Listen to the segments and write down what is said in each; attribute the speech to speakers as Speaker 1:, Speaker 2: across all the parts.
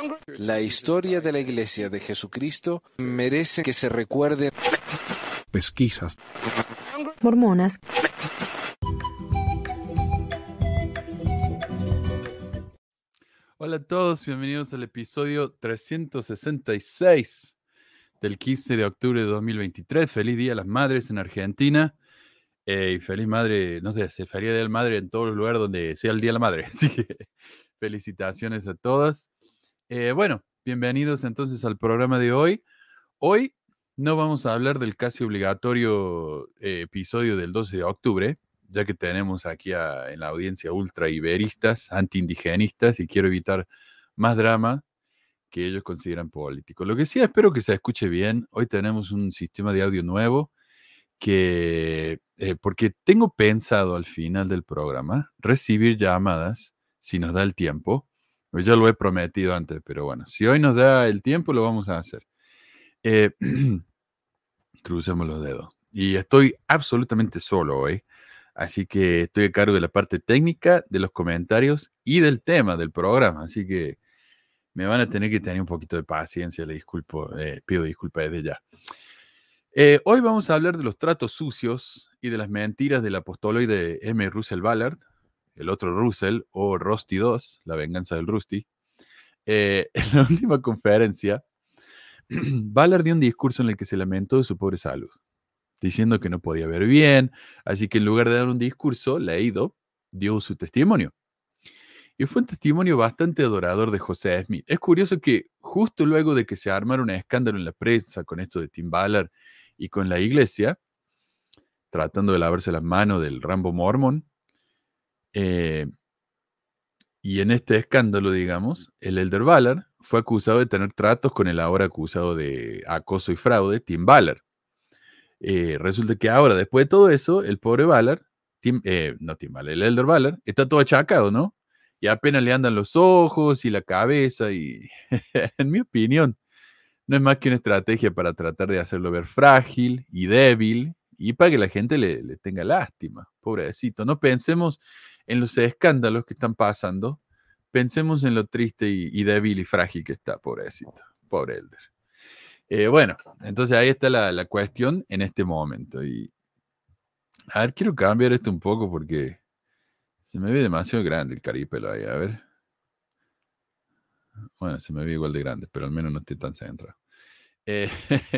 Speaker 1: La historia de la Iglesia de Jesucristo merece que se recuerde.
Speaker 2: Pesquisas.
Speaker 3: Mormonas.
Speaker 4: Hola a todos, bienvenidos al episodio 366 del 15 de octubre de 2023. Feliz Día a las Madres en Argentina. Y feliz madre, no sé, se feliz Día de la Madre en todos los lugares donde sea el Día de la Madre. Así que felicitaciones a todas. Bueno, bienvenidos entonces al programa de hoy. Hoy no vamos a hablar del casi obligatorio episodio del 12 de octubre, ya que tenemos aquí en la audiencia ultra iberistas, anti-indigenistas, y quiero evitar más drama que ellos consideran político. Lo que sí espero que se escuche bien. Hoy tenemos un sistema de audio nuevo porque tengo pensado al final del programa recibir llamadas, si nos da el tiempo. Yo lo he prometido antes, pero bueno, si hoy nos da el tiempo, lo vamos a hacer. Crucemos los dedos. Y estoy absolutamente solo hoy, así que estoy a cargo de la parte técnica, de los comentarios y del tema del programa, así que me van a tener que tener un poquito de paciencia, pido disculpas desde ya. Hoy vamos a hablar de los tratos sucios y de las mentiras del apostoloide M. Russell Ballard, el otro Russell, o Rusty 2, la venganza del Rusty. En la última conferencia, Ballard dio un discurso en el que se lamentó de su pobre salud, diciendo que no podía ver bien, así que en lugar de dar un discurso leído, dio su testimonio. Y fue un testimonio bastante adorador de José Smith. Es curioso que justo luego de que se armara un escándalo en la prensa con esto de Tim Ballard y con la iglesia, tratando de lavarse las manos del Rambo Mormon, y en este escándalo, digamos, el elder Ballard fue acusado de tener tratos con el ahora acusado de acoso y fraude, Tim Ballard. Resulta que ahora, después de todo eso, el pobre Ballard, el elder Ballard, está todo achacado, ¿no? Y apenas le andan los ojos y la cabeza y, en mi opinión, no es más que una estrategia para tratar de hacerlo ver frágil y débil y para que la gente le tenga lástima, pobrecito. No pensemos en los escándalos que están pasando, pensemos en lo triste y débil y frágil que está, pobrecito, pobre elder. Bueno, entonces ahí está la cuestión en este momento. Y a ver, quiero cambiar esto un poco porque se me ve demasiado grande el caripelo ahí. A ver. Bueno, se me ve igual de grande, pero al menos no estoy tan centrado. Eh,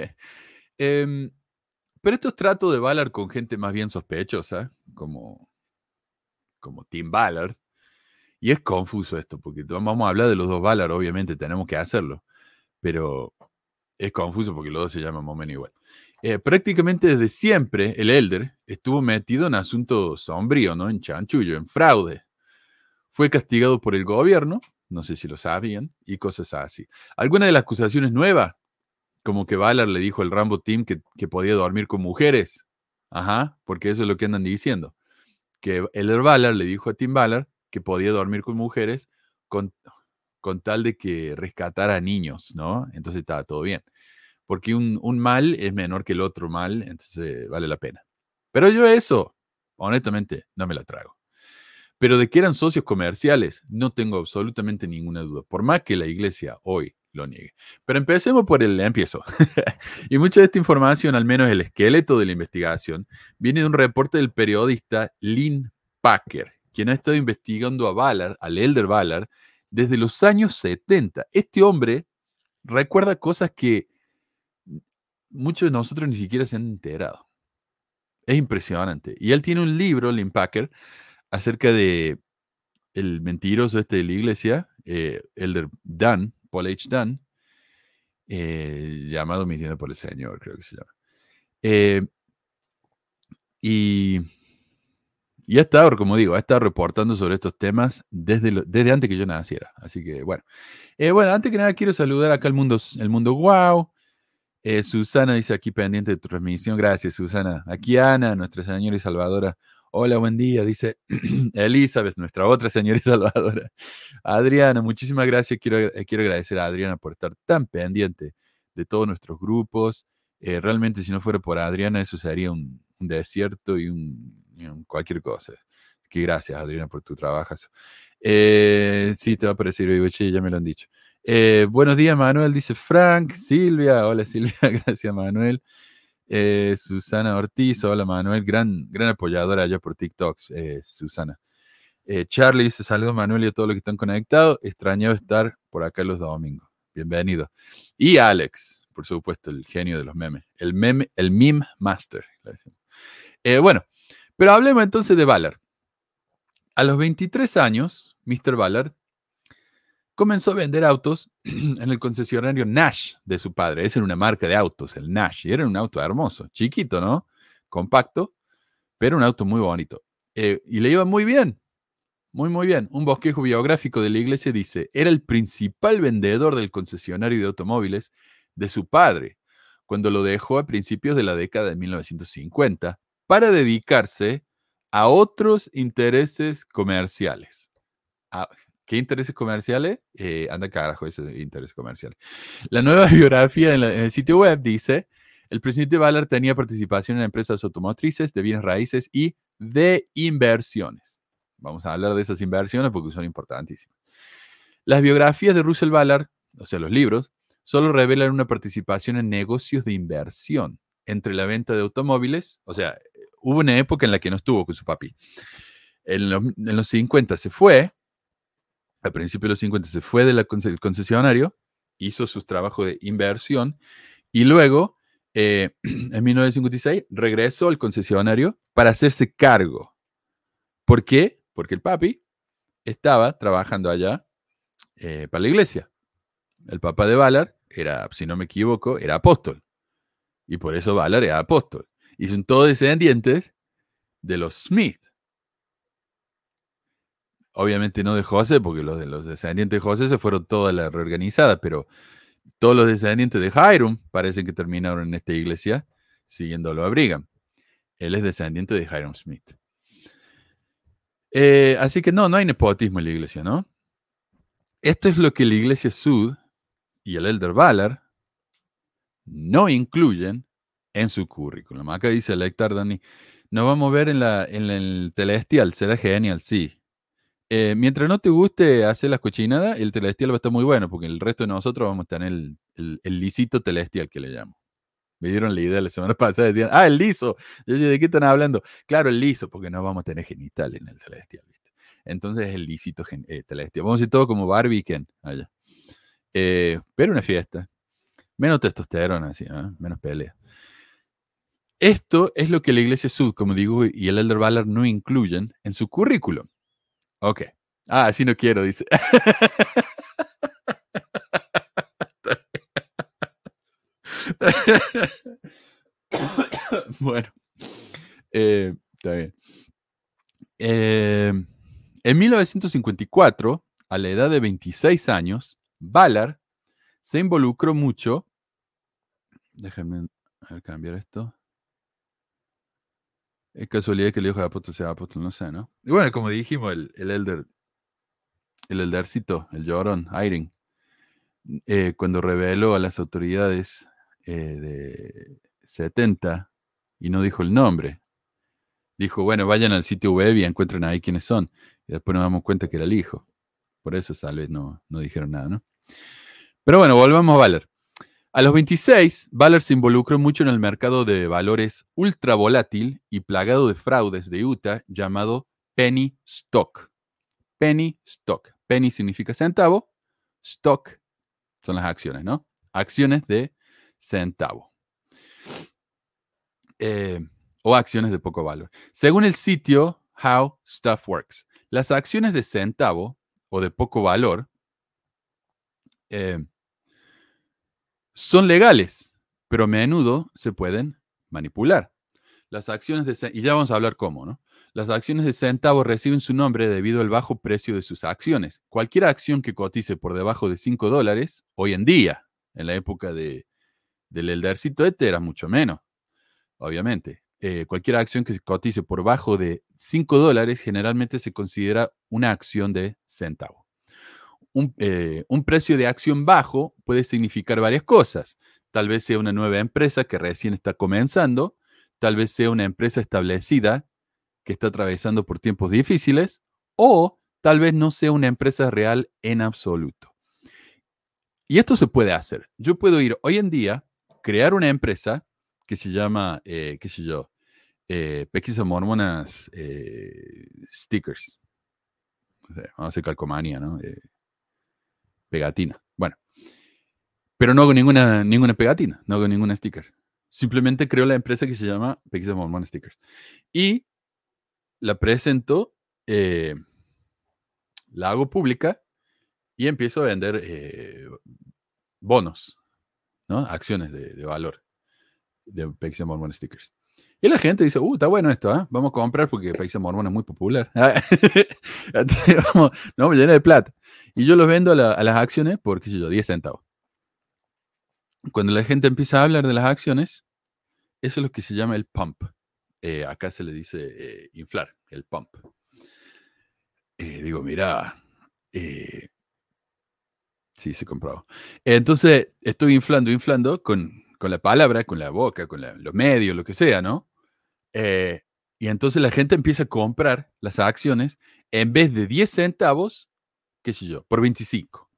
Speaker 4: pero estos tratos de Ballard con gente más bien sospechosa, como Tim Ballard, y es confuso esto, porque vamos a hablar de los dos Ballard, obviamente tenemos que hacerlo, pero es confuso porque los dos se llaman más o menos igual. Prácticamente desde siempre el elder estuvo metido en asuntos sombríos, ¿no? En chanchullo, en fraude. Fue castigado por el gobierno, no sé si lo sabían, y cosas así. Algunas de las acusaciones nuevas, como que Ballard le dijo al Rambo Team que podía dormir con mujeres. Ajá, porque eso es lo que andan diciendo. Que el Ballard le dijo a Tim Ballard que podía dormir con mujeres con tal de que rescatara a niños, ¿no? Entonces estaba todo bien. Porque un mal es menor que el otro mal, entonces vale la pena. Pero yo eso, honestamente, no me la trago. Pero de que eran socios comerciales, no tengo absolutamente ninguna duda, por más que la iglesia hoy lo niegue. Pero empecemos por empiezo. Y mucha de esta información, al menos el esqueleto de la investigación, viene de un reporte del periodista Lynn Packer, quien ha estado investigando a Ballard, al elder Ballard, desde los años 70. Este hombre recuerda cosas que muchos de nosotros ni siquiera se han enterado. Es impresionante. Y él tiene un libro, Lynn Packer, acerca de el mentiroso de la iglesia, elder Dan, Paul H. Dan, llamado Mintiendo por el Señor, creo que se llama. Y ha estado, como digo, ha estado reportando sobre estos temas desde antes que yo naciera. Así que, bueno. Bueno, antes que nada quiero saludar acá al mundo wow. Susana dice aquí pendiente de tu transmisión. Gracias, Susana. Aquí Ana, nuestra señora y salvadora. Hola, buen día, dice Elizabeth, nuestra otra señora y salvadora. Adriana, muchísimas gracias. Quiero agradecer a Adriana por estar tan pendiente de todos nuestros grupos. Realmente, si no fuera por Adriana, eso sería un desierto y cualquier cosa. Así que gracias, Adriana, por tu trabajo. Sí, te va a parecer, ya me lo han dicho. Buenos días, Manuel, dice Frank. Silvia, hola Silvia, gracias Manuel. Susana Ortiz, hola Manuel, gran apoyadora allá por TikToks, Susana. Charlie dice, saludos Manuel y a todos los que están conectados. Extrañado estar por acá los domingos. Bienvenido. Y Alex, por supuesto, el genio de los memes. El meme master. Bueno, pero hablemos entonces de Ballard. A los 23 años, Mr. Ballard comenzó a vender autos en el concesionario Nash de su padre. Esa era una marca de autos, el Nash. Y era un auto hermoso, chiquito, ¿no? Compacto, pero un auto muy bonito. Y le iba muy bien. Muy bien. Un bosquejo biográfico de la iglesia dice, era el principal vendedor del concesionario de automóviles de su padre, cuando lo dejó a principios de la década de 1950 para dedicarse a otros intereses comerciales. ¿Qué intereses comerciales? Anda carajo ese interés comercial. La nueva biografía en el sitio web dice, el presidente Ballard tenía participación en empresas automotrices, de bienes raíces y de inversiones. Vamos a hablar de esas inversiones porque son importantísimas. Las biografías de Russell Ballard, o sea, los libros, solo revelan una participación en negocios de inversión entre la venta de automóviles. O sea, hubo una época en la que no estuvo con su papi. En los 50 se fue, al principio de los 50 se fue del concesionario, hizo sus trabajos de inversión y luego, en 1956, regresó al concesionario para hacerse cargo. ¿Por qué? Porque el papi estaba trabajando allá para la iglesia. El papá de Ballard era, si no me equivoco, era apóstol. Y por eso Ballard era apóstol. Y son todos descendientes de los Smith. Obviamente no de José, porque los descendientes de José se fueron toda la reorganizada, pero todos los descendientes de Hiram parecen que terminaron en esta iglesia siguiéndolo a Brigham. Él es descendiente de Hiram Smith. Así que no hay nepotismo en la iglesia, ¿no? Esto es lo que la iglesia Sud y el Elder Ballard no incluyen en su currículum. Acá dice el Héctor Dani, nos vamos a ver en el Celestial, será genial, sí. Mientras no te guste hacer las cochinadas, el Celestial va a estar muy bueno, porque el resto de nosotros vamos a tener el lisito Celestial que le llamo. Me dieron la idea la semana pasada, decían, el liso. Yo decía, ¿de qué están hablando? Claro, el liso, porque no vamos a tener genital en el Celestial, ¿viste? Entonces es el lisito Celestial. Vamos a ir todo como Barbie y Ken allá. Pero una fiesta. Menos testosterona, así, ¿eh? Menos pelea. Esto es lo que la Iglesia Sud, como digo, y el Elder Ballard no incluyen en su currículum. Ok. Así no quiero, dice. Bueno, está bien. En 1954, a la edad de 26 años, Ballard se involucró mucho. Déjenme cambiar esto. Es casualidad que el hijo de apóstol sea apóstol, no sé, ¿no? Y bueno, como dijimos, el eldercito, el llorón, Irene, cuando reveló a las autoridades de 70 y no dijo el nombre, dijo, bueno, vayan al sitio web y encuentren ahí quiénes son. Y después nos damos cuenta que era el hijo. Por eso tal vez no dijeron nada, ¿no? Pero bueno, volvamos a Ballard. A los 26, Ballard se involucró mucho en el mercado de valores ultra volátil y plagado de fraudes de Utah llamado penny stock. Penny stock. Penny significa centavo. Stock son las acciones, ¿no? Acciones de centavo. O acciones de poco valor. Según el sitio How Stuff Works, las acciones de centavo o de poco valor son legales, pero a menudo se pueden manipular. Las acciones de y ya vamos a hablar cómo, ¿no? Las acciones de centavo reciben su nombre debido al bajo precio de sus acciones. Cualquier acción que cotice por debajo de $5, hoy en día, en la época del eldercito era mucho menos, obviamente. Cualquier acción que cotice por bajo de $5 generalmente se considera una acción de centavo. Un precio de acción bajo puede significar varias cosas. Tal vez sea una nueva empresa que recién está comenzando, tal vez sea una empresa establecida que está atravesando por tiempos difíciles, o tal vez no sea una empresa real en absoluto. Y esto se puede hacer. Yo puedo ir hoy en día, crear una empresa que se llama, qué sé yo, Pesquisas Mormonas Stickers. O sea, vamos a hacer calcomanía, ¿no? Pegatina. Bueno, pero no hago ninguna pegatina, no hago ninguna sticker. Simplemente creo la empresa que se llama Pesquisas Mormonas Stickers. Y la presento, la hago pública y empiezo a vender bonos, ¿no? Acciones de valor de Pesquisas Mormonas Stickers. Y la gente dice, está bueno esto, ¿eh? Vamos a comprar porque Pesquisas Mormonas es muy popular. Entonces, vamos llena de plata. Y yo los vendo a las acciones por, qué sé yo, 10 centavos. Cuando la gente empieza a hablar de las acciones, eso es lo que se llama el pump. Acá se le dice inflar, el pump. Digo, mira, sí, se compró. Entonces, estoy inflando con la palabra, con la boca, con los medios, lo que sea, ¿no? Y entonces la gente empieza a comprar las acciones en vez de 10 centavos, qué sé yo, por 25.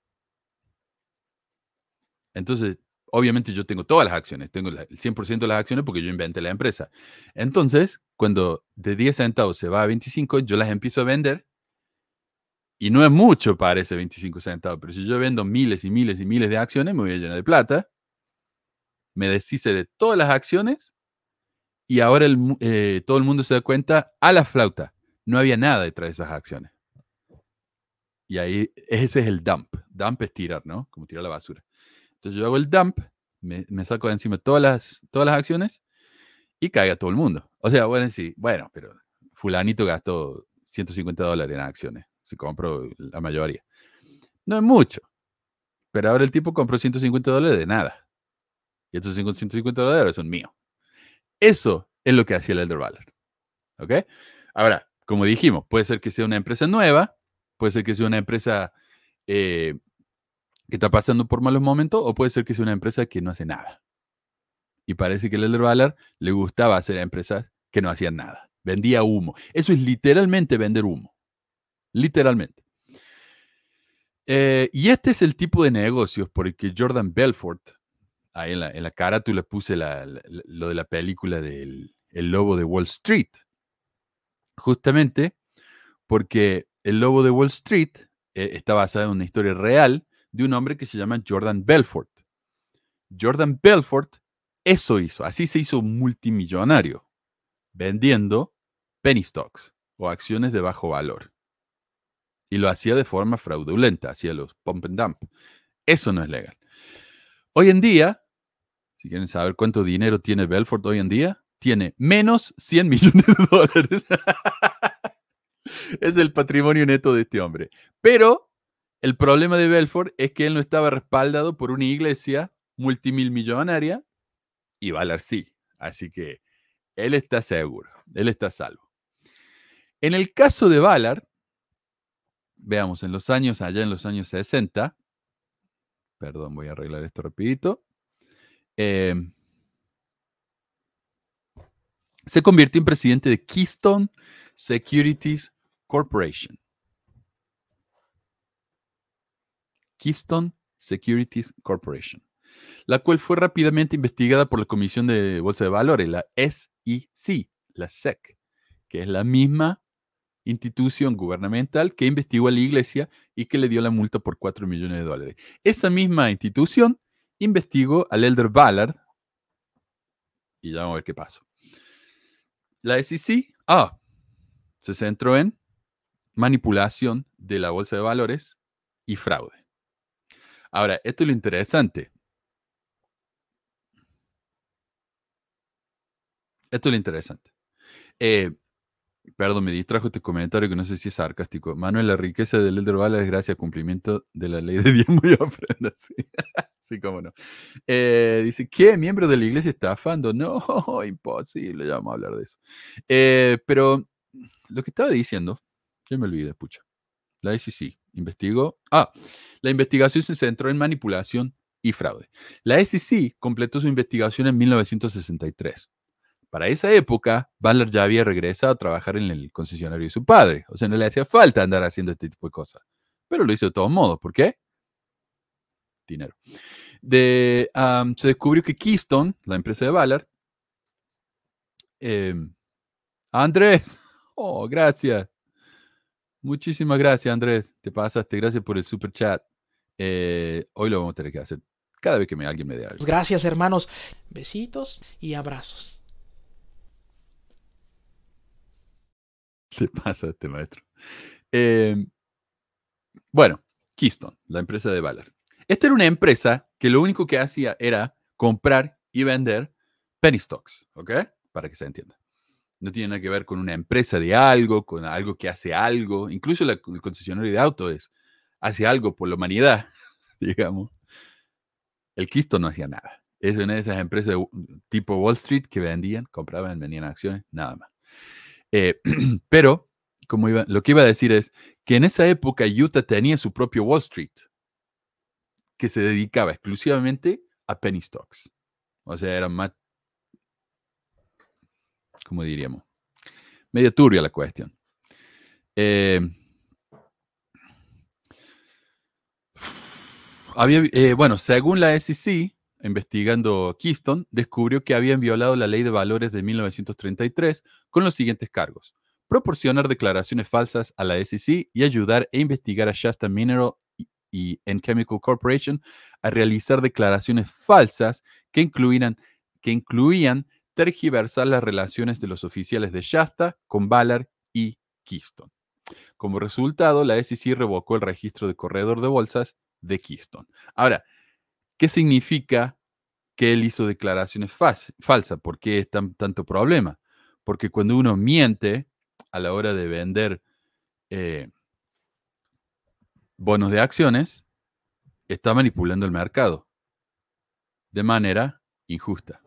Speaker 4: Entonces, obviamente yo tengo todas las acciones, tengo el 100% de las acciones porque yo inventé la empresa. Entonces, cuando de 10 centavos se va a 25, yo las empiezo a vender. Y no es mucho para ese 25 centavos, pero si yo vendo miles y miles y miles de acciones, me voy a llenar de plata. Me deshice de todas las acciones y ahora todo el mundo se da cuenta, a la flauta, no había nada detrás de esas acciones. Y ahí, ese es el dump. Dump es tirar, ¿no? Como tirar la basura. Entonces yo hago el dump, me saco de encima todas las acciones y caiga todo el mundo. O sea, bueno, pero fulanito gastó $150 en acciones. Se compró la mayoría. No es mucho. Pero ahora el tipo compró $150 de nada. Y estos $150 son míos. Eso es lo que hacía el Elder Ballard. ¿Ok? Ahora, como dijimos, puede ser que sea una empresa nueva, puede ser que sea una empresa que está pasando por malos momentos, o puede ser que sea una empresa que no hace nada. Y parece que el Elder Ballard le gustaba hacer empresas que no hacían nada. Vendía humo. Eso es literalmente vender humo. Literalmente. Y este es el tipo de negocios por el que Jordan Belfort, ahí en la carátula puse lo de la película del El Lobo de Wall Street. Justamente porque El Lobo de Wall Street está basado en una historia real de un hombre que se llama Jordan Belfort. Jordan Belfort eso hizo, así se hizo multimillonario, vendiendo penny stocks o acciones de bajo valor. Y lo hacía de forma fraudulenta, hacía los pump and dump. Eso no es legal. Hoy en día, si quieren saber cuánto dinero tiene Belfort hoy en día, tiene menos $100 millones. Es el patrimonio neto de este hombre. Pero el problema de Belfort es que él no estaba respaldado por una iglesia multimillonaria y Ballard sí. Así que él está seguro, él está a salvo. En el caso de Ballard, veamos, allá en los años 60, perdón, voy a arreglar esto rapidito, se convirtió en presidente de Keystone Securities Corporation. Keystone Securities Corporation, la cual fue rápidamente investigada por la Comisión de Bolsa de Valores, la SEC, la SEC, que es la misma institución gubernamental que investigó a la iglesia y que le dio la multa por $4 millones. Esa misma institución investigó al Elder Ballard y ya vamos a ver qué pasó. La SEC se centró en manipulación de la bolsa de valores y fraude. Ahora, esto es lo interesante. Perdón, me distrajo este comentario que no sé si es sarcástico. Manuel, la riqueza del Elder Ballard es gracias al cumplimiento de la ley de diezmo y ofrenda. Sí, sí, cómo no. Dice, ¿qué? ¿Miembro de la iglesia estafando? No, imposible, ya vamos a hablar de eso. Pero lo que estaba diciendo, ya me olvidé, pucha. La SEC investigó. La investigación se centró en manipulación y fraude. La SEC completó su investigación en 1963. Para esa época, Ballard ya había regresado a trabajar en el concesionario de su padre. O sea, no le hacía falta andar haciendo este tipo de cosas. Pero lo hizo de todos modos. ¿Por qué? dinero. Se descubrió que Keystone, la empresa de Ballard, Andrés, oh, gracias. Muchísimas gracias, Andrés. Te pasaste. Gracias por el super chat. Hoy lo vamos a tener que hacer cada vez que alguien me dé algo.
Speaker 5: Gracias, hermanos. Besitos y abrazos.
Speaker 4: ¿Qué pasa este maestro? Bueno, Keystone, la empresa de Ballard. Esta era una empresa que lo único que hacía era comprar y vender penny stocks, ¿ok? Para que se entienda. No tiene nada que ver con una empresa de algo, con algo que hace algo. Incluso el concesionario de autos hace algo por la humanidad, digamos. El Keystone no hacía nada. Es una de esas empresas tipo Wall Street que vendían, compraban, vendían acciones, nada más. Pero, lo que iba a decir es que en esa época Utah tenía su propio Wall Street, que se dedicaba exclusivamente a penny stocks. O sea, era más, ¿cómo diríamos? Medio turbia la cuestión. Bueno, según la SEC, investigando Keystone, descubrió que habían violado la ley de valores de 1933 con los siguientes cargos: proporcionar declaraciones falsas a la SEC y ayudar a investigar a Shasta Mineral y Chemical Corporation a realizar declaraciones falsas que incluían tergiversar las relaciones de los oficiales de Shasta con Ballard y Keystone. Como resultado, la SEC revocó el registro de corredor de bolsas de Keystone. Ahora, ¿qué significa que él hizo declaraciones falsas? ¿Por qué es tanto problema? Porque cuando uno miente a la hora de vender bonos de acciones, está manipulando el mercado de manera injusta.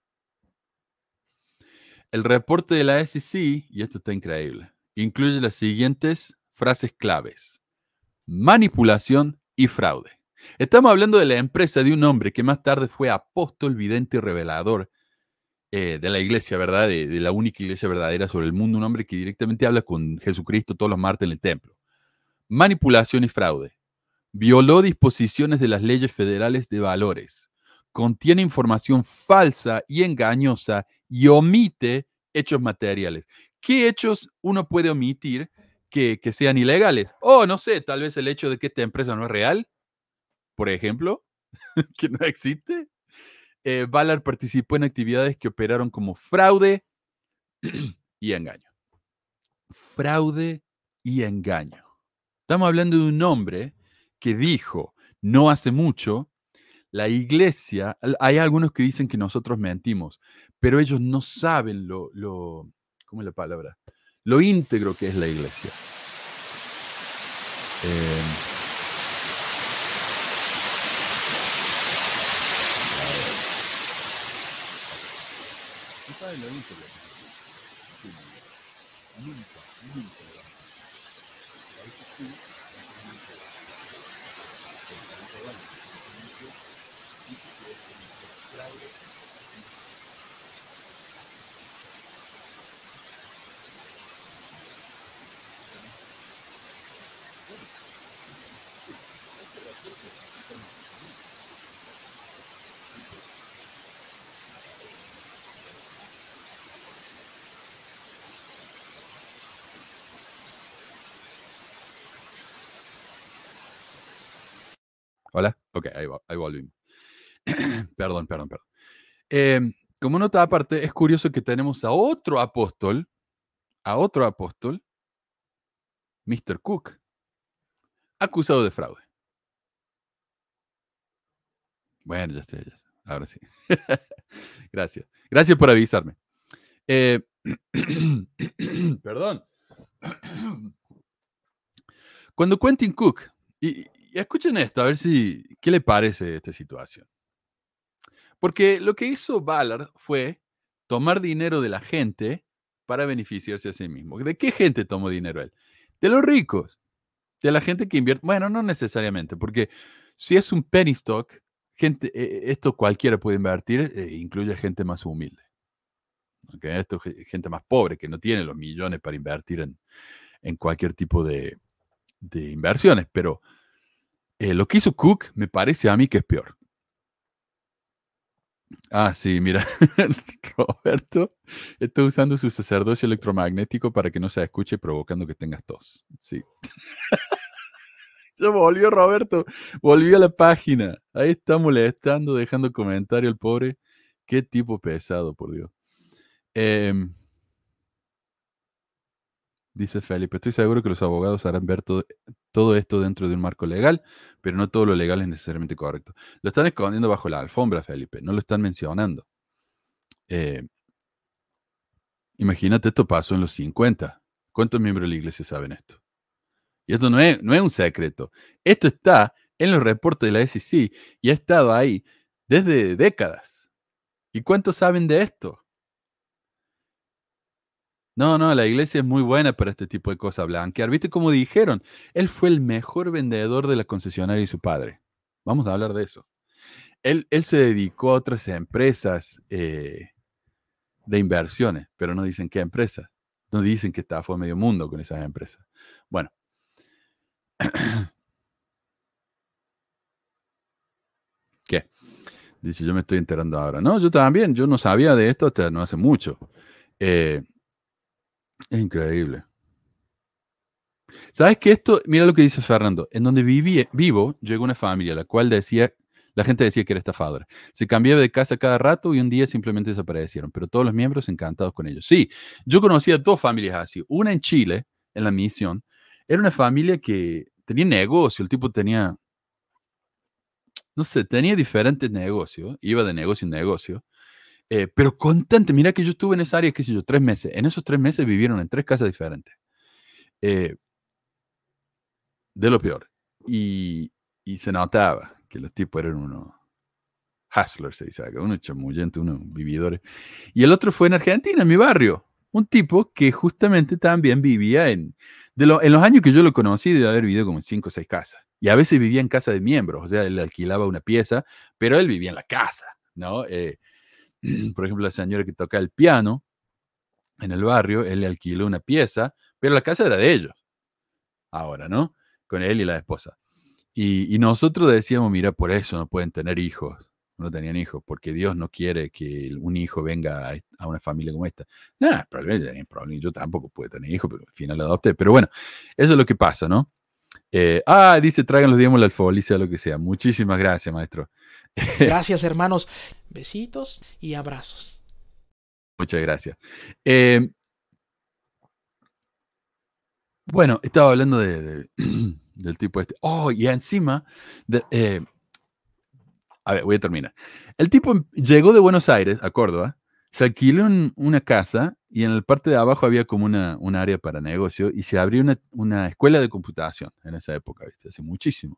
Speaker 4: El reporte de la SEC, y esto está increíble, incluye las siguientes frases claves: manipulación y fraude. Estamos hablando de la empresa de un hombre que más tarde fue apóstol, vidente y revelador de la iglesia, ¿verdad? De la única iglesia verdadera sobre el mundo, un hombre que directamente habla con Jesucristo todos los martes en el templo. Manipulación y fraude. Violó disposiciones de las leyes federales de valores. Contiene información falsa y engañosa y omite hechos materiales. ¿Qué hechos uno puede omitir que sean ilegales? No sé, tal vez el hecho de que esta empresa no es real, por ejemplo, que no existe. Ballard participó en actividades que operaron como fraude y engaño. Fraude y engaño. Estamos hablando de un hombre que dijo no hace mucho: la iglesia, hay algunos que dicen que nosotros mentimos, pero ellos no saben ¿cómo es la palabra? Lo íntegro que es la iglesia. No saben lo íntegro. Nunca. Hola, ok, ahí volvimos. Perdón. Como nota aparte, es curioso que tenemos a otro apóstol, Mr. Cook, acusado de fraude. Bueno, ya sé, ahora sí. Gracias por avisarme. Perdón. Cuando Quentin Cook, y escuchen esto, a ver qué le parece esta situación. Porque lo que hizo Ballard fue tomar dinero de la gente para beneficiarse a sí mismo. ¿De qué gente tomó dinero él? De los ricos, de la gente que invierte. Bueno, no necesariamente, porque si es un penny stock, esto cualquiera puede invertir, incluye gente más humilde. ¿Okay? Esto es gente más pobre, que no tiene los millones para invertir en cualquier tipo de inversiones, pero Lo que hizo Cook me parece a mí que es peor. Ah, sí, mira, Roberto está usando su sacerdocio electromagnético para que no se escuche provocando que tengas tos. Sí. Ya volvió Roberto, volvió a la página. Ahí está molestando, dejando comentario el pobre. Qué tipo pesado, por Dios. Dice Felipe, estoy seguro que los abogados harán ver todo esto dentro de un marco legal, pero no todo lo legal es necesariamente correcto. Lo están escondiendo bajo la alfombra, Felipe, no lo están mencionando. Imagínate, esto pasó en los 50. ¿Cuántos miembros de la iglesia saben esto? Y esto no es un secreto. Esto está en los reportes de la SEC y ha estado ahí desde décadas. ¿Y cuántos saben de esto? No, la iglesia es muy buena para este tipo de cosas, blanquear. ¿Viste cómo dijeron? Él fue el mejor vendedor de la concesionaria y su padre. Vamos a hablar de eso. Él se dedicó a otras empresas de inversiones, pero no dicen qué empresas. No dicen que estafó a medio mundo con esas empresas. Bueno. ¿Qué? Dice, yo me estoy enterando ahora. No, yo también. Yo no sabía de esto hasta no hace mucho. Es increíble. ¿Sabes qué? Esto, mira lo que dice Fernando. En donde vivo, llegó una familia, la cual la gente decía que era estafadora. Se cambiaba de casa cada rato y un día simplemente desaparecieron, pero todos los miembros encantados con ellos. Sí, yo conocía dos familias así. Una en Chile, en la misión. Era una familia que tenía negocio. El tipo tenía, no sé, tenía diferentes negocios. Iba de negocio en negocio. Pero constante, mira que yo estuve en esa área, qué sé yo, 3 meses. En esos 3 meses vivieron en 3 casas diferentes. De lo peor. Y se notaba que los tipos eran unos hustlers, se dice acá, unos chamullentos, unos vividores. Y el otro fue en Argentina, en mi barrio. Un tipo que justamente también vivía en los años que yo lo conocí, debe haber vivido como en 5 o 6 casas. Y a veces vivía en casa de miembros, o sea, él alquilaba una pieza, pero él vivía en la casa, ¿no? Por ejemplo, la señora que toca el piano en el barrio, él le alquiló una pieza, pero la casa era de ellos. Ahora, ¿no? Con él y la esposa. Y nosotros decíamos, mira, por eso no pueden tener hijos. No tenían hijos, porque Dios no quiere que un hijo venga a una familia como esta. Nada, probablemente tenían problemas. Yo tampoco pude tener hijos, pero al final lo adopté. Pero bueno, eso es lo que pasa, ¿no? Dice, traigan los diezmos, la alfolí, lo que sea. Muchísimas gracias, maestro.
Speaker 5: Gracias, hermanos. Besitos y abrazos.
Speaker 4: Muchas gracias. Bueno, estaba hablando del tipo este. Oh, y encima, a ver, voy a terminar. El tipo llegó de Buenos Aires a Córdoba, se alquiló una casa y en la parte de abajo había como un área para negocio y se abrió una escuela de computación en esa época, ¿viste? Hace muchísimo.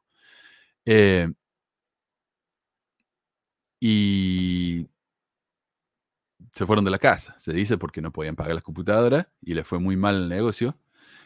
Speaker 4: Y se fueron de la casa, se dice, porque no podían pagar las computadoras y le fue muy mal el negocio.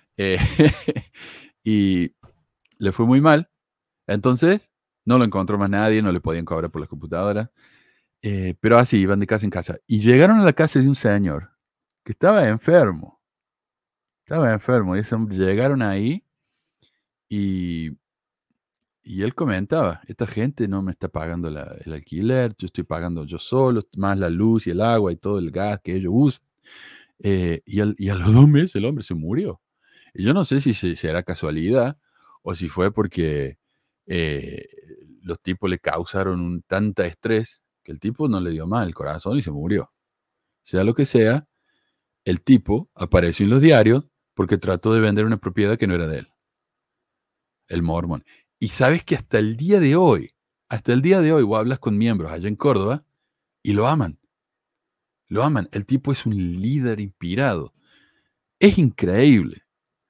Speaker 4: Y le fue muy mal. Entonces, no lo encontró más nadie, no le podían cobrar por las computadoras. Pero así, iban de casa en casa. Y llegaron a la casa de un señor que estaba enfermo. Estaba enfermo. Y ese hombre, llegaron ahí y él comentaba, esta gente no me está pagando el alquiler, yo estoy pagando yo solo, más la luz y el agua y todo el gas que ellos usan. Y a los 2 meses el hombre se murió. Y yo no sé si será casualidad o si fue porque los tipos le causaron tanta estrés que el tipo no le dio mal el corazón y se murió. Sea lo que sea, el tipo apareció en los diarios porque trató de vender una propiedad que no era de él. El Mormon. Y sabes que hasta el día de hoy, vos hablas con miembros allá en Córdoba y lo aman. Lo aman. El tipo es un líder inspirado. Es increíble.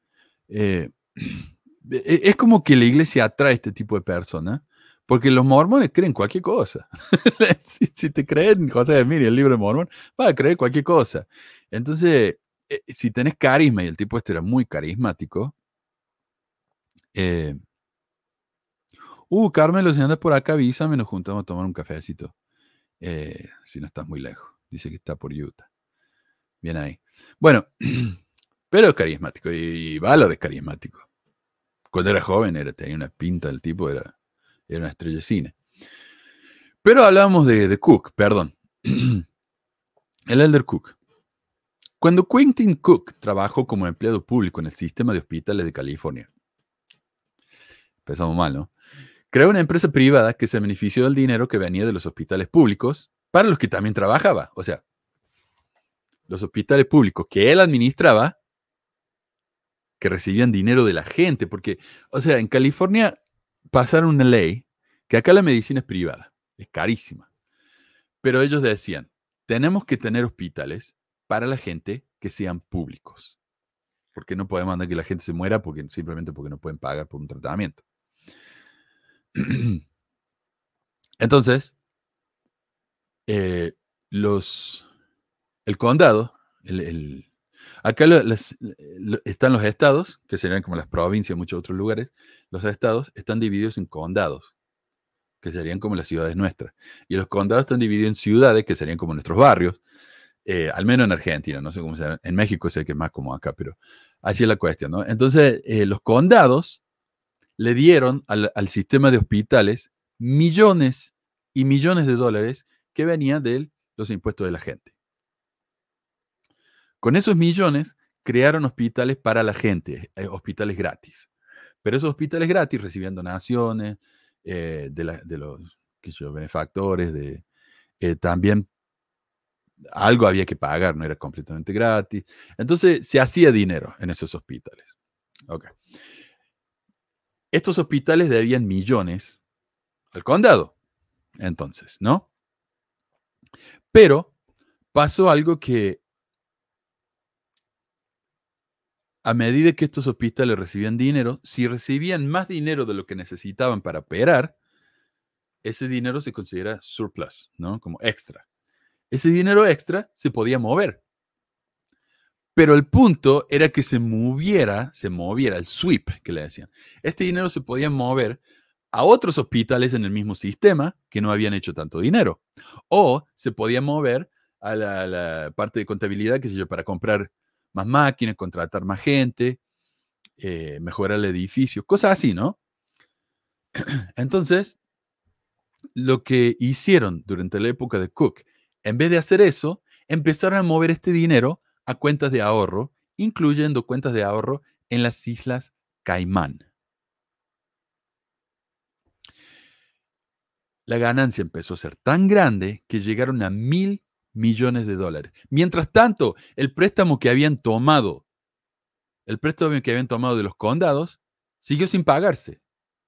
Speaker 4: Es como que la iglesia atrae a este tipo de personas, porque los mormones creen cualquier cosa. si te creen José de Miri, el libro de Mormón, vas a creer cualquier cosa. Entonces, si tenés carisma, y el tipo este era muy carismático, Carmelo, si andas por acá, avísame, nos juntamos a tomar un cafecito. Si no estás muy lejos. Dice que está por Utah. Bien ahí. Bueno, pero es carismático y Valor es carismático. Cuando era joven tenía una pinta del tipo, era una estrella de cine. Pero hablábamos de Cook, perdón. El elder Cook. Cuando Quentin Cook trabajó como empleado público en el sistema de hospitales de California, empezamos mal, ¿no? Creó una empresa privada que se benefició del dinero que venía de los hospitales públicos, para los que también trabajaba. O sea, los hospitales públicos que él administraba, que recibían dinero de la gente, porque, o sea, en California pasaron una ley que acá la medicina es privada, es carísima. Pero ellos decían, tenemos que tener hospitales para la gente que sean públicos. Porque no podemos mandar que la gente se muera simplemente porque no pueden pagar por un tratamiento. Entonces, el condado, acá están los estados, que serían como las provincias en muchos otros lugares. Los estados están divididos en condados, que serían como las ciudades nuestras. Y los condados están divididos en ciudades, que serían como nuestros barrios. Al menos en Argentina, no sé cómo será. En México sé que es más como acá, pero así es la cuestión, ¿no? Entonces, los condados le dieron al sistema de hospitales millones y millones de dólares que venían de los impuestos de la gente. Con esos millones crearon hospitales para la gente, hospitales gratis. Pero esos hospitales gratis recibían donaciones de los benefactores, también algo había que pagar, no era completamente gratis. Entonces se hacía dinero en esos hospitales. Okay. Estos hospitales debían millones al condado, entonces, ¿no? Pero pasó algo que a medida que estos hospitales recibían dinero, si recibían más dinero de lo que necesitaban para operar, ese dinero se considera surplus, ¿no? Como extra. Ese dinero extra se podía mover. Pero el punto era que se moviera el sweep, que le decían. Este dinero se podía mover a otros hospitales en el mismo sistema que no habían hecho tanto dinero. O se podía mover a la parte de contabilidad, qué sé yo, para comprar más máquinas, contratar más gente, mejorar el edificio, cosas así, ¿no? Entonces, lo que hicieron durante la época de Cook, en vez de hacer eso, empezaron a mover este dinero a cuentas de ahorro, incluyendo cuentas de ahorro en las Islas Caimán. La ganancia empezó a ser tan grande que llegaron a $1,000 millones. Mientras tanto, el préstamo que habían tomado de los condados siguió sin pagarse.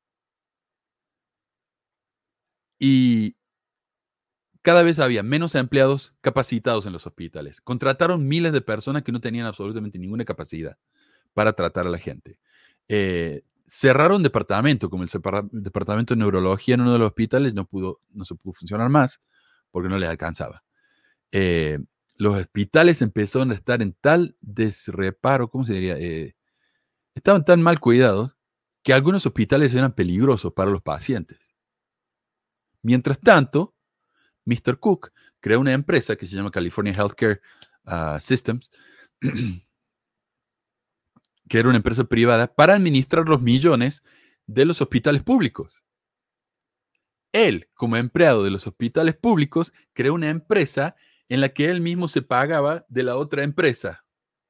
Speaker 4: Y cada vez había menos empleados capacitados en los hospitales. Contrataron miles de personas que no tenían absolutamente ninguna capacidad para tratar a la gente. Cerraron departamentos, como el departamento de neurología en uno de los hospitales, no se pudo funcionar más porque no les alcanzaba. Los hospitales empezaron a estar en tal desreparo, ¿cómo se diría? Estaban tan mal cuidados que algunos hospitales eran peligrosos para los pacientes. Mientras tanto, Mr. Cook creó una empresa que se llama California Healthcare Systems, que era una empresa privada para administrar los millones de los hospitales públicos. Él, como empleado de los hospitales públicos, creó una empresa en la que él mismo se pagaba de la otra empresa.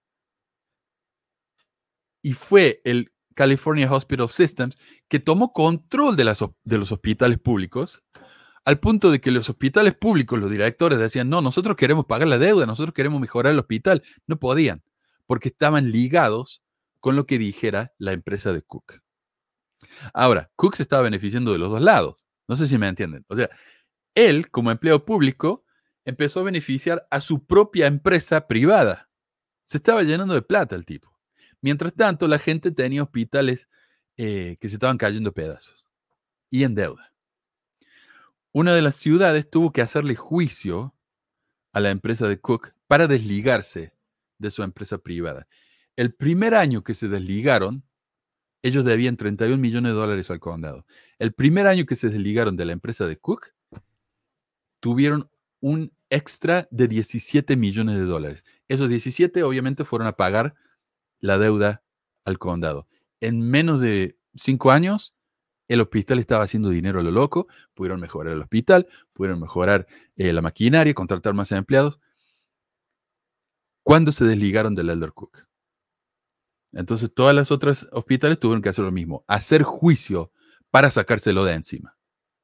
Speaker 4: Y fue el California Hospital Systems que tomó control de los hospitales públicos, al punto de que los hospitales públicos, los directores decían, no, nosotros queremos pagar la deuda, nosotros queremos mejorar el hospital. No podían, porque estaban ligados con lo que dijera la empresa de Cook. Ahora, Cook se estaba beneficiando de los dos lados. No sé si me entienden. O sea, él, como empleado público, empezó a beneficiar a su propia empresa privada. Se estaba llenando de plata el tipo. Mientras tanto, la gente tenía hospitales que se estaban cayendo a pedazos y en deuda. Una de las ciudades tuvo que hacerle juicio a la empresa de Cook para desligarse de su empresa privada. El primer año que se desligaron, ellos debían $31 millones al condado. El primer año que se desligaron de la empresa de Cook, tuvieron un extra de $17 millones. Esos 17 obviamente fueron a pagar la deuda al condado. En menos de 5 años, el hospital estaba haciendo dinero a lo loco, pudieron mejorar el hospital, pudieron mejorar la maquinaria, contratar más empleados. ¿Cuándo se desligaron del Elder Cook? Entonces todas las otras hospitales tuvieron que hacer lo mismo, hacer juicio para sacárselo de encima.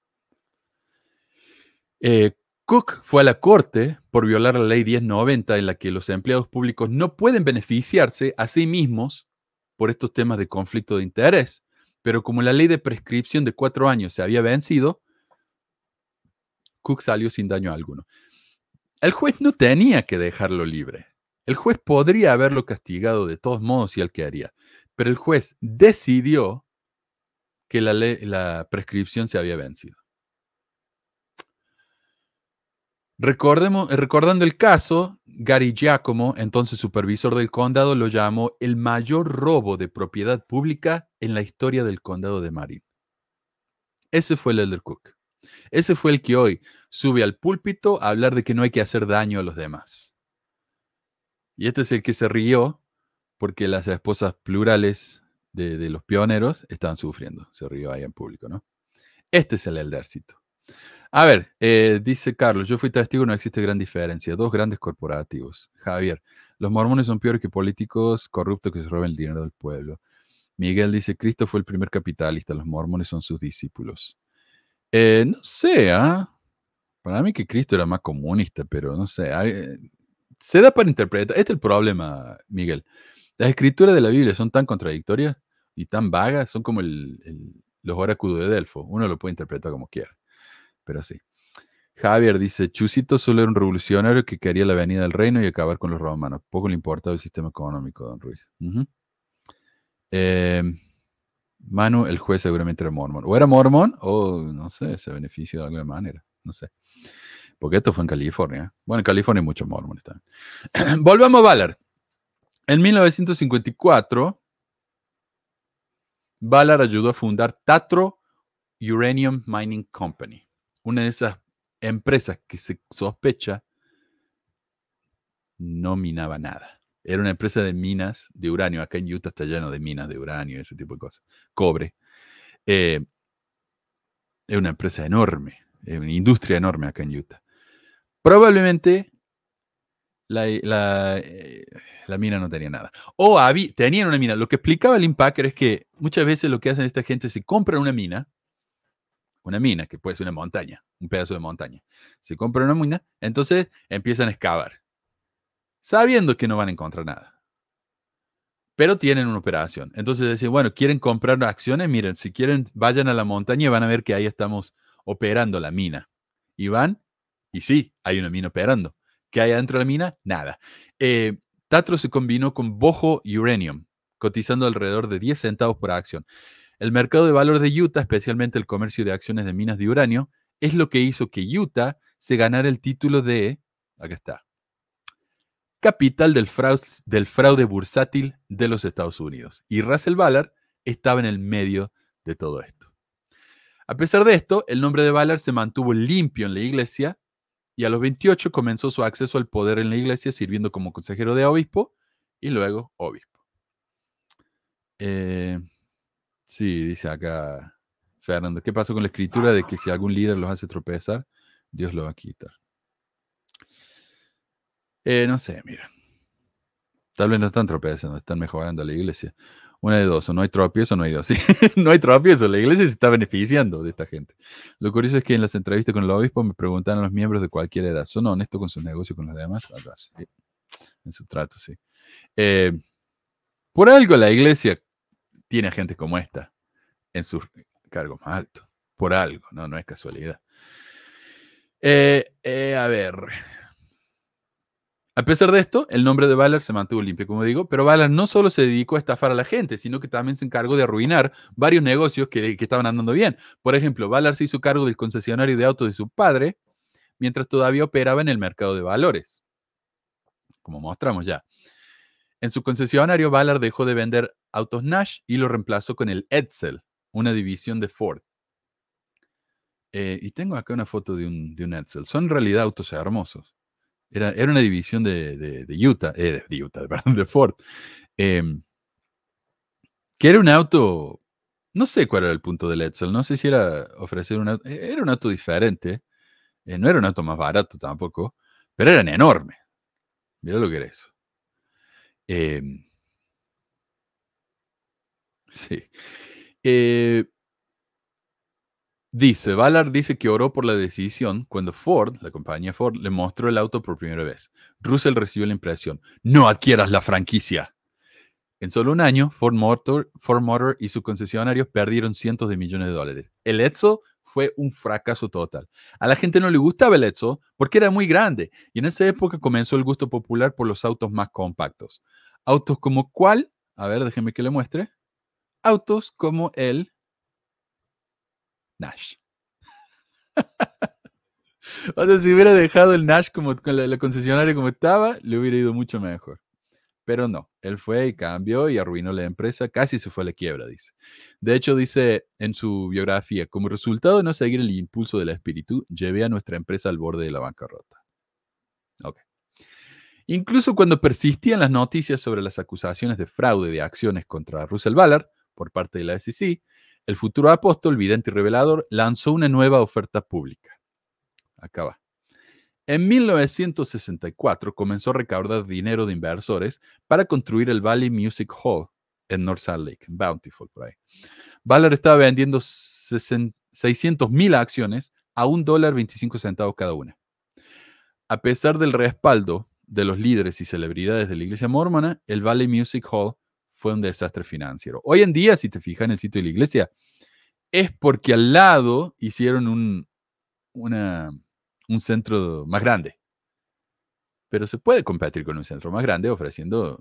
Speaker 4: Cook fue a la corte por violar la ley 1090 en la que los empleados públicos no pueden beneficiarse a sí mismos por estos temas de conflicto de interés, pero como la ley de prescripción de 4 años se había vencido, Cook salió sin daño alguno. El juez no tenía que dejarlo libre. El juez podría haberlo castigado de todos modos si él quería, pero el juez decidió que la prescripción se había vencido. Recordando el caso, Gary Giacomo, entonces supervisor del condado, lo llamó el mayor robo de propiedad pública en la historia del condado de Marin. Ese fue el Elder Cook. Ese fue el que hoy sube al púlpito a hablar de que no hay que hacer daño a los demás. Y este es el que se rió porque las esposas plurales de los pioneros estaban sufriendo. Se rió ahí en público, ¿no? Este es el eldercito. A ver, dice Carlos, yo fui testigo, no existe gran diferencia. 2 grandes corporativos. Javier, los mormones son peores que políticos corruptos que se roban el dinero del pueblo. Miguel dice, Cristo fue el primer capitalista, los mormones son sus discípulos. No sé, para mí que Cristo era más comunista, pero no sé. Se da para interpretar. Este es el problema, Miguel. Las escrituras de la Biblia son tan contradictorias y tan vagas, son como los oráculos de Delfo. Uno lo puede interpretar como quiera. Pero sí. Javier dice, Chusito solo era un revolucionario que quería la venida del reino y acabar con los romanos. Poco le importaba el sistema económico, don Ruiz. Manu, el juez seguramente era mormón. O era mormón o, no sé, se benefició de alguna manera. No sé. Porque esto fue en California. Bueno, en California hay muchos mormones también. Volvamos a Ballard. En 1954, Ballard ayudó a fundar Tatro Uranium Mining Company. Una de esas empresas que se sospecha no minaba nada. Era una empresa de minas de uranio. Acá en Utah está lleno de minas de uranio y ese tipo de cosas. Cobre. Es una empresa enorme. Una industria enorme acá en Utah. Probablemente la mina no tenía nada. O tenían una mina. Lo que explicaba Lynn Packer es que muchas veces lo que hacen esta gente es que compran una mina, que puede ser una montaña, un pedazo de montaña. Se compran una mina, entonces empiezan a excavar, sabiendo que no van a encontrar nada. Pero tienen una operación. Entonces dicen, bueno, ¿quieren comprar acciones? Miren, si quieren, vayan a la montaña y van a ver que ahí estamos operando la mina. Y van, y sí, hay una mina operando. ¿Qué hay adentro de la mina? Nada. Tatro se combinó con Boho Uranium, cotizando alrededor de 10 centavos por acción. El mercado de valor de Utah, especialmente el comercio de acciones de minas de uranio, es lo que hizo que Utah se ganara el título de, acá está, capital del fraude bursátil de los Estados Unidos. Y Russell Ballard estaba en el medio de todo esto. A pesar de esto, el nombre de Ballard se mantuvo limpio en la iglesia y a los 28 comenzó su acceso al poder en la iglesia sirviendo como consejero de obispo y luego obispo. Sí, dice acá Fernando, ¿qué pasó con la escritura de que si algún líder los hace tropezar, Dios lo va a quitar? No sé, mira. Tal vez no están tropezando, están mejorando la iglesia. Una de dos, o no hay tropiezo o no hay dos. ¿Sí? No hay tropiezo, la iglesia se está beneficiando de esta gente. Lo curioso es que en las entrevistas con el obispo me preguntan a los miembros de cualquier edad, ¿son honestos con sus negocios con los demás? Sí. En su trato, sí. Por algo la iglesia tiene a gente como esta en sus cargos más altos. Por algo, no es casualidad. A ver. A pesar de esto, el nombre de Ballard se mantuvo limpio, como digo, pero Ballard no solo se dedicó a estafar a la gente, sino que también se encargó de arruinar varios negocios que estaban andando bien. Por ejemplo, Ballard se hizo cargo del concesionario de autos de su padre, mientras todavía operaba en el mercado de valores, como mostramos ya. En su concesionario, Ballard dejó de vender autos Nash y lo reemplazó con el Edsel, una división de Ford. Y tengo acá una foto de un Edsel. Son en realidad autos hermosos. Era una división de Utah, perdón, de Ford. Que era un auto, No sé cuál era el punto del Edsel. No sé si era ofrecer un auto. Era un auto diferente. No era un auto más barato tampoco. Pero eran enormes. Mirá lo que era eso. Sí. Ballard dice que oró por la decisión cuando Ford, la compañía Ford, le mostró el auto por primera vez. Russell recibió la impresión: no adquieras la franquicia. En solo un año, Ford Motor y sus concesionarios perdieron cientos de millones de dólares. El Edsel fue un fracaso total. A la gente no le gustaba el Edsel porque era muy grande. Y en esa época comenzó el gusto popular por los autos más compactos. Autos como ¿cuál? A ver, déjeme que le muestre. Autos como el Nash. O sea, si hubiera dejado el Nash como con la concesionaria como estaba, le hubiera ido mucho mejor. Pero no, él fue y cambió y arruinó la empresa, casi se fue a la quiebra, dice. De hecho, dice en su biografía: como resultado de no seguir el impulso del espíritu, llevé a nuestra empresa al borde de la bancarrota. Okay. Incluso cuando persistían las noticias sobre las acusaciones de fraude de acciones contra Russell Ballard por parte de la SEC, el futuro apóstol, vidente y revelador, lanzó una nueva oferta pública. Acá va. En 1964 comenzó a recaudar dinero de inversores para construir el Valley Music Hall en North Salt Lake, en Bountiful, por ahí. Ballard estaba vendiendo 600,000 acciones a $1.25 cada una. A pesar del respaldo de los líderes y celebridades de la iglesia mormona, el Valley Music Hall fue un desastre financiero. Hoy en día, si te fijas en el sitio de la iglesia, es porque al lado hicieron un centro más grande. Pero se puede competir con un centro más grande ofreciendo,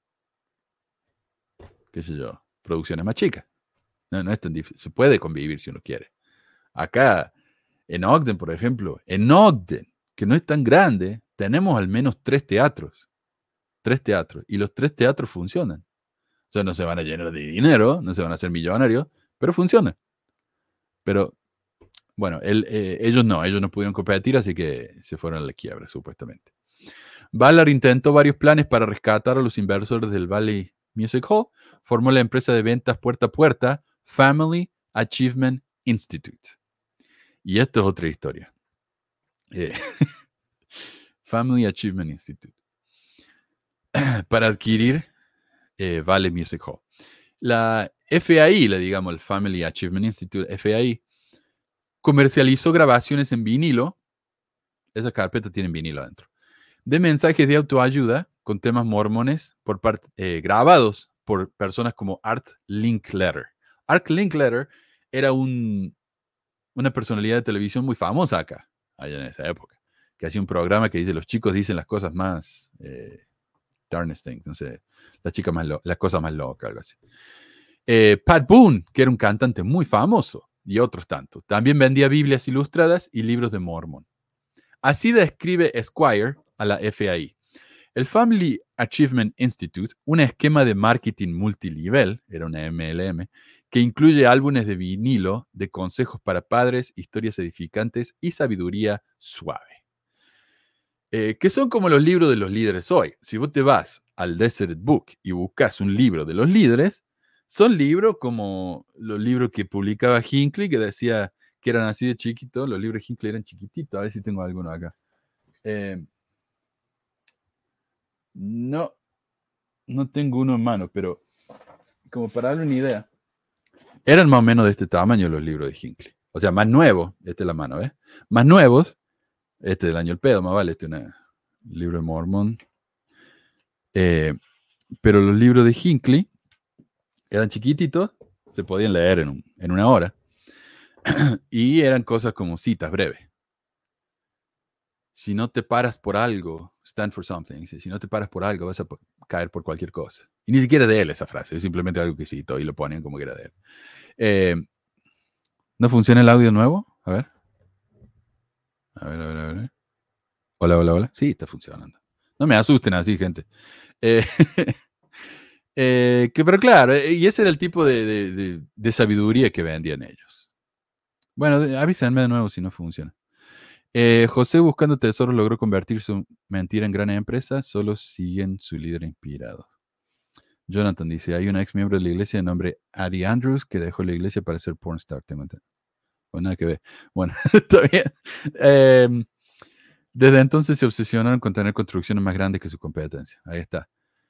Speaker 4: qué sé yo, producciones más chicas. No es tan difícil. Se puede convivir si uno quiere. Acá, en Ogden, por ejemplo, en Ogden, que no es tan grande, tenemos al menos 3 teatros. 3 teatros. Y los 3 teatros funcionan. O sea, no se van a llenar de dinero, no se van a hacer millonarios, pero funcionan. Pero, bueno, ellos no pudieron competir, así que se fueron a la quiebra, supuestamente. Ballard intentó varios planes para rescatar a los inversores del Valley Music Hall. Formó la empresa de ventas puerta a puerta, Family Achievement Institute. Y esto es otra historia. Family Achievement Institute. Para adquirir Valley Music Hall. La FAI, el Family Achievement Institute, FAI, comercializó grabaciones en vinilo. Esas carpetas tienen vinilo adentro. De mensajes de autoayuda con temas mormones grabados por personas como Art Linkletter. Art Linkletter era una personalidad de televisión muy famosa allá en esa época, que hacía un programa que dice: los chicos dicen las cosas más darnest things, no sé, las cosas más locas, algo así. Pat Boone, que era un cantante muy famoso, y otros tantos. También vendía Biblias ilustradas y libros de Mormon. Así describe Esquire a la FAI. El Family Achievement Institute, un esquema de marketing multinivel, era una MLM, que incluye álbumes de vinilo de consejos para padres, historias edificantes y sabiduría suave. Que son como los libros de los líderes hoy. Si vos te vas al Desert Book y buscas un libro de los líderes, son libros como los libros que publicaba Hinckley, que decía que eran así de chiquitos. Los libros de Hinckley eran chiquititos. A ver si tengo alguno acá. No tengo uno en mano, pero como para darle una idea, eran más o menos de este tamaño los libros de Hinckley. O sea, más nuevos, esta es la mano, ¿ves? Más nuevos, este del año el pedo, más vale, este es un libro de Mormon. Pero los libros de Hinckley eran chiquititos, se podían leer en una hora, y eran cosas como citas breves. Si no te paras por algo, stand for something. Si no te paras por algo, vas a caer por cualquier cosa. Y ni siquiera de él esa frase, es simplemente algo que cito y lo ponen como que era de él. ¿No funciona el audio nuevo? A ver. A ver. Hola. Sí, está funcionando. No me asusten así, gente. Pero claro, y ese era el tipo de sabiduría que vendían ellos. Bueno, avísenme de nuevo si no funciona. José, buscando tesoros, logró convertir su mentira en gran empresa. Solo siguen su líder inspirado. Jonathan dice, hay una ex miembro de la iglesia de nombre Addie Andrews que dejó la iglesia para ser pornstar. Tengo entendido. Pues nada que ver. Bueno, está bien. Desde entonces se obsesionaron con tener construcciones más grandes que su competencia. Ahí está.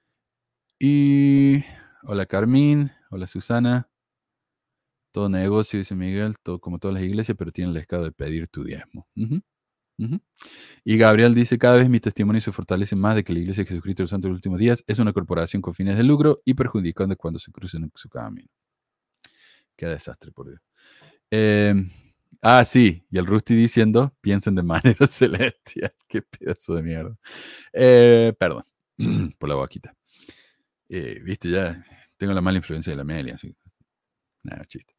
Speaker 4: Y hola Carmín, hola Susana. Todo negocio, dice Miguel, todo como todas las iglesias, pero tienen el descaro de pedir tu diezmo. Y Gabriel dice, cada vez mis testimonios se fortalecen más de que la Iglesia de Jesucristo de los Santos de los Últimos Días es una corporación con fines de lucro y perjudicando cuando se crucen en su camino. Qué desastre, por Dios. Sí, y el Rusty diciendo, piensen de manera celestial. Qué pedazo de mierda. Perdón, por la boquita. Viste, ya tengo la mala influencia de la Amelia, así. Nada, chiste.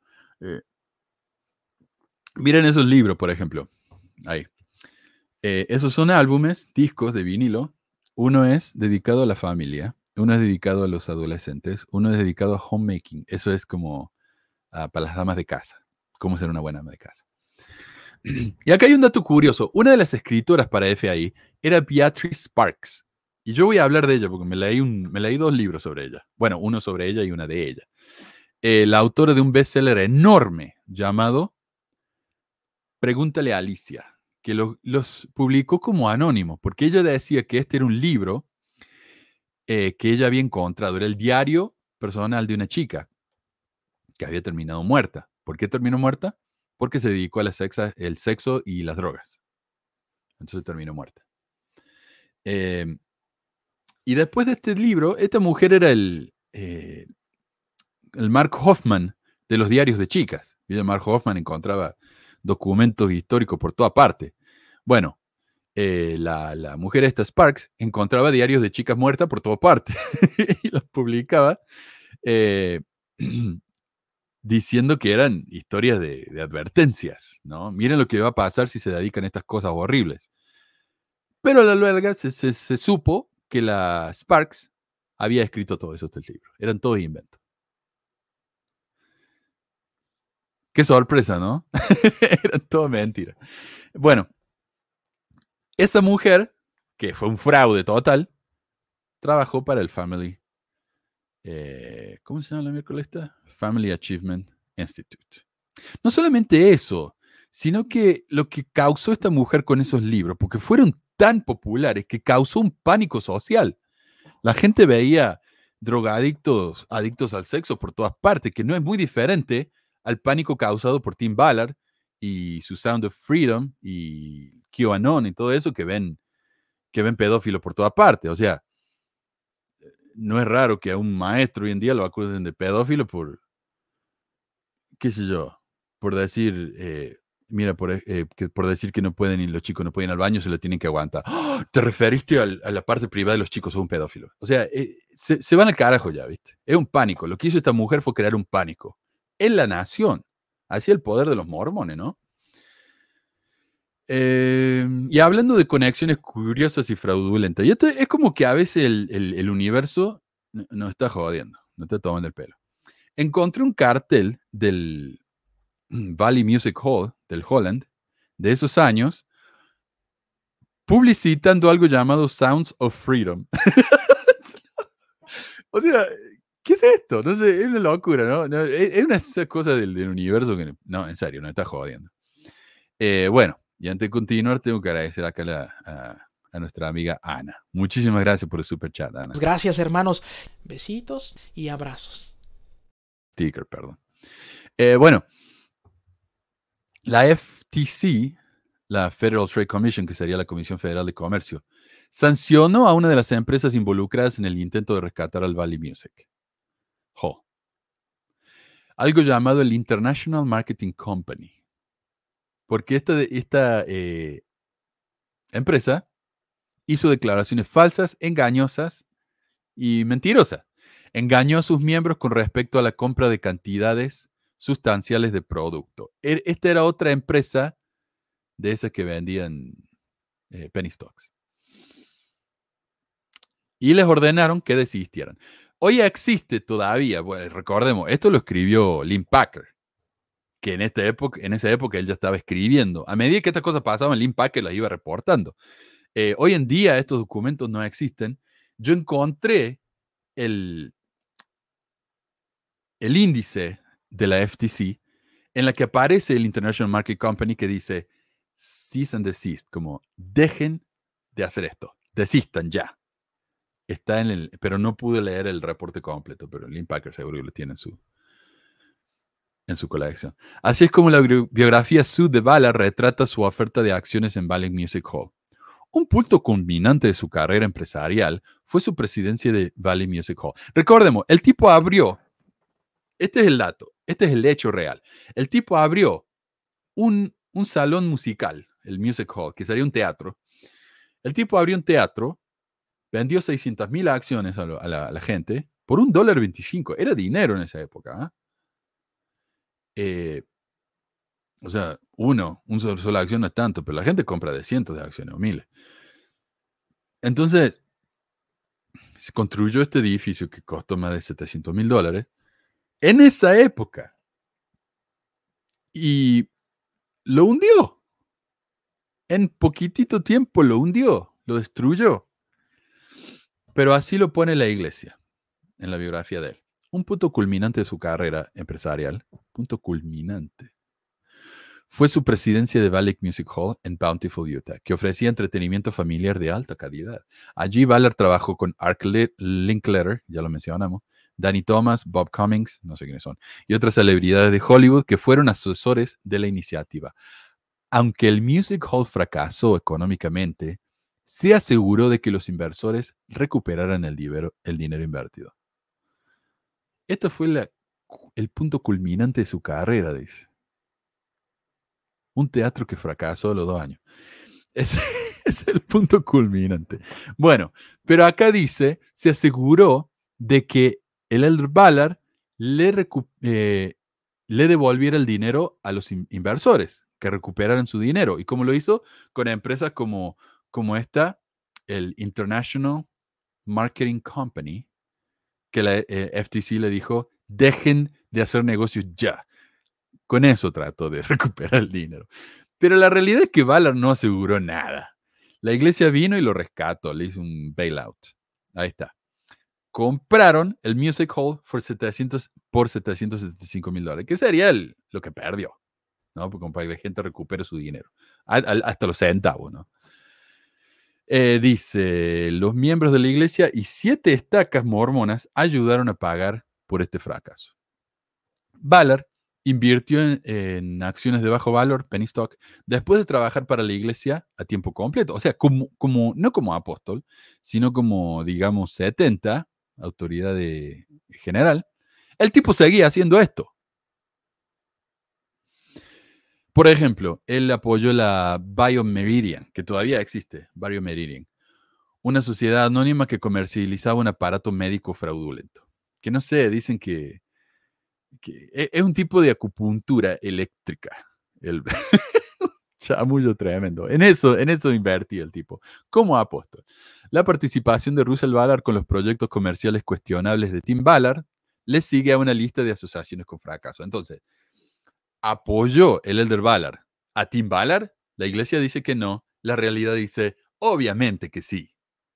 Speaker 4: Miren esos libros, por ejemplo. Ahí. Esos son álbumes, discos de vinilo. Uno es dedicado a la familia, uno es dedicado a los adolescentes, uno es dedicado a homemaking. Eso es como para las damas de casa. Cómo ser una buena ama de casa. Y acá hay un dato curioso. Una de las escritoras para FAI era Beatrice Sparks. Y yo voy a hablar de ella porque me leí 2 libros sobre ella. Bueno, uno sobre ella y una de ella. La autora de un bestseller enorme llamado Pregúntale a Alicia, que los publicó como anónimo, porque ella decía que este era un libro que ella había encontrado. Era el diario personal de una chica que había terminado muerta. ¿Por qué terminó muerta? Porque se dedicó a el sexo y las drogas. Entonces terminó muerta. Y después de este libro, esta mujer era el Mark Hoffman de los diarios de chicas. Y el Mark Hoffman encontraba documentos históricos por toda parte. Bueno, la mujer esta, Sparks, encontraba diarios de chicas muertas por toda parte y los publicaba diciendo que eran historias de advertencias, ¿no? Miren lo que va a pasar si se dedican a estas cosas horribles. Pero a la larga se supo que la Sparks había escrito todo eso del libro. Eran todos inventos. Qué sorpresa, ¿no? Eran todo mentira. Bueno, esa mujer, que fue un fraude total, trabajó para el Family. ¿Cómo se llama la miércoles esta? Family Achievement Institute. No solamente eso, sino que lo que causó esta mujer con esos libros, porque fueron tan populares que causó un pánico social. La gente veía drogadictos, adictos al sexo por todas partes, que no es muy diferente al pánico causado por Tim Ballard y su Sound of Freedom y QAnon y todo eso que ven pedófilos por todas partes. O sea, no es raro que a un maestro hoy en día lo acusen de pedófilo por, qué sé yo, por decir, por decir que no pueden ir los chicos, no pueden ir al baño, se lo tienen que aguantar. ¡Oh! Te referiste a la parte privada de los chicos, sos un pedófilo. O sea, se van al carajo ya, ¿viste? Es un pánico. Lo que hizo esta mujer fue crear un pánico en la nación, hacia el poder de los mormones, ¿no? Y hablando de conexiones curiosas y fraudulentas, y esto es como que a veces el universo nos está jodiendo, nos está tomando el pelo. Encontré un cartel del Valley Music Hall, del Holland, de esos años, publicitando algo llamado Sounds of Freedom. O sea, ¿qué es esto? No sé, es una locura, ¿no? Es una cosa del universo que, no, en serio, nos está jodiendo. Bueno, y antes de continuar, tengo que agradecer acá a nuestra amiga Ana. Muchísimas gracias por el super chat, Ana.
Speaker 5: Gracias, hermanos. Besitos y abrazos.
Speaker 4: Sticker, perdón. Bueno, la FTC, la Federal Trade Commission, que sería la Comisión Federal de Comercio, sancionó a una de las empresas involucradas en el intento de rescatar al Valley Music. Algo llamado el International Marketing Company. Porque esta empresa hizo declaraciones falsas, engañosas y mentirosas. Engañó a sus miembros con respecto a la compra de cantidades sustanciales de producto. Esta era otra empresa de esas que vendían penny stocks. Y les ordenaron que desistieran. Hoy existe todavía, bueno, recordemos, esto lo escribió Lynn Packer, que en esa época él ya estaba escribiendo. A medida que estas cosas pasaban, Lynn Packer las iba reportando. Hoy en día estos documentos no existen. Yo encontré el el índice de la FTC en la que aparece el International Market Company que dice cease and desist, como dejen de hacer esto, desistan ya. Está pero no pude leer el reporte completo, pero el Packer seguro que lo tiene en su colección. Así es como la biografía Sue de Ballard retrata su oferta de acciones en Ballet Music Hall. Un punto culminante de su carrera empresarial fue su presidencia de Ballet Music Hall. Recordemos, el tipo abrió, este es el dato, este es el hecho real. El tipo abrió un salón musical, el Music Hall, que sería un teatro. El tipo abrió un teatro, vendió 600,000 acciones a la gente por $1.25. Era dinero en esa época. O sea, una sola acción no es tanto, pero la gente compra de cientos de acciones o miles. Entonces, se construyó este edificio que costó más de $700,000 en esa época. Y lo hundió. En poquitito tiempo lo hundió, lo destruyó. Pero así lo pone la iglesia en la biografía de él. Un punto culminante de su carrera empresarial, punto culminante, fue su presidencia de Ballet Music Hall en Bountiful, Utah, que ofrecía entretenimiento familiar de alta calidad. Allí Ballard trabajó con Art Linkletter, ya lo mencionamos, Danny Thomas, Bob Cummings, no sé quiénes son, y otras celebridades de Hollywood que fueron asesores de la iniciativa. Aunque el Music Hall fracasó económicamente, se aseguró de que los inversores recuperaran el dinero invertido. Este fue el punto culminante de su carrera, dice. Un teatro que fracasó a los 2 años. Ese es el punto culminante. Bueno, pero acá dice, se aseguró de que el elder Ballard le devolviera el dinero a los inversores, que recuperaran su dinero. ¿Y cómo lo hizo? Con empresas como esta, el International Marketing Company, que la FTC le dijo, dejen de hacer negocios ya. Con eso trató de recuperar el dinero. Pero la realidad es que Ballard no aseguró nada. La iglesia vino y lo rescató, le hizo un bailout. Ahí está. Compraron el Music Hall por $775,000, que sería lo que perdió, ¿no? Para que la gente recupere su dinero. Hasta los centavos, ¿no? Dice, los miembros de la iglesia y 7 estacas mormonas ayudaron a pagar por este fracaso. Ballard invirtió en acciones de bajo valor, penny stock, después de trabajar para la iglesia a tiempo completo. O sea, no como apóstol, sino como, digamos, 70, autoridad general. El tipo seguía haciendo esto. Por ejemplo, él apoyó la BioMeridian, que todavía existe, BioMeridian, una sociedad anónima que comercializaba un aparato médico fraudulento. Que no sé, dicen que es un tipo de acupuntura eléctrica. El chamullo tremendo. En eso invertía el tipo, como apóstol. La participación de Russell Ballard con los proyectos comerciales cuestionables de Tim Ballard le sigue a una lista de asociaciones con fracaso. Entonces, ¿apoyó el elder Ballard a Tim Ballard? La iglesia dice que no. La realidad dice, obviamente que sí.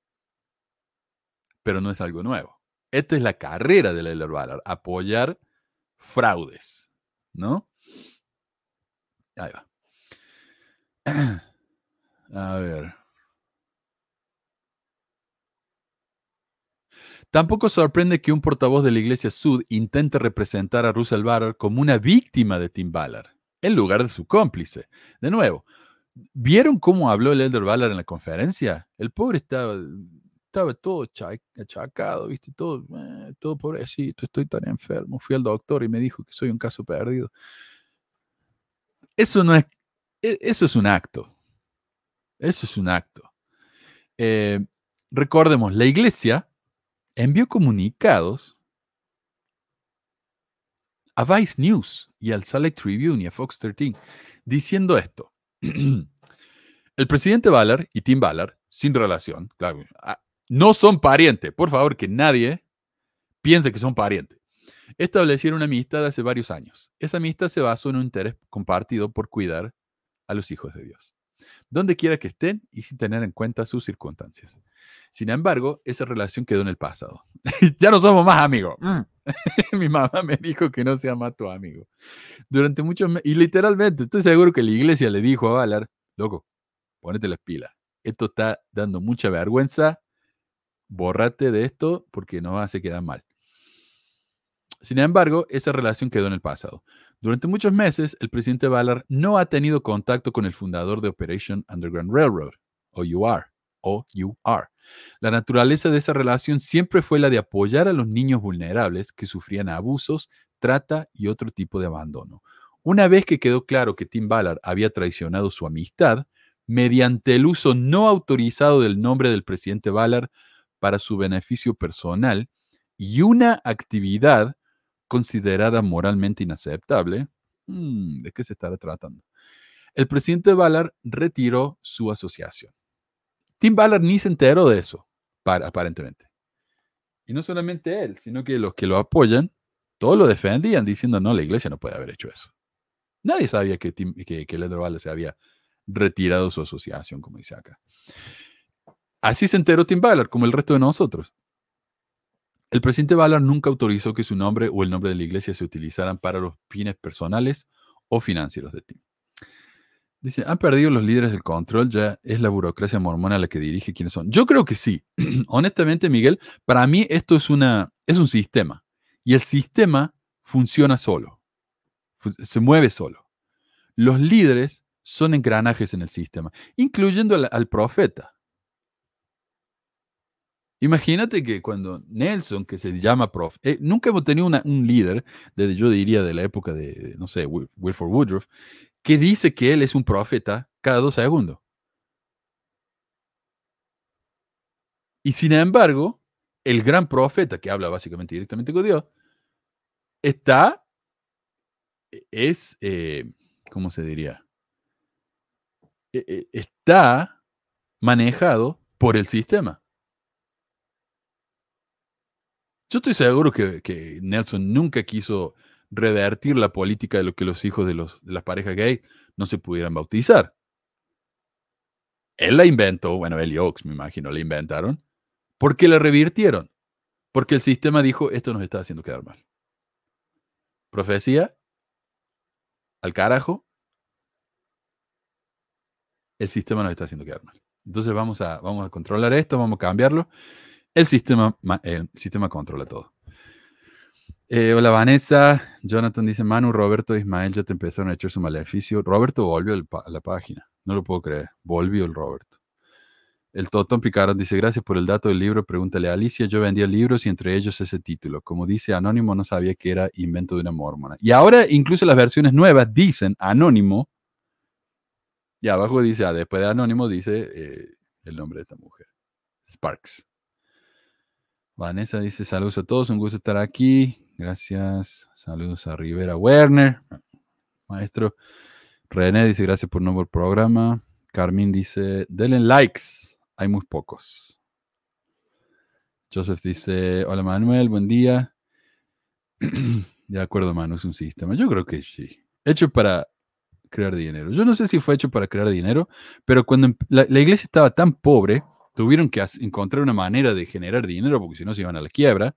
Speaker 4: Pero no es algo nuevo. Esta es la carrera del elder Ballard, apoyar fraudes, ¿no? Ahí va. A ver. Tampoco sorprende que un portavoz de la iglesia Sud intente representar a Russell Ballard como una víctima de Tim Ballard, en lugar de su cómplice. De nuevo, ¿vieron cómo habló el elder Ballard en la conferencia? El pobre estaba todo achacado, ¿viste? Todo pobrecito, estoy tan enfermo. Fui al doctor y me dijo que soy un caso perdido. Eso es un acto. Eso es un acto. Recordemos, la iglesia envió comunicados a Vice News y al Salt Lake Tribune y a Fox 13 diciendo esto. El presidente Ballard y Tim Ballard, sin relación, claro, no son parientes. Por favor, que nadie piense que son parientes. Establecieron una amistad hace varios años. Esa amistad se basó en un interés compartido por cuidar a los hijos de Dios. donde quiera que estén y sin tener en cuenta sus circunstancias. Sin embargo, esa relación quedó en el pasado. Ya no somos más amigos. Mi mamá me dijo que no sea más tu amigo. Durante muchos meses, y literalmente, estoy seguro que la iglesia le dijo a Ballard, loco, ponete las pilas. Esto está dando mucha vergüenza. Bórrate de esto porque nos hace quedar mal. Sin embargo, esa relación quedó en el pasado. Durante muchos meses, el presidente Ballard no ha tenido contacto con el fundador de Operation Underground Railroad, OUR. La naturaleza de esa relación siempre fue la de apoyar a los niños vulnerables que sufrían abusos, trata y otro tipo de abandono. Una vez que quedó claro que Tim Ballard había traicionado su amistad, mediante el uso no autorizado del nombre del presidente Ballard para su beneficio personal y una actividad considerada moralmente inaceptable, ¿de qué se estará tratando? El presidente Ballard retiró su asociación. Tim Ballard ni se enteró de eso, aparentemente. Y no solamente él, sino que los que lo apoyan, todos lo defendían diciendo, no, la iglesia no puede haber hecho eso. Nadie sabía que Elder Ballard se había retirado su asociación, como dice acá. Así se enteró Tim Ballard, como el resto de nosotros. El presidente Ballard nunca autorizó que su nombre o el nombre de la iglesia se utilizaran para los fines personales o financieros de Tim. Dice, ¿han perdido los líderes del control? ¿Ya es la burocracia mormona la que dirige quiénes son? Yo creo que sí. Honestamente, Miguel, para mí esto es un sistema. Y el sistema funciona solo. Se mueve solo. Los líderes son engranajes en el sistema, incluyendo al profeta. Imagínate que cuando Nelson, que se llama prof, nunca hemos tenido un líder, yo diría de la época de no sé, Wilford Woodruff, que dice que él es un profeta cada 2 segundos. Y sin embargo, el gran profeta, que habla básicamente directamente con Dios, ¿cómo se diría? Está manejado por el sistema. Yo estoy seguro que Nelson nunca quiso revertir la política de lo que los hijos de las parejas gay no se pudieran bautizar. Él la inventó, bueno, él y Oaks, me imagino, la inventaron, porque la revirtieron. Porque el sistema dijo, esto nos está haciendo quedar mal. Profecía, al carajo, el sistema nos está haciendo quedar mal. Entonces vamos a controlar esto, vamos a cambiarlo. El sistema controla todo. Hola Vanessa, Jonathan dice, Manu, Roberto e Ismael ya te empezaron a echar su maleficio. Roberto volvió a la página, no lo puedo creer, volvió el Roberto. El Totón Picarón dice, gracias por el dato del libro, pregúntale a Alicia, yo vendía libros y entre ellos ese título. Como dice Anónimo, no sabía que era invento de una mormona. Y ahora incluso las versiones nuevas dicen Anónimo, y abajo dice, después de Anónimo dice el nombre de esta mujer, Sparks. Vanessa dice, saludos a todos, un gusto estar aquí. Gracias. Saludos a Rivera Werner, maestro. René dice, gracias por un nuevo programa. Carmín dice, denle likes. Hay muy pocos. Joseph dice, hola Manuel, buen día. De acuerdo, Manu, es un sistema. Yo creo que sí. Hecho para crear dinero. Yo no sé si fue hecho para crear dinero, pero cuando la iglesia estaba tan pobre, tuvieron que encontrar una manera de generar dinero, porque si no se iban a la quiebra.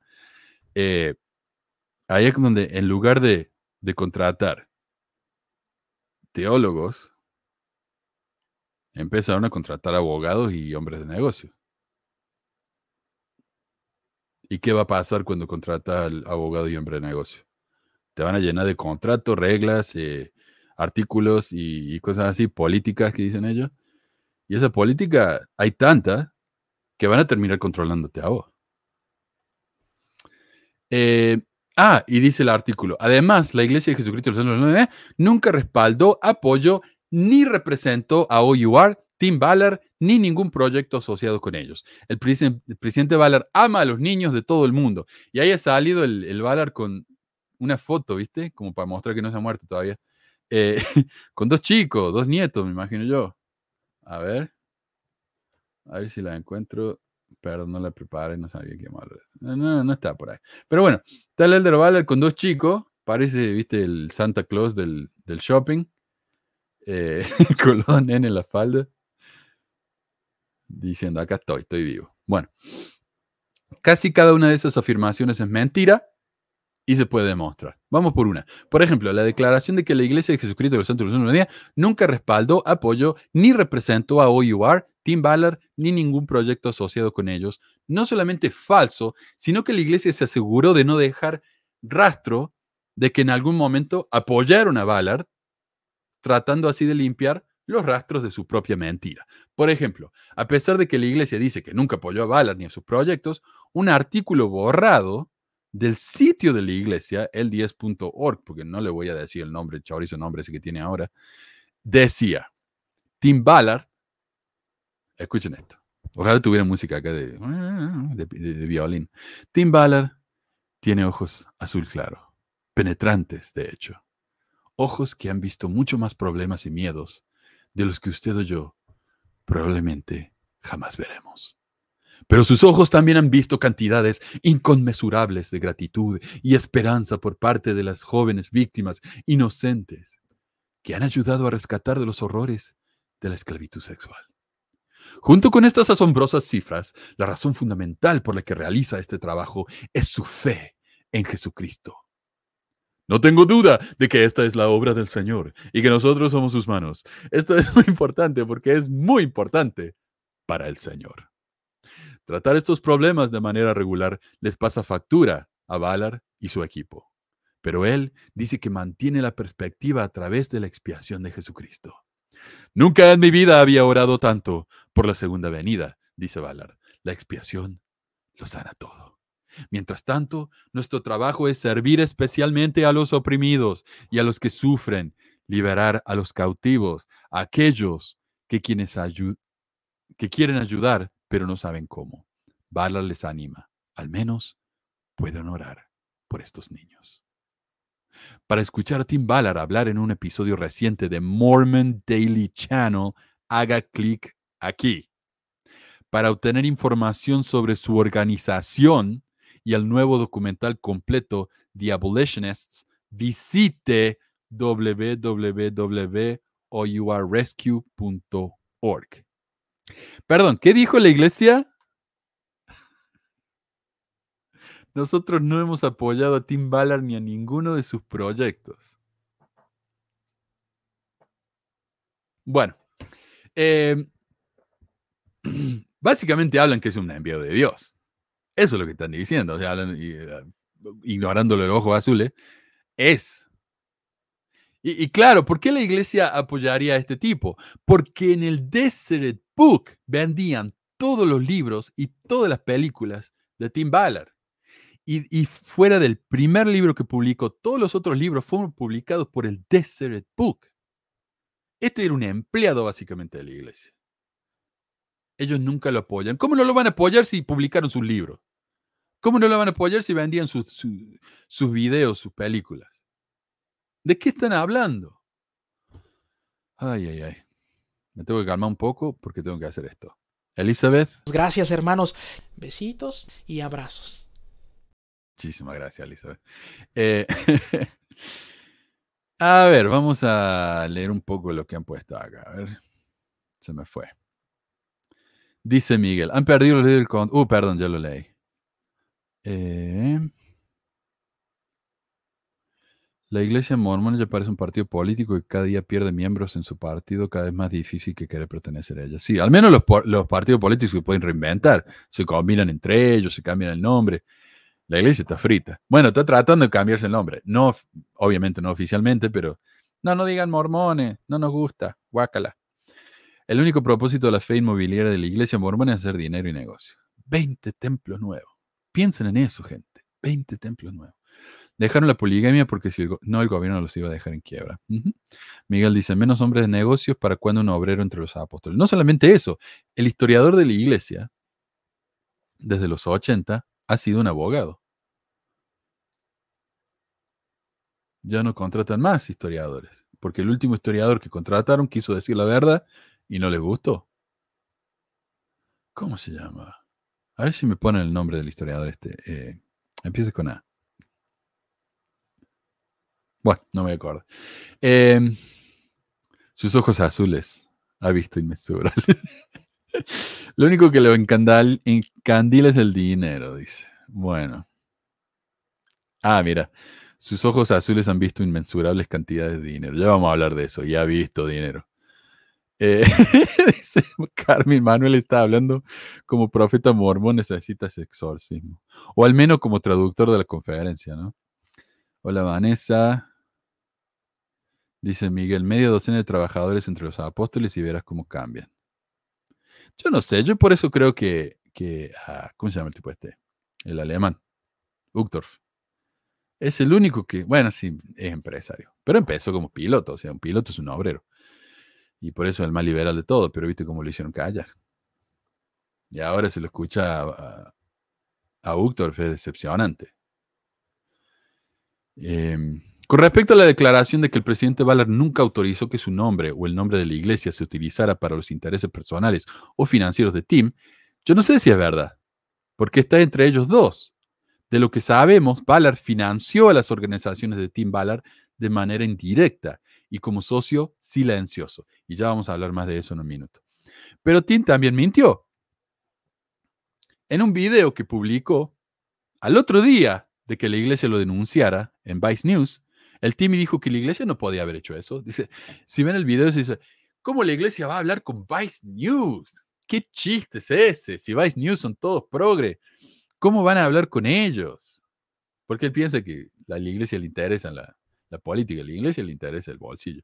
Speaker 4: Ahí es donde, en lugar de contratar teólogos, empezaron a contratar abogados y hombres de negocio. ¿Y qué va a pasar cuando contratas al abogado y hombre de negocio? Te van a llenar de contratos, reglas, artículos y cosas así, políticas que dicen ellos. Y esa política, hay tantas que van a terminar controlándote a vos. Y dice el artículo, además, la Iglesia de Jesucristo de los Santos nunca respaldó, apoyó, ni representó a OUR, Tim Ballard, ni ningún proyecto asociado con ellos. El presidente Ballard ama a los niños de todo el mundo. Y ahí ha salido el Ballard con una foto, ¿viste? Como para mostrar que no se ha muerto todavía. Con 2 chicos, 2 nietos, me imagino yo. A ver si la encuentro. Perdón, no la preparé, no sabía qué malo. No está por ahí. Pero bueno, está el Elder Ballard con 2 chicos. Parece, viste, el Santa Claus del shopping. Colón en la falda. Diciendo, acá estoy vivo. Bueno, casi cada una de esas afirmaciones es mentira y se puede demostrar. Vamos por una. Por ejemplo, la declaración de que la Iglesia de Jesucristo de los Santos de los Últimos Días nunca respaldó, apoyó ni representó a OUR, Tim Ballard, ni ningún proyecto asociado con ellos. No solamente es falso, sino que la Iglesia se aseguró de no dejar rastro de que en algún momento apoyaron a Ballard, tratando así de limpiar los rastros de su propia mentira. Por ejemplo, a pesar de que la Iglesia dice que nunca apoyó a Ballard ni a sus proyectos, un artículo borrado del sitio de la Iglesia, el10.org, porque no le voy a decir el nombre, el chorizo nombre ese que tiene ahora, decía, Tim Ballard, escuchen esto, ojalá tuviera música acá de violín. Tim Ballard tiene ojos azul claro, penetrantes de hecho, ojos que han visto mucho más problemas y miedos de los que usted o yo probablemente jamás veremos. Pero sus ojos también han visto cantidades inconmensurables de gratitud y esperanza por parte de las jóvenes víctimas inocentes que han ayudado a rescatar de los horrores de la esclavitud sexual. Junto con estas asombrosas cifras, la razón fundamental por la que realiza este trabajo es su fe en Jesucristo. No tengo duda de que esta es la obra del Señor y que nosotros somos sus manos. Esto es muy importante porque es muy importante para el Señor. Tratar estos problemas de manera regular les pasa factura a Ballard y su equipo. Pero él dice que mantiene la perspectiva a través de la expiación de Jesucristo. Nunca en mi vida había orado tanto por la segunda venida, dice Ballard. La expiación lo sana todo. Mientras tanto, nuestro trabajo es servir especialmente a los oprimidos y a los que sufren, liberar a los cautivos, a aquellos que quieren ayudar, pero no saben cómo. Ballard les anima. Al menos pueden orar por estos niños. Para escuchar a Tim Ballard hablar en un episodio reciente de Mormon Daily Channel, haga clic aquí. Para obtener información sobre su organización y el nuevo documental completo The Abolitionists, visite www.ourrescue.org. Perdón, ¿qué dijo la iglesia? Nosotros no hemos apoyado a Tim Ballard ni a ninguno de sus proyectos. Bueno, básicamente hablan que es un enviado de Dios. Eso es lo que están diciendo. O sea, hablan, ignorándolo el ojo azul, es. Y claro, ¿por qué la iglesia apoyaría a este tipo? Porque en el Deseret Book vendían todos los libros y todas las películas de Tim Ballard. Y fuera del primer libro que publicó, todos los otros libros fueron publicados por el Deseret Book. Este era un empleado básicamente de la iglesia. Ellos nunca lo apoyan. ¿Cómo no lo van a apoyar si publicaron sus libros? ¿Cómo no lo van a apoyar si vendían sus videos, sus películas? ¿De qué están hablando? Ay. Me tengo que calmar un poco porque tengo que hacer esto. Elizabeth.
Speaker 5: Gracias, hermanos. Besitos y abrazos.
Speaker 4: Muchísimas gracias, Elizabeth. A ver, vamos a leer un poco lo que han puesto acá. A ver, se me fue. Dice Miguel, han perdido los líderes con... perdón, ya lo leí. La iglesia mormona ya parece un partido político que cada día pierde miembros en su partido, cada vez más difícil que querer pertenecer a ella. Sí, al menos los partidos políticos se pueden reinventar, se combinan entre ellos, se cambian el nombre. La iglesia está frita. Bueno, está tratando de cambiarse el nombre. No, obviamente no oficialmente, pero no digan mormones, no nos gusta, guácala. El único propósito de la fe inmobiliaria de la iglesia mormona es hacer dinero y negocio. 20 templos nuevos. Piensen en eso, gente. 20 templos nuevos. Dejaron la poligamia porque si el gobierno los iba a dejar en quiebra. Miguel dice, menos hombres de negocios para cuando un obrero entre los apóstoles. No solamente eso, el historiador de la iglesia, desde los 80, ha sido un abogado. Ya no contratan más historiadores, porque el último historiador que contrataron quiso decir la verdad y no les gustó. ¿Cómo se llama? A ver si me ponen el nombre del historiador este. Empieza con A. Bueno, no me acuerdo. Sus ojos azules ha visto inmensurables. Lo único que lo encandila es el dinero, dice. Bueno. Ah, mira. Sus ojos azules han visto inmensurables cantidades de dinero. Ya vamos a hablar de eso. Ya ha visto dinero. Dice Carmen Manuel está hablando como profeta mormón, necesita ese exorcismo. O al menos como traductor de la conferencia, ¿no? Hola Vanessa. Dice Miguel, media docena de trabajadores entre los apóstoles y verás cómo cambian. Yo no sé, yo por eso creo que ¿cómo se llama el tipo este? El alemán, Uchtdorf. Es el único que, bueno, sí, es empresario, pero empezó como piloto, o sea, un piloto es un obrero. Y por eso es el más liberal de todo, pero viste cómo lo hicieron callar. Y ahora se lo escucha a Uchtdorf, es decepcionante. Con respecto a la declaración de que el presidente Ballard nunca autorizó que su nombre o el nombre de la iglesia se utilizara para los intereses personales o financieros de Tim, yo no sé si es verdad, porque está entre ellos dos. De lo que sabemos, Ballard financió a las organizaciones de Tim Ballard de manera indirecta y como socio silencioso. Y ya vamos a hablar más de eso en un minuto. Pero Tim también mintió. En un video que publicó al otro día de que la iglesia lo denunciara en Vice News, el Timmy dijo que la iglesia no podía haber hecho eso. Dice, si ven el video, se dice, ¿cómo la iglesia va a hablar con Vice News? ¿Qué chiste es ese? Si Vice News son todos progre, ¿cómo van a hablar con ellos? Porque él piensa que a la iglesia le interesa la política, a la iglesia le interesa el bolsillo.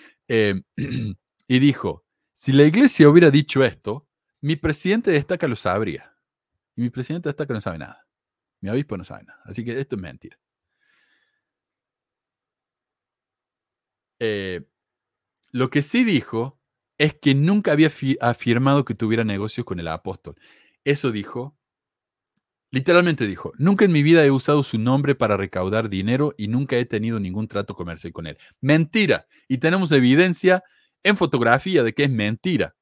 Speaker 4: Y dijo, si la iglesia hubiera dicho esto, mi presidente de Estaca lo sabría. Y mi presidente de Estaca no sabe nada. Mi obispo no sabe nada. Así que esto es mentira. Lo que sí dijo es que nunca había afirmado que tuviera negocios con el apóstol. Eso dijo, literalmente dijo, nunca en mi vida he usado su nombre para recaudar dinero y nunca he tenido ningún trato comercial con él. Mentira. Y tenemos evidencia en fotografía de que es mentira.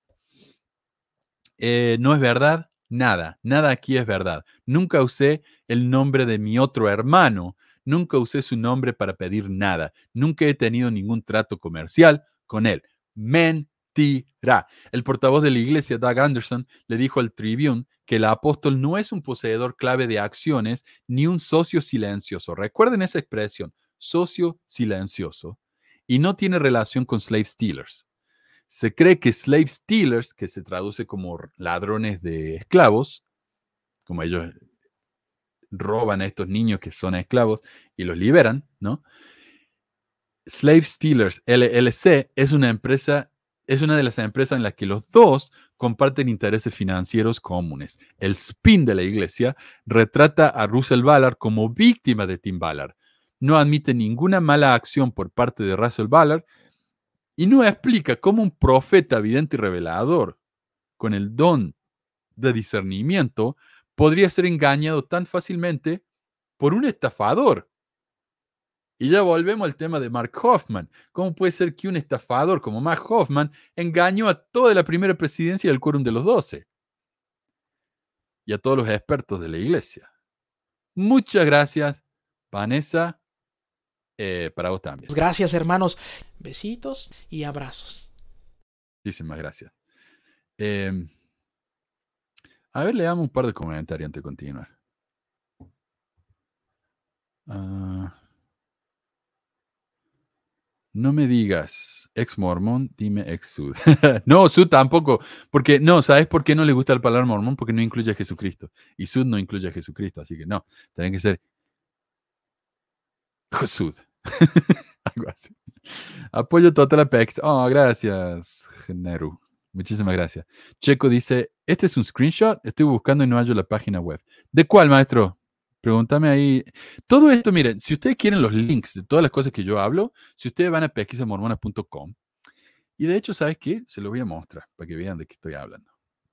Speaker 4: No es verdad, nada. Nada aquí es verdad. Nunca usé el nombre de mi otro hermano. Nunca usé su nombre para pedir nada. Nunca he tenido ningún trato comercial con él. Mentira. El portavoz de la iglesia, Doug Anderson, le dijo al Tribune que el apóstol no es un poseedor clave de acciones ni un socio silencioso. Recuerden esa expresión, socio silencioso. Y no tiene relación con slave stealers. Se cree que slave stealers, que se traduce como ladrones de esclavos, como ellos roban a estos niños que son esclavos y los liberan, ¿no? Slave Stealers LLC es una empresa, es una de las empresas en las que los dos comparten intereses financieros comunes. El spin de la iglesia retrata a Russell Ballard como víctima de Tim Ballard. No admite ninguna mala acción por parte de Russell Ballard y no explica cómo un profeta vidente y revelador con el don de discernimiento podría ser engañado tan fácilmente por un estafador. Y ya volvemos al tema de Mark Hoffman. ¿Cómo puede ser que un estafador como Mark Hoffman engañó a toda la primera presidencia del Quórum de los 12? Y a todos los expertos de la iglesia. Muchas gracias, Vanessa. Para vos también.
Speaker 5: Gracias, hermanos. Besitos y abrazos.
Speaker 4: Muchísimas gracias. A ver, leamos un par de comentarios antes de continuar. No me digas ex mormón, dime ex sud. No, sud tampoco. Porque no, ¿sabes por qué no le gusta la palabra mormón? Porque no incluye a Jesucristo. Y sud no incluye a Jesucristo. Así que no, tiene que ser sud. Algo así. Apoyo total a PEX. Oh, gracias, Generu. Muchísimas gracias. Checo dice, este es un screenshot. Estoy buscando y no hallo la página web. ¿De cuál, maestro? Pregúntame ahí. Todo esto, miren, si ustedes quieren los links de todas las cosas que yo hablo, si ustedes van a pesquisamormonas.com, y de hecho, ¿sabes qué? Se los voy a mostrar para que vean de qué estoy hablando.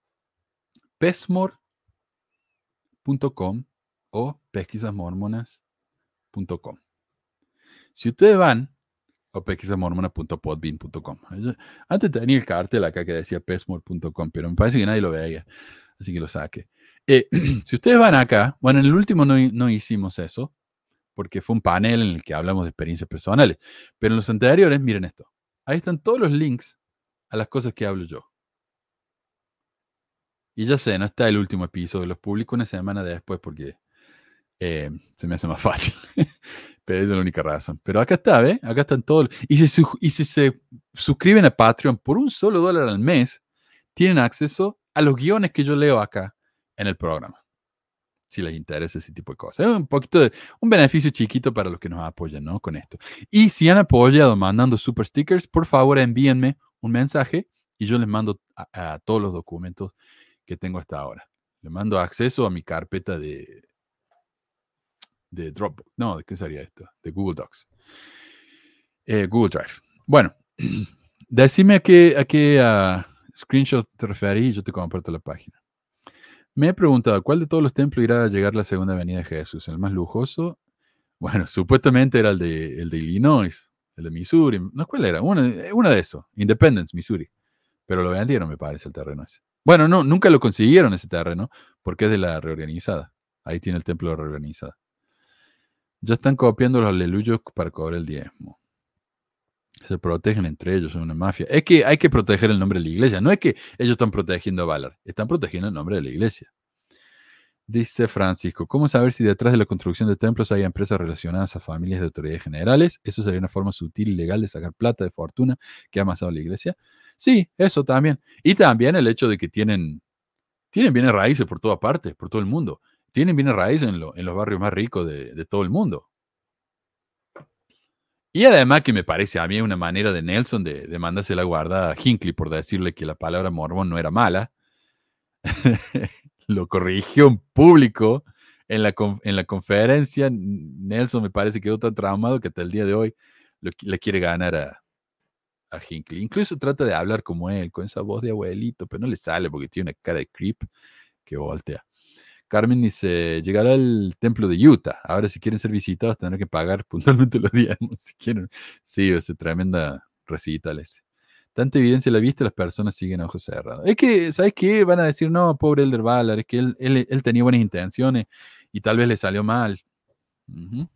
Speaker 4: pesmor.com o pesquisasmormonas.com. Si ustedes van o pesquisamormonas.podbean.com. Antes tenía el cartel acá que decía pesmor.com, pero me parece que nadie lo veía, así que lo saqué. Si ustedes van acá, bueno, en el último no hicimos eso, porque fue un panel en el que hablamos de experiencias personales, pero en los anteriores, miren esto. Ahí están todos los links a las cosas que hablo yo. Y ya sé, no está el último episodio, los publico una semana después porque se me hace más fácil. Pero esa es la única razón. Pero acá está, ¿ves? Acá están todos. Y si se suscriben a Patreon por $1 al mes, tienen acceso a los guiones que yo leo acá en el programa. Si les interesa ese tipo de cosas. Es un beneficio chiquito para los que nos apoyan, ¿no? Con esto. Y si han apoyado mandando super stickers, por favor envíenme un mensaje y yo les mando a todos los documentos que tengo hasta ahora. Les mando acceso a mi carpeta de Dropbox. No, ¿de qué sería esto? De Google Docs. Google Drive. Bueno, decime a qué screenshot te referís y yo te comparto la página. Me he preguntado, ¿cuál de todos los templos irá a llegar la segunda venida de Jesús? ¿El más lujoso? Bueno, supuestamente era el de Illinois, el de Missouri. No, ¿cuál era? Uno de esos. Independence, Missouri. Pero lo vendieron, me parece, el terreno ese. Bueno, no, nunca lo consiguieron ese terreno, porque es de la reorganizada. Ahí tiene el templo de reorganizada. Ya están copiando los aleluyos para cobrar el diezmo. Se protegen entre ellos, son una mafia. Es que hay que proteger el nombre de la iglesia. No es que ellos están protegiendo a Ballard, están protegiendo el nombre de la iglesia. Dice Francisco, ¿cómo saber si detrás de la construcción de templos hay empresas relacionadas a familias de autoridades generales? ¿Eso sería una forma sutil y legal de sacar plata de fortuna que ha amasado la iglesia? Sí, eso también. Y también el hecho de que tienen bienes raíces por todas partes, por todo el mundo. Tienen bienes raíces en los barrios más ricos de todo el mundo. Y además que me parece a mí una manera de Nelson de mandarse la guarda a Hinckley por decirle que la palabra mormón no era mala. Lo corrigió en público en la conferencia. Nelson me parece que quedó tan traumado que hasta el día de hoy le quiere ganar a Hinckley. Incluso trata de hablar como él, con esa voz de abuelito, pero no le sale porque tiene una cara de creep que voltea. Carmen dice, llegará al templo de Utah. Ahora si quieren ser visitados tendrán que pagar puntualmente los diezmos. Si quieren. Sí, o sea, tremenda recital ese. Tanta evidencia a la vista, las personas siguen a ojos cerrados. Es que, ¿sabes qué? Van a decir, no, pobre Elder Ballard, es que él tenía buenas intenciones y tal vez le salió mal. Uh-huh.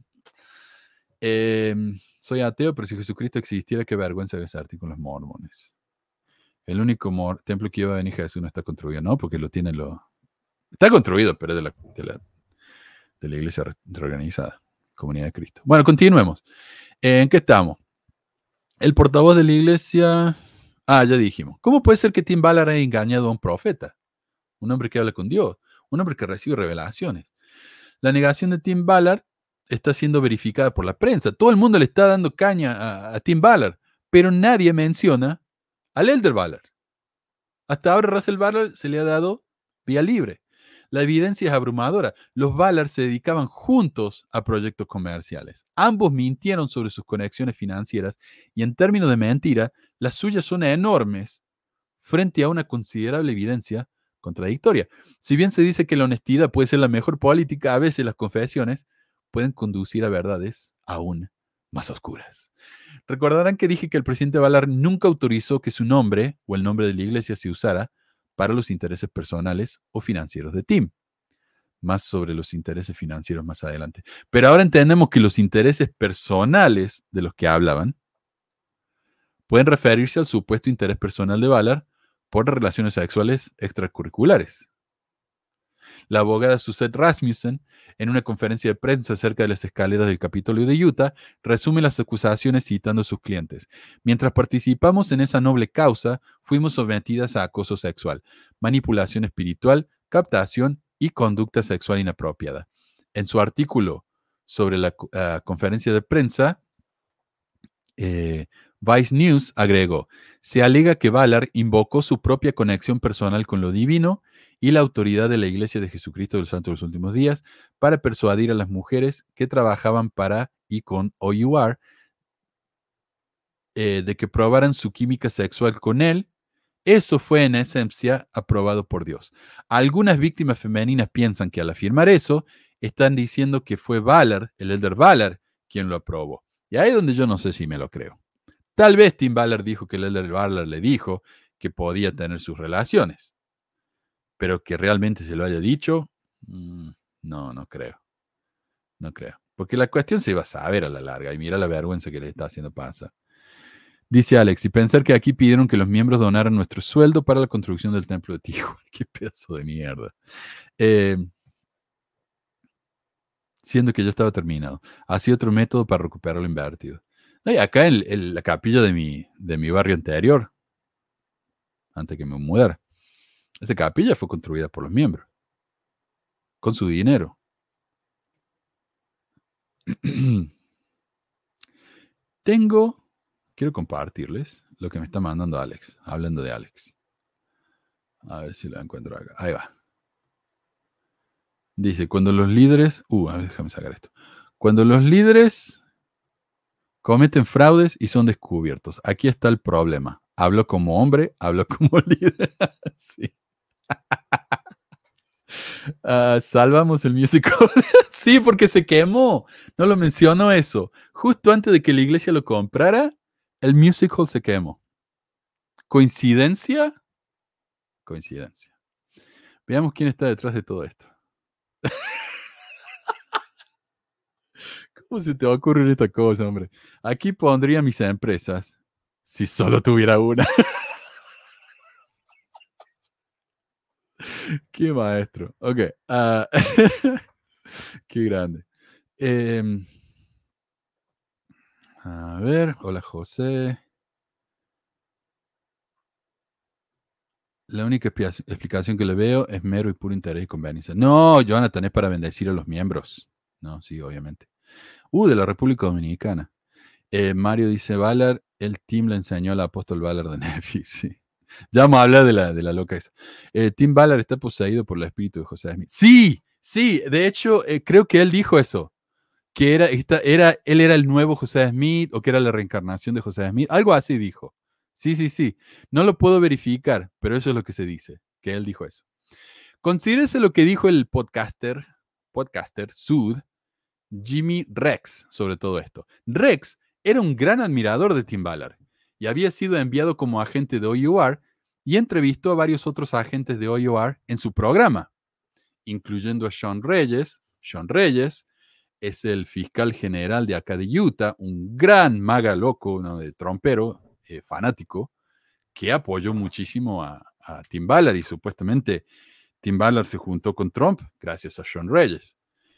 Speaker 4: Soy ateo, pero si Jesucristo existiera, qué vergüenza besarte con los mormones. El único templo que iba a venir Jesús no está construido, ¿no? Porque lo tienen los... Está construido, pero es de la iglesia reorganizada, Comunidad de Cristo. Bueno, continuemos. ¿En qué estamos? El portavoz de la iglesia... ya dijimos. ¿Cómo puede ser que Tim Ballard haya engañado a un profeta? Un hombre que habla con Dios, un hombre que recibe revelaciones. La negación de Tim Ballard está siendo verificada por la prensa. Todo el mundo le está dando caña a Tim Ballard, pero nadie menciona al Elder Ballard. Hasta ahora Russell Ballard se le ha dado vía libre. La evidencia es abrumadora. Los Ballard se dedicaban juntos a proyectos comerciales. Ambos mintieron sobre sus conexiones financieras y en términos de mentira, las suyas son enormes frente a una considerable evidencia contradictoria. Si bien se dice que la honestidad puede ser la mejor política, a veces las confesiones pueden conducir a verdades aún más oscuras. Recordarán que dije que el presidente Ballard nunca autorizó que su nombre o el nombre de la iglesia se usara para los intereses personales o financieros de Tim. Más sobre los intereses financieros más adelante. Pero ahora entendemos que los intereses personales de los que hablaban pueden referirse al supuesto interés personal de Ballard por relaciones sexuales extracurriculares. La abogada Suzette Rasmussen, en una conferencia de prensa cerca de las escaleras del Capitolio de Utah, resume las acusaciones citando a sus clientes. Mientras participamos en esa noble causa, fuimos sometidas a acoso sexual, manipulación espiritual, captación y conducta sexual inapropiada. En su artículo sobre la conferencia de prensa, Vice News agregó, se alega que Ballard invocó su propia conexión personal con lo divino y la autoridad de la Iglesia de Jesucristo de los Santos de los Últimos Días para persuadir a las mujeres que trabajaban para y con OUR de que probaran su química sexual con él. Eso fue en esencia aprobado por Dios. Algunas víctimas femeninas piensan que al afirmar eso, están diciendo que fue Ballard, el Elder Ballard, quien lo aprobó. Y ahí es donde yo no sé si me lo creo. Tal vez Tim Ballard dijo que el Elder Ballard le dijo que podía tener sus relaciones. Pero que realmente se lo haya dicho, no creo. No creo. Porque la cuestión se iba a saber a la larga. Y mira la vergüenza que le está haciendo pasar. Dice Alex, y pensar que aquí pidieron que los miembros donaran nuestro sueldo para la construcción del templo de Tijuana. Qué pedazo de mierda. Siendo que ya estaba terminado. Así otro método para recuperar lo invertido. No, y acá en la capilla de mi barrio anterior, antes que me mudara, esa capilla fue construida por los miembros, con su dinero. Quiero compartirles lo que me está mandando Alex, hablando de Alex. A ver si lo encuentro acá. Ahí va. Dice, cuando los líderes... a ver, déjame sacar esto. Cuando los líderes cometen fraudes y son descubiertos. Aquí está el problema. Hablo como hombre, hablo como líder. Sí. Salvamos el musical. Sí, porque se quemó. No lo menciono eso. Justo antes de que la iglesia lo comprara, el musical se quemó. ¿Coincidencia? Coincidencia. Veamos quién está detrás de todo esto. ¿Cómo se te va a ocurrir esta cosa, hombre? Aquí pondría mis empresas si solo tuviera una. Qué maestro. Ok. Qué grande. A ver. Hola, José. La única explicación que le veo es mero y puro interés y conveniencia. No, Jonathan, es para bendecir a los miembros. No, sí, obviamente. De la República Dominicana. Mario dice, Ballard, el team le enseñó al apóstol Ballard de Nefi, sí. Ya vamos a hablar de la loca esa. Tim Ballard está poseído por el espíritu de José Smith. Sí, sí, de hecho, creo que él dijo eso. Que él era el nuevo José Smith o que era la reencarnación de José Smith. Algo así dijo. Sí, sí, sí. No lo puedo verificar, pero eso es lo que se dice, que él dijo eso. Considérese lo que dijo el podcaster Sud, Jimmy Rex, sobre todo esto. Rex era un gran admirador de Tim Ballard y había sido enviado como agente de OUR y entrevistó a varios otros agentes de OUR en su programa, incluyendo a Sean Reyes. Sean Reyes es el fiscal general de acá de Utah, un gran maga loco, ¿no? De trompero, fanático, que apoyó muchísimo a Tim Ballard y supuestamente Tim Ballard se juntó con Trump gracias a Sean Reyes.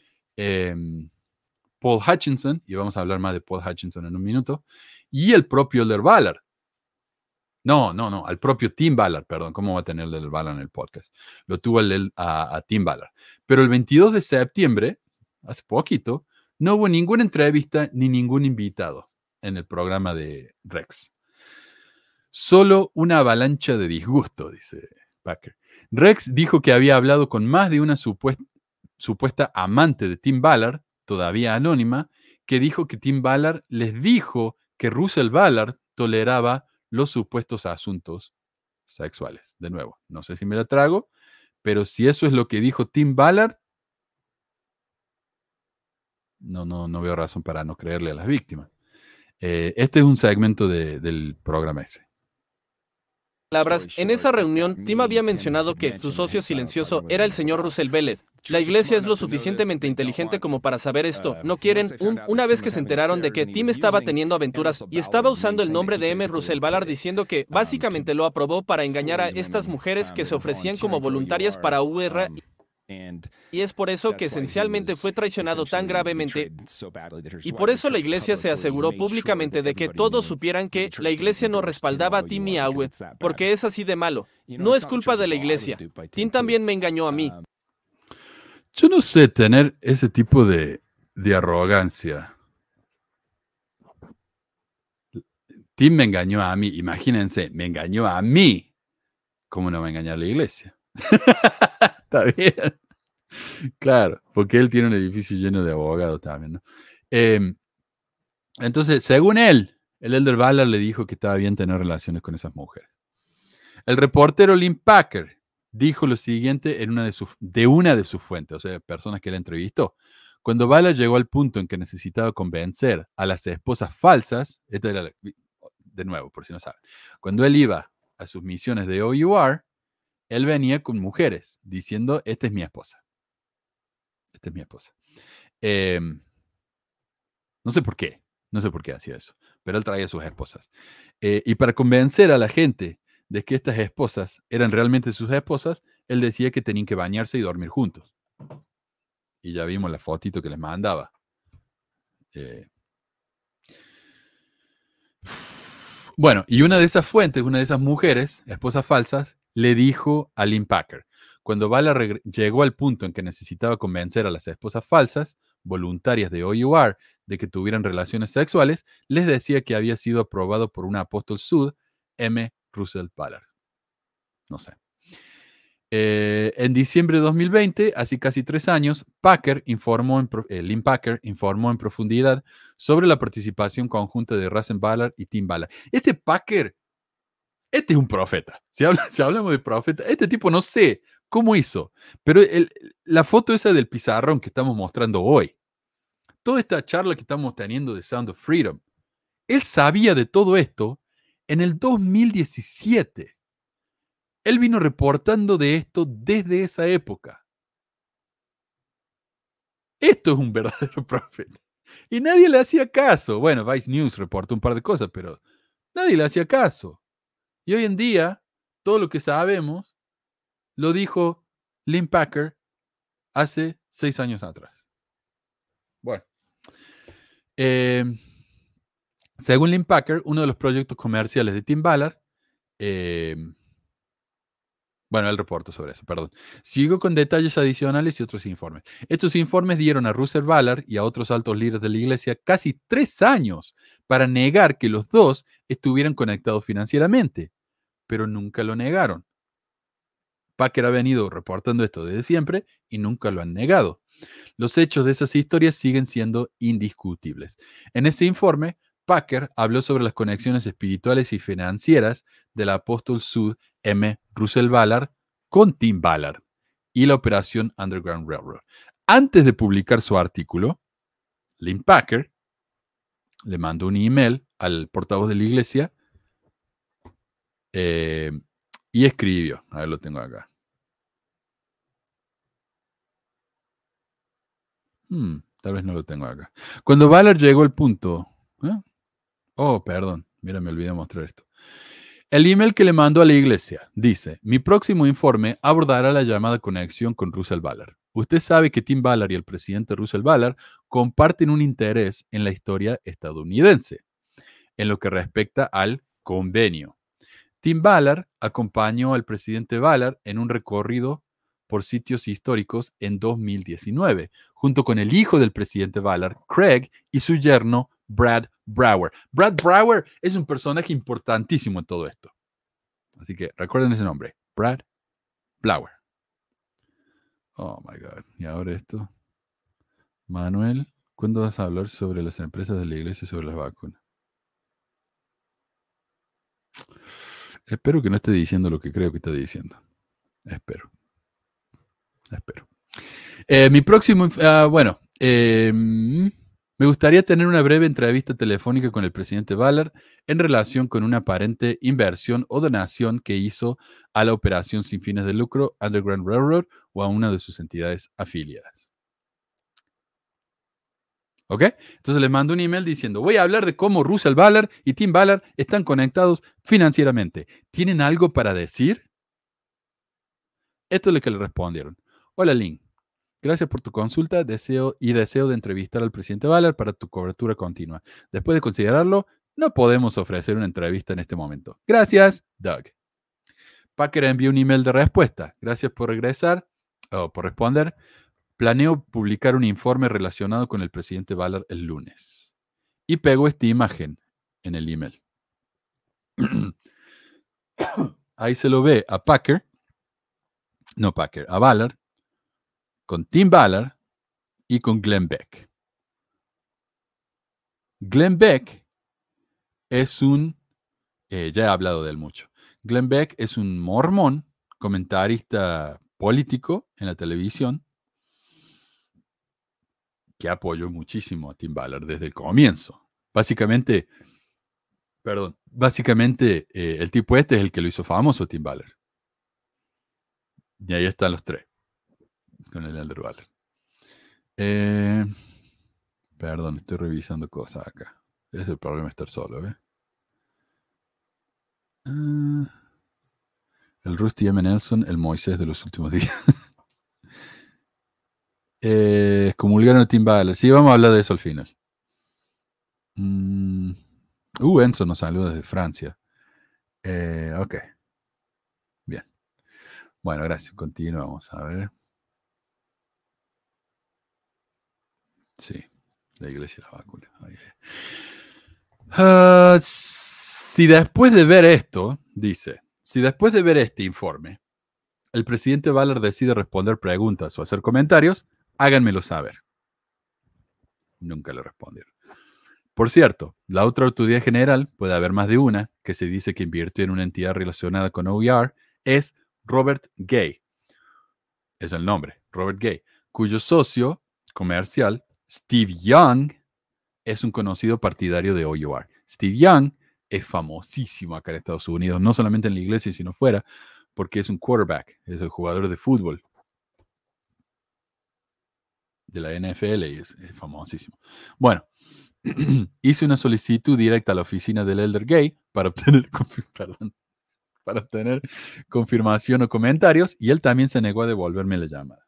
Speaker 4: Paul Hutchinson, y vamos a hablar más de Paul Hutchinson en un minuto, y el propio Elder Ballard. No, al propio Tim Ballard, perdón, ¿cómo va a tener Elder Ballard en el podcast? Lo tuvo a Tim Ballard. Pero el 22 de septiembre, hace poquito, no hubo ninguna entrevista ni ningún invitado en el programa de Rex. Solo una avalancha de disgusto, dice Packer. Rex dijo que había hablado con más de una supuesta amante de Tim Ballard, todavía anónima, que dijo que Tim Ballard les dijo que Russell Ballard toleraba los supuestos asuntos sexuales. De nuevo, no sé si me la trago, pero si eso es lo que dijo Tim Ballard, no veo razón para no creerle a las víctimas. Este es un segmento del programa ese.
Speaker 6: En esa reunión, Tim había mencionado que su socio silencioso era el señor Russell Ballard. La iglesia es lo suficientemente inteligente como para saber esto. No quieren, una vez que se enteraron de que Tim estaba teniendo aventuras y estaba usando el nombre de M. Russell Ballard diciendo que básicamente lo aprobó para engañar a estas mujeres que se ofrecían como voluntarias para UR. Y es por eso que esencialmente fue traicionado tan gravemente. Y por eso la iglesia se aseguró públicamente de que todos supieran que la iglesia no respaldaba a Tim Miaue, porque es así de malo. No es culpa de la iglesia. Tim también me engañó a mí.
Speaker 4: Yo no sé tener ese tipo de arrogancia. Tim me engañó a mí. Imagínense, me engañó a mí. ¿Cómo no va a engañar a la iglesia? Está bien. Claro, porque él tiene un edificio lleno de abogados también, ¿no? Entonces, según él, el Elder Ballard le dijo que estaba bien tener relaciones con esas mujeres. El reportero Lynn Packer dijo lo siguiente en una de sus fuentes, o sea, personas que él entrevistó. Cuando Ballard llegó al punto en que necesitaba convencer a las esposas falsas, esto era, de nuevo, por si no saben, cuando él iba a sus misiones de OUR, él venía con mujeres diciendo, esta es mi esposa. Esta es mi esposa. No sé por qué. No sé por qué hacía eso, pero él traía a sus esposas. Y para convencer a la gente de que estas esposas eran realmente sus esposas, él decía que tenían que bañarse y dormir juntos. Y ya vimos la fotito que les mandaba. Bueno, y una de esas fuentes, una de esas mujeres, esposas falsas, le dijo a Lynn Packer, cuando Ballard llegó al punto en que necesitaba convencer a las esposas falsas, voluntarias de OUR, de que tuvieran relaciones sexuales, les decía que había sido aprobado por un apóstol sud, M. Russell Ballard. No sé. En diciembre de 2020, hace casi 3 años, Lynn Packer informó en profundidad sobre la participación conjunta de Russell Ballard y Tim Ballard. Este Packer, este es un profeta. Si hablamos de profeta, este tipo no sé cómo hizo, pero la foto esa del pizarrón que estamos mostrando hoy, toda esta charla que estamos teniendo de Sound of Freedom, él sabía de todo esto en el 2017. Él vino reportando de esto desde esa época. Esto es un verdadero profeta. Y nadie le hacía caso. Bueno, Vice News reportó un par de cosas, pero nadie le hacía caso. Y hoy en día, todo lo que sabemos lo dijo Lynn Packer hace 6 años atrás. Bueno. Según Lynn Packer, uno de los proyectos comerciales de Tim Ballard, bueno, él reportó sobre eso, perdón. Sigo con detalles adicionales y otros informes. Estos informes dieron a Russell Ballard y a otros altos líderes de la iglesia casi 3 años para negar que los dos estuvieran conectados financieramente, pero nunca lo negaron. Packer ha venido reportando esto desde siempre y nunca lo han negado. Los hechos de esas historias siguen siendo indiscutibles. En ese informe, Packer habló sobre las conexiones espirituales y financieras del apóstol sud M. Russell Ballard con Tim Ballard y la operación Underground Railroad. Antes de publicar su artículo, Lynn Packer le mandó un email al portavoz de la iglesia y escribió, a ver, lo tengo acá. Tal vez no lo tengo acá. Cuando Ballard llegó al punto... Oh, perdón. Mira, me olvidé mostrar esto. El email que le mandó a la iglesia dice: mi próximo informe abordará la llamada conexión con Russell Ballard. Usted sabe que Tim Ballard y el presidente Russell Ballard comparten un interés en la historia estadounidense, en lo que respecta al convenio. Tim Ballard acompañó al presidente Ballard en un recorrido por sitios históricos en 2019, junto con el hijo del presidente Ballard, Craig, y su yerno, Brad Brower. Brad Brower es un personaje importantísimo en todo esto. Así que recuerden ese nombre, Brad Brower. Oh my God. Y ahora esto. Manuel, ¿cuándo vas a hablar sobre las empresas de la iglesia y sobre las vacunas? Espero que no esté diciendo lo que creo que está diciendo. Espero. Mi próximo... me gustaría tener una breve entrevista telefónica con el presidente Ballard en relación con una aparente inversión o donación que hizo a la operación sin fines de lucro Underground Railroad o a una de sus entidades afiliadas. ¿Ok? Entonces le mando un email diciendo: voy a hablar de cómo Russell Ballard y Tim Ballard están conectados financieramente. ¿Tienen algo para decir? Esto es lo que le respondieron. Hola, Lynn. Gracias por tu consulta. Deseo de entrevistar al presidente Ballard para tu cobertura continua. Después de considerarlo, no podemos ofrecer una entrevista en este momento. Gracias, Doug. Packer envió un email de respuesta. Gracias por responder. Planeo publicar un informe relacionado con el presidente Ballard el lunes. Y pegó esta imagen en el email. Ahí se lo ve a Ballard, con Tim Ballard y con Glenn Beck. Glenn Beck es ya he hablado de él mucho. Glenn Beck es un mormón, comentarista político en la televisión, que apoyó muchísimo a Tim Ballard desde el comienzo. Básicamente, el tipo este es el que lo hizo famoso, Tim Ballard. Y ahí están los tres, con el Elder Ballard. Perdón, estoy revisando cosas acá. Es el problema estar solo, ¿eh? El Rusty M. Nelson, el Moisés de los últimos días. Comulgaron a Tim Ballard. Sí, vamos a hablar de eso al final. Enzo nos saluda desde Francia. Ok. Bien. Bueno, gracias. Continuamos. A ver. Sí. La iglesia de la vacuna. Si después de ver esto, dice, si después de ver este informe, el presidente Ballard decide responder preguntas o hacer comentarios, háganmelo saber. Nunca le respondieron. Por cierto, la otra autoridad general, puede haber más de una, que se dice que invirtió en una entidad relacionada con OER, es Robert Gay. Es el nombre, Robert Gay, cuyo socio comercial, Steve Young, es un conocido partidario de OUR. Steve Young es famosísimo acá en Estados Unidos, no solamente en la iglesia, sino fuera, porque es un quarterback, es el jugador de fútbol de la NFL y es famosísimo. Bueno, hice una solicitud directa a la oficina del Elder Gay para obtener confirmación o comentarios, y él también se negó a devolverme la llamada.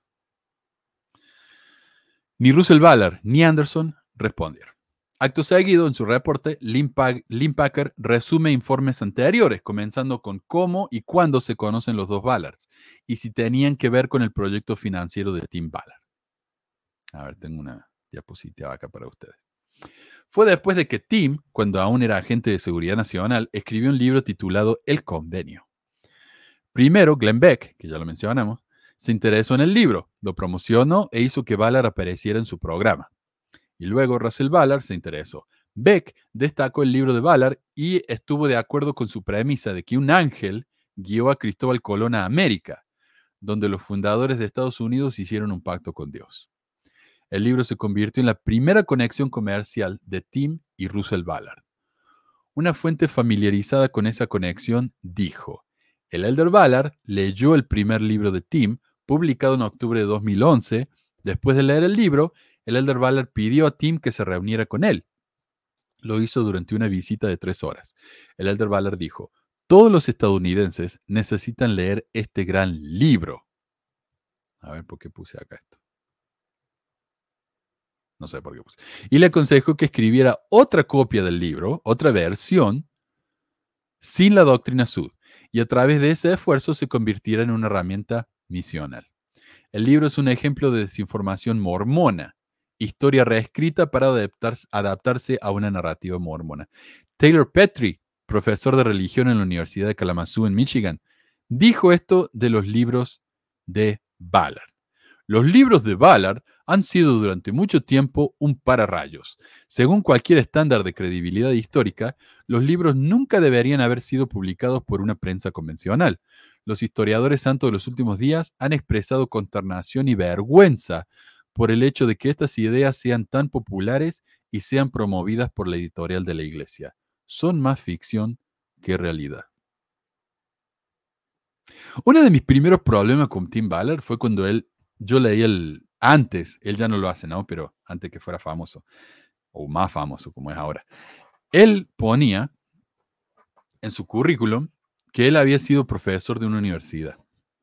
Speaker 4: Ni Russell Ballard ni Anderson respondieron. Acto seguido, en su reporte, Lynn Packer resume informes anteriores, comenzando con cómo y cuándo se conocen los dos Ballards y si tenían que ver con el proyecto financiero de Tim Ballard. A ver, tengo una diapositiva acá para ustedes. Fue después de que Tim, cuando aún era agente de seguridad nacional, escribió un libro titulado El Convenio. Primero, Glenn Beck, que ya lo mencionamos, se interesó en el libro, lo promocionó e hizo que Ballard apareciera en su programa. Y luego Russell Ballard se interesó. Beck destacó el libro de Ballard y estuvo de acuerdo con su premisa de que un ángel guió a Cristóbal Colón a América, donde los fundadores de Estados Unidos hicieron un pacto con Dios. El libro se convirtió en la primera conexión comercial de Tim y Russell Ballard. Una fuente familiarizada con esa conexión dijo: el Elder Ballard leyó el primer libro de Tim, publicado en octubre de 2011. Después de leer el libro, el Elder Ballard pidió a Tim que se reuniera con él. Lo hizo durante una visita de 3 horas. El Elder Ballard dijo: todos los estadounidenses necesitan leer este gran libro. A ver por qué puse acá esto. No sé por qué puse. Y le aconsejó que escribiera otra copia del libro, otra versión, sin la doctrina Sud, y a través de ese esfuerzo se convirtiera en una herramienta misional. El libro es un ejemplo de desinformación mormona, historia reescrita para adaptarse a una narrativa mormona. Taylor Petrie, profesor de religión en la Universidad de Kalamazoo en Michigan, dijo esto de los libros de Ballard. Los libros de Ballard han sido durante mucho tiempo un pararrayos. Según cualquier estándar de credibilidad histórica, los libros nunca deberían haber sido publicados por una prensa convencional. Los historiadores santos de los últimos días han expresado consternación y vergüenza por el hecho de que estas ideas sean tan populares y sean promovidas por la editorial de la iglesia. Son más ficción que realidad. Uno de mis primeros problemas con Tim Ballard fue cuando yo leí antes, él ya no lo hace, ¿no? Pero antes que fuera famoso, o más famoso como es ahora. Él ponía en su currículum que él había sido profesor de una universidad.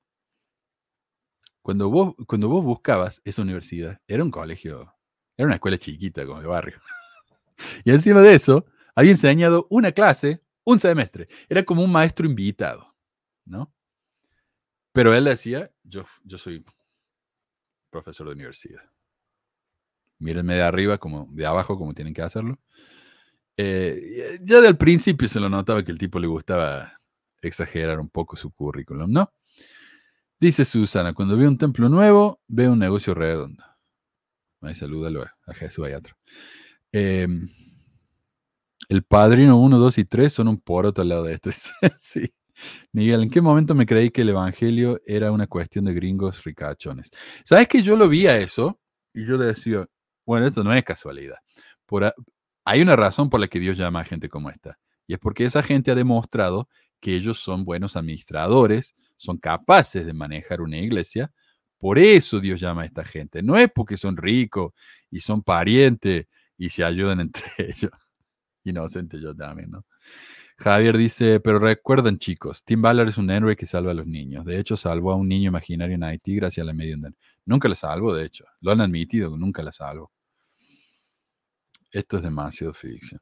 Speaker 4: Cuando vos buscabas esa universidad, era un colegio, era una escuela chiquita como de barrio. Y encima de eso, había enseñado una clase, un semestre. Era como un maestro invitado, ¿no? Pero él decía, yo soy profesor de universidad. Mírenme de arriba, como de abajo, como tienen que hacerlo. Ya del principio se lo notaba que el tipo le gustaba exagerar un poco su currículum, ¿no? Dice Susana: cuando veo un templo nuevo, veo un negocio redondo. Ahí salúdalo a Jesús allá atrás. El Padrino 1, 2 y 3 son un poroto al lado de esto. Sí. Miguel, ¿en qué momento me creí que el evangelio era una cuestión de gringos ricachones? ¿Sabes que yo lo vi a eso? Y yo le decía, bueno, esto no es casualidad. Hay una razón por la que Dios llama a gente como esta. Y es porque esa gente ha demostrado que ellos son buenos administradores, son capaces de manejar una iglesia. Por eso Dios llama a esta gente. No es porque son ricos y son parientes y se ayudan entre ellos. Inocente yo también, ¿no? Javier dice, pero recuerden chicos, Tim Ballard es un héroe que salva a los niños. De hecho, salvó a un niño imaginario en Haití gracias a la media onda. Nunca la salvo, de hecho. Lo han admitido, nunca la salvo. Esto es demasiado ficción.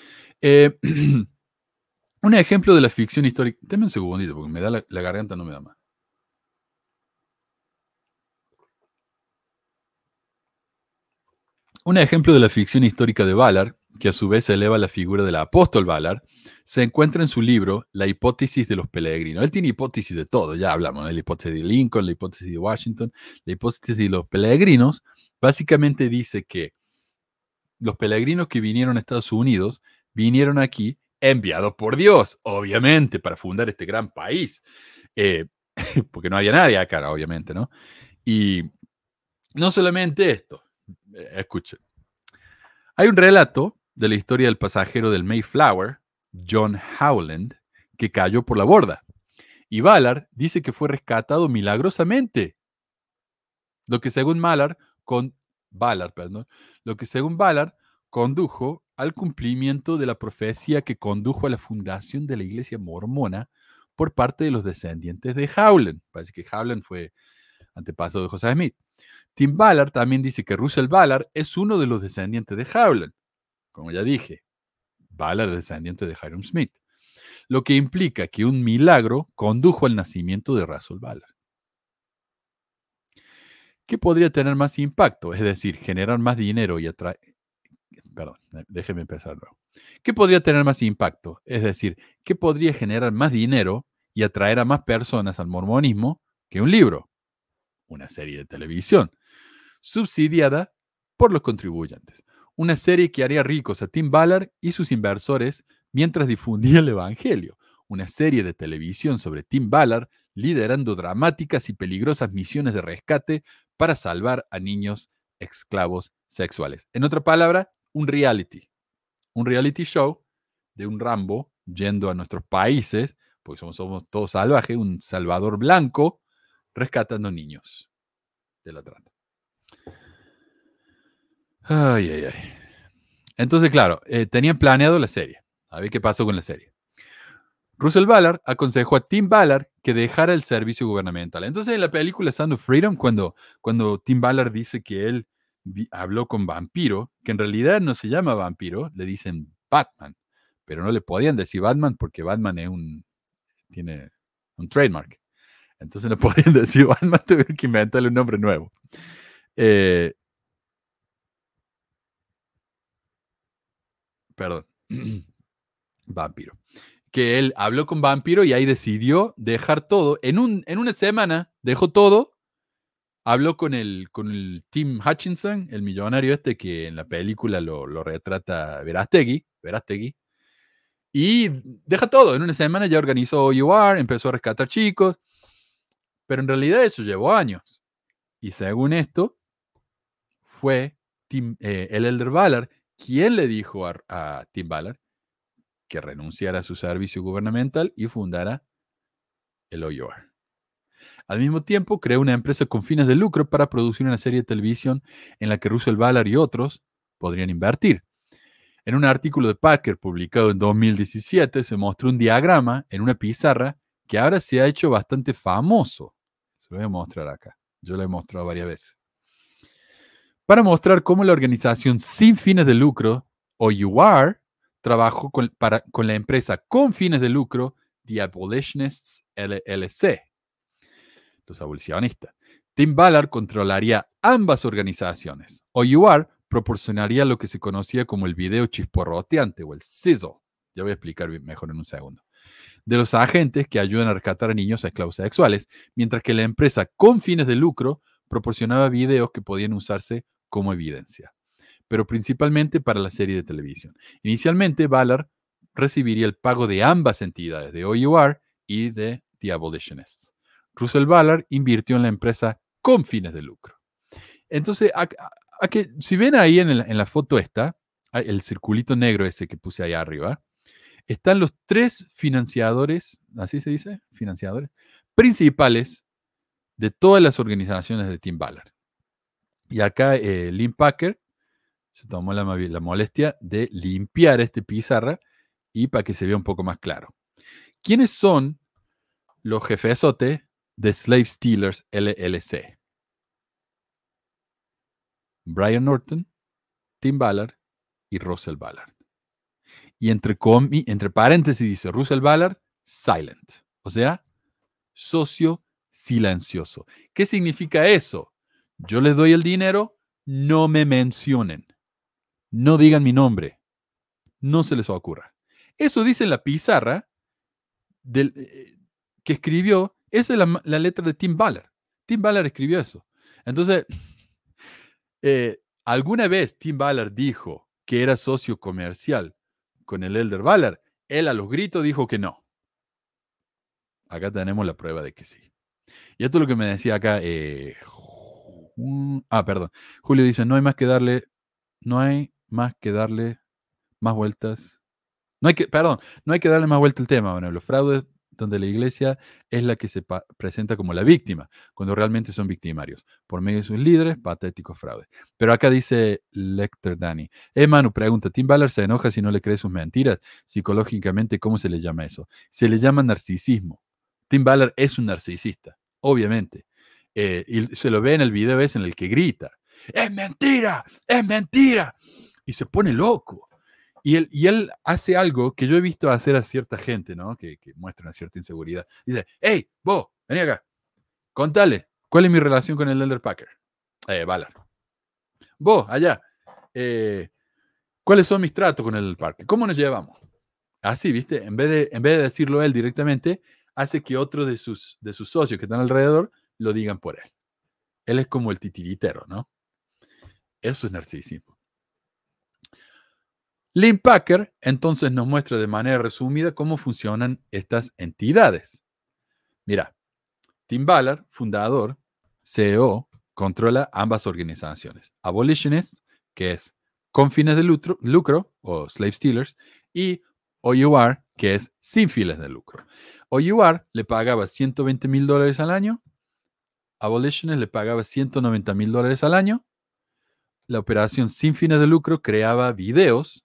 Speaker 4: Un ejemplo de la ficción histórica. Deme un segundito, porque me da la garganta, no me da más. Un ejemplo de la ficción histórica de Ballard, que a su vez eleva la figura del apóstol Ballard, se encuentra en su libro La hipótesis de los peregrinos. Él tiene hipótesis de todo, ya hablamos, de la hipótesis de Lincoln, la hipótesis de Washington, la hipótesis de los peregrinos. Básicamente dice que los peregrinos que vinieron a Estados Unidos vinieron aquí enviados por Dios, obviamente, para fundar este gran país. Porque no había nadie acá, obviamente, ¿no? Y no solamente esto. Escuchen. Hay un relato de la historia del pasajero del Mayflower, John Howland, que cayó por la borda. Y Ballard dice que fue rescatado milagrosamente. Lo que según Ballard condujo al cumplimiento de la profecía que condujo a la fundación de la iglesia mormona por parte de los descendientes de Howland. Parece que Howland fue antepasado de Joseph Smith. Tim Ballard también dice que Russell Ballard es uno de los descendientes de Howland. Como ya dije, Ballard es descendiente de Hiram Smith. Lo que implica que un milagro condujo al nacimiento de Russell Ballard. ¿Qué podría tener más impacto? Es decir, generar más dinero y atraer... Perdón, déjeme empezar luego. ¿Qué podría tener más impacto? Es decir, ¿qué podría generar más dinero y atraer a más personas al mormonismo que un libro? Una serie de televisión, subsidiada por los contribuyentes. Una serie que haría ricos a Tim Ballard y sus inversores mientras difundía el evangelio. Una serie de televisión sobre Tim Ballard liderando dramáticas y peligrosas misiones de rescate para salvar a niños esclavos sexuales. En otra palabra, un reality show de un Rambo yendo a nuestros países, porque somos todos salvajes, un Salvador blanco rescatando niños de la trata. Ay, ay, ay. Entonces, claro, tenían planeado la serie. A ver qué pasó con la serie. Russell Ballard aconsejó a Tim Ballard que dejara el servicio gubernamental. Entonces, en la película Sound of Freedom, cuando Tim Ballard dice que él habló con Vampiro, que en realidad no se llama Vampiro, le dicen Batman, pero no le podían decir Batman porque Batman tiene un trademark. Entonces no podían decir Batman, tuvieron que inventarle un nombre nuevo. Perdón. Vampiro. Que él habló con Vampiro y ahí decidió dejar todo. En una semana dejó todo. Habló con el Tim Hutchinson, el millonario que en la película lo retrata Verástegui. Y deja todo. En una semana ya organizó OUR, empezó a rescatar chicos. Pero en realidad eso llevó años. Y según esto, fue el Elder Ballard quien le dijo a Tim Ballard que renunciara a su servicio gubernamental y fundara el OUR. Al mismo tiempo, creó una empresa con fines de lucro para producir una serie de televisión en la que Russell Ballard y otros podrían invertir. En un artículo de Parker publicado en 2017 se mostró un diagrama en una pizarra que ahora se ha hecho bastante famoso. Se lo voy a mostrar acá. Yo lo he mostrado varias veces. Para mostrar cómo la organización sin fines de lucro, OUR, trabajó con la empresa con fines de lucro, The Abolitionists LLC, los abolicionistas. Tim Ballard controlaría ambas organizaciones. OUR proporcionaría lo que se conocía como el video chisporroteante o el sizzle. Ya voy a explicar mejor en un segundo. De los agentes que ayudan a rescatar a niños a esclavos sexuales, mientras que la empresa con fines de lucro proporcionaba videos que podían usarse como evidencia, pero principalmente para la serie de televisión. Inicialmente, Ballard recibiría el pago de ambas entidades, de OUR y de The Abolitionists. Russell Ballard invirtió en la empresa con fines de lucro. Entonces, si ven ahí en la foto el circulito negro ese que puse ahí arriba, están los tres financiadores, así se dice, financiadores, principales de todas las organizaciones de Tim Ballard. Y acá Lynn Packer se tomó la molestia de limpiar este pizarra y para que se vea un poco más claro. ¿Quiénes son los jefesotes de Slave Stealers LLC? Brian Norton, Tim Ballard y Russell Ballard. Y entre paréntesis dice Russell Ballard, silent. O sea, socio silencioso. ¿Qué significa eso? Yo les doy el dinero, no me mencionen. No digan mi nombre. No se les ocurra. Eso dice en la pizarra que escribió. Esa es la letra de Tim Ballard. Tim Ballard escribió eso. Entonces, alguna vez Tim Ballard dijo que era socio comercial con el Elder Ballard. Él a los gritos dijo que no. Acá tenemos la prueba de que sí. Y esto es lo que me decía acá. Perdón. Julio dice, no hay más que darle más vueltas. No hay que darle más vuelta al tema. Bueno, los fraudes donde la iglesia es la que se presenta como la víctima, cuando realmente son victimarios, por medio de sus líderes, patéticos fraudes. Pero acá dice Lecter Dani. Manu pregunta, ¿Tim Ballard se enoja si no le cree sus mentiras? Psicológicamente, ¿cómo se le llama eso? Se le llama narcisismo. Tim Ballard es un narcisista, obviamente. Y se lo ve en el video ese en el que grita, ¡es mentira! ¡Es mentira! Y se pone loco. Y él hace algo que yo he visto hacer a cierta gente, ¿no? Que muestra una cierta inseguridad. Dice, hey, vos, vení acá. Contale, ¿cuál es mi relación con el Elder Packer? Ballard. Vos, allá. ¿Cuáles son mis tratos con el Elder Packer? ¿Cómo nos llevamos? Así, ¿viste? En vez de decirlo él directamente, hace que otros de sus socios que están alrededor lo digan por él. Él es como el titiritero, ¿no? Eso es narcisismo. Lynn Packer entonces nos muestra de manera resumida cómo funcionan estas entidades. Mira, Tim Ballard, fundador, CEO, controla ambas organizaciones. Abolitionist, que es con fines de lucro, o Slave Stealers, y OUR, que es sin fines de lucro. OUR le pagaba $120,000 al año, Abolitionist le pagaba $190,000 al año. La operación sin fines de lucro creaba videos,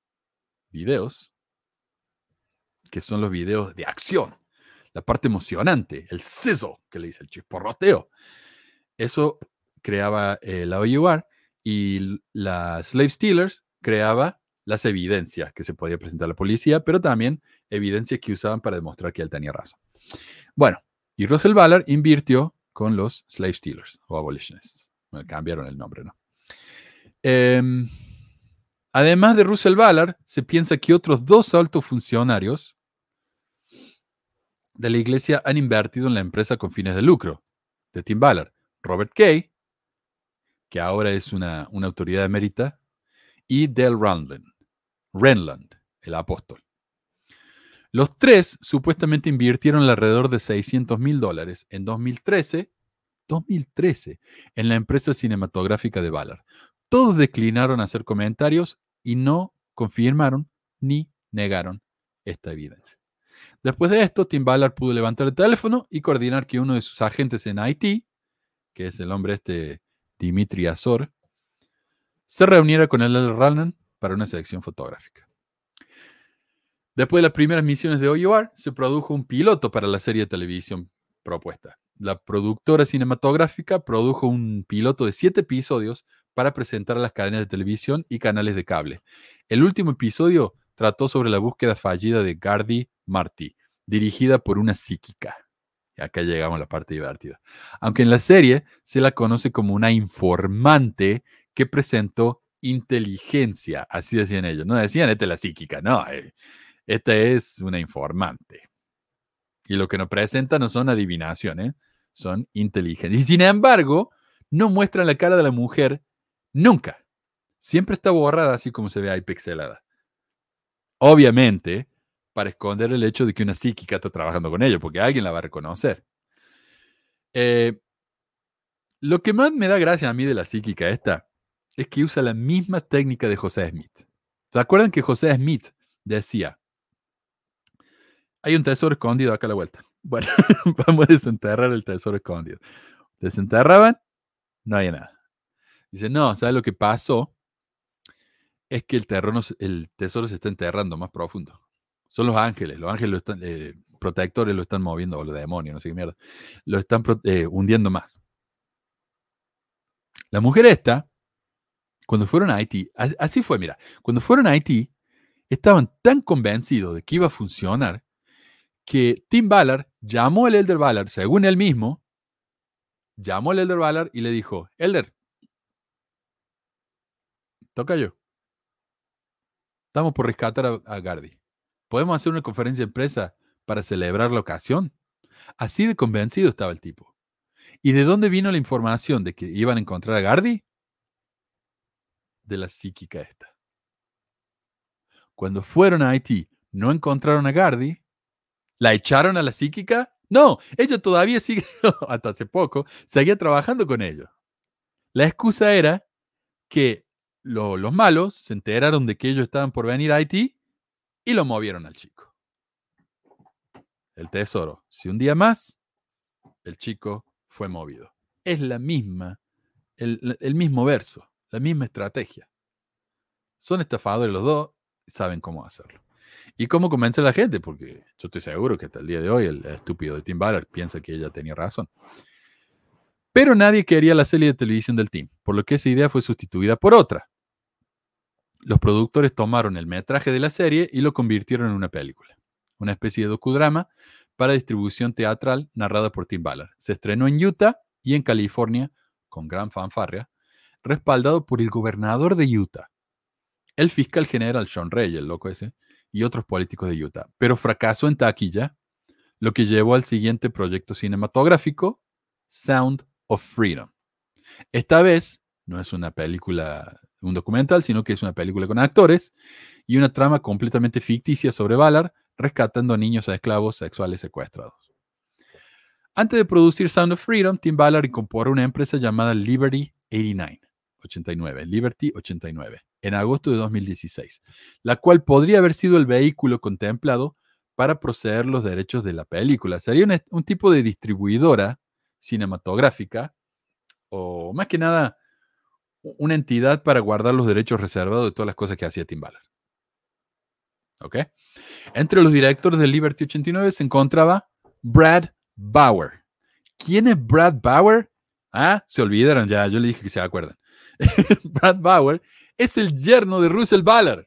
Speaker 4: que son los videos de acción, la parte emocionante, el sizzle, que le dice el chisporroteo. Eso creaba la OUR, y la Slave Stealers creaba las evidencias que se podía presentar a la policía, pero también evidencias que usaban para demostrar que él tenía razón. Bueno, y Russell Ballard invirtió con los Slave Stealers o Abolitionists. Bueno, cambiaron el nombre, ¿no? Además de Russell Ballard, se piensa que otros 2 altos funcionarios de la iglesia han invertido en la empresa con fines de lucro de Tim Ballard. Robert Kay, que ahora es una autoridad emérita, y Dale Renland, el apóstol. Los 3 supuestamente invirtieron alrededor de $600,000 en 2013 en la empresa cinematográfica de Ballard. Todos declinaron hacer comentarios y no confirmaron ni negaron esta evidencia. Después de esto, Tim Ballard pudo levantar el teléfono y coordinar que uno de sus agentes en Haití, que es el hombre Dimitri Azor, se reuniera con el Renland para una selección fotográfica. Después de las primeras misiones de OUR, se produjo un piloto para la serie de televisión propuesta. La productora cinematográfica produjo un piloto de 7 episodios para presentar a las cadenas de televisión y canales de cable. El último episodio trató sobre la búsqueda fallida de Gardy Marty, dirigida por una psíquica. Y acá llegamos a la parte divertida. Aunque en la serie se la conoce como una informante que presentó inteligencia, así decían ellos. No decían, esta es la psíquica, no, esta es una informante. Y lo que nos presenta no son adivinaciones, son inteligencias. Y sin embargo, no muestran la cara de la mujer nunca. Siempre está borrada así como se ve ahí pixelada. Obviamente, para esconder el hecho de que una psíquica está trabajando con ellos, porque alguien la va a reconocer. Lo que más me da gracia a mí de la psíquica esta es que usa la misma técnica de José Smith. ¿Se acuerdan que José Smith decía, hay un tesoro escondido acá a la vuelta? Bueno, vamos a desenterrar el tesoro escondido. Desenterraban, no había nada. Dice, no, ¿sabes lo que pasó? es que el tesoro se está enterrando más profundo. Son los ángeles lo están, protectores lo están moviendo, o los demonios, no sé qué mierda, lo están hundiendo más. La mujer esta, cuando fueron a Haití, así fue, mira, cuando fueron a Haití, estaban tan convencidos de que iba a funcionar que Tim Ballard llamó al Elder Ballard, según él mismo, llamó al Elder Ballard y le dijo, Elder, toca yo. Estamos por rescatar a Gardy. ¿Podemos hacer una conferencia de prensa para celebrar la ocasión? Así de convencido estaba el tipo. ¿Y de dónde vino la información de que iban a encontrar a Gardy? De la psíquica esta. Cuando fueron a Haití, no encontraron a Gardy. ¿La echaron a la psíquica? No, ella todavía sigue, hasta hace poco, seguía trabajando con ellos. La excusa era que los malos se enteraron de que ellos estaban por venir a Haití y lo movieron al chico. El tesoro. Si un día más, el chico fue movido. Es la misma, el mismo verso, la misma estrategia. Son estafadores los dos, saben cómo hacerlo. ¿Y cómo convence a la gente? Porque yo estoy seguro que hasta el día de hoy el estúpido de Tim Ballard piensa que ella tenía razón. Pero nadie quería la serie de televisión del Tim, por lo que esa idea fue sustituida por otra. Los productores tomaron el metraje de la serie y lo convirtieron en una película, una especie de docudrama para distribución teatral narrada por Tim Ballard. Se estrenó en Utah y en California, con gran fanfarria, respaldado por el gobernador de Utah, el fiscal general Sean Reyes, el loco ese, y otros políticos de Utah, pero fracasó en taquilla, lo que llevó al siguiente proyecto cinematográfico, Sound of Freedom. Esta vez no es una película, un documental, sino que es una película con actores y una trama completamente ficticia sobre Ballard rescatando a niños a esclavos sexuales secuestrados. Antes de producir Sound of Freedom, Tim Ballard incorporó una empresa llamada Liberty 89, Liberty 89, en agosto de 2016, la cual podría haber sido el vehículo contemplado para proceder los derechos de la película. Sería un tipo de distribuidora cinematográfica, o más que nada, una entidad para guardar los derechos reservados de todas las cosas que hacía Tim Ballard. ¿Ok? Entre los directores de Liberty 89 se encontraba Brad Bauer. ¿Quién es Brad Bauer? Ah, se olvidaron ya, yo le dije que se acuerdan. Brad Bauer es el yerno de Russell Ballard.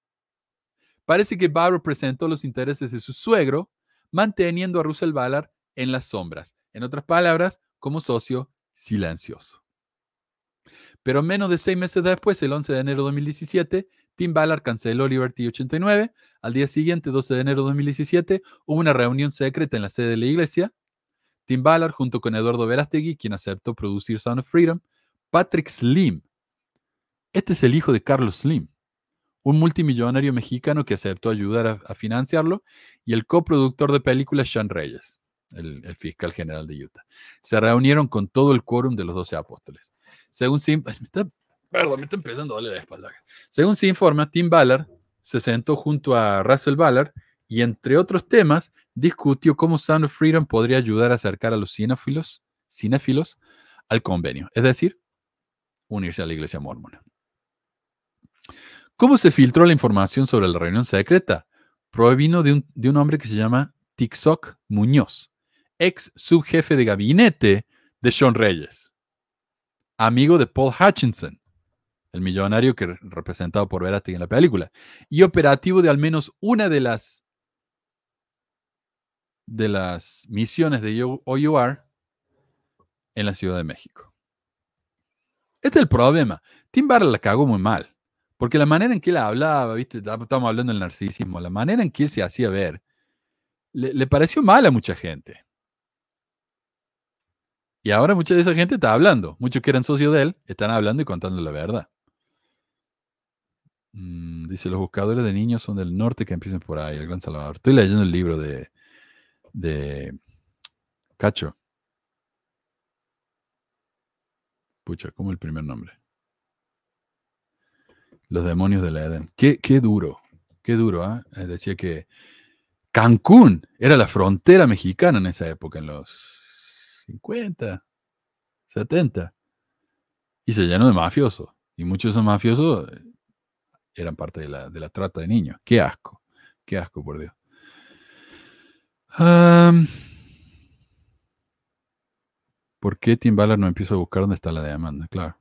Speaker 4: Parece que Bauer presentó los intereses de su suegro, manteniendo a Russell Ballard en las sombras. En otras palabras, como socio silencioso. Pero menos de 6 meses después, el 11 de enero de 2017, Tim Ballard canceló Liberty 89. Al día siguiente, 12 de enero de 2017, hubo una reunión secreta en la sede de la iglesia. Tim Ballard, junto con Eduardo Verástegui, quien aceptó producir Sound of Freedom, Patrick Slim. Este es el hijo de Carlos Slim, un multimillonario mexicano que aceptó ayudar a financiarlo, y el coproductor de películas Sean Reyes, el fiscal general de Utah. Se reunieron con todo el quórum de los 12 apóstoles. Según me está empezando a doler la espalda. Según se informa, Tim Ballard se sentó junto a Russell Ballard y, entre otros temas, discutió cómo Sound of Freedom podría ayudar a acercar a los cinéfilos al convenio, es decir, unirse a la iglesia mormona. ¿Cómo se filtró la información sobre la reunión secreta? Provino de un hombre que se llama Tixoc Muñoz, ex subjefe de gabinete de Sean Reyes, amigo de Paul Hutchinson, el millonario que representado por Verástegui en la película, y operativo de al menos una de las misiones de OUR en la Ciudad de México. Este es el problema. Tim Ballard la cagó muy mal, porque la manera en que él hablaba, ¿viste? Estamos hablando del narcisismo, la manera en que él se hacía ver, le pareció mal a mucha gente. Y ahora mucha de esa gente está hablando. Muchos que eran socios de él están hablando y contando la verdad. Dice, los buscadores de niños son del norte que empiezan por ahí, el Gran Salvador. Estoy leyendo el libro de Cacho. Pucha, ¿cómo el primer nombre? Los demonios del Edén. Qué duro, ¿eh? Decía que Cancún era la frontera mexicana en esa época, en los 50, 70. Y se llenó de mafiosos. Y muchos de esos mafiosos eran parte de la trata de niños. Qué asco, por Dios. ¿Por qué Tim Ballard no empieza a buscar dónde está la demanda? Claro.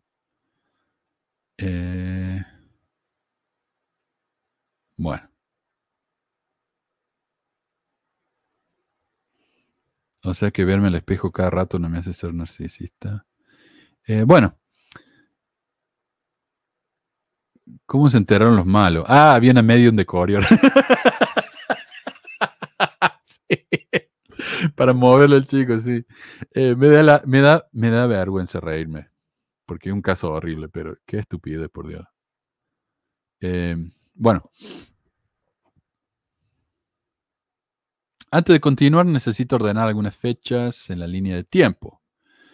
Speaker 4: Bueno. O sea que verme al espejo cada rato no me hace ser narcisista. Bueno. ¿Cómo se enteraron los malos? Ah, había una medium de Courier. Sí. Para moverlo el chico, sí. Me da vergüenza reírme. Porque es un caso horrible, pero qué estupidez, por Dios. Bueno. Antes de continuar, necesito ordenar algunas fechas en la línea de tiempo.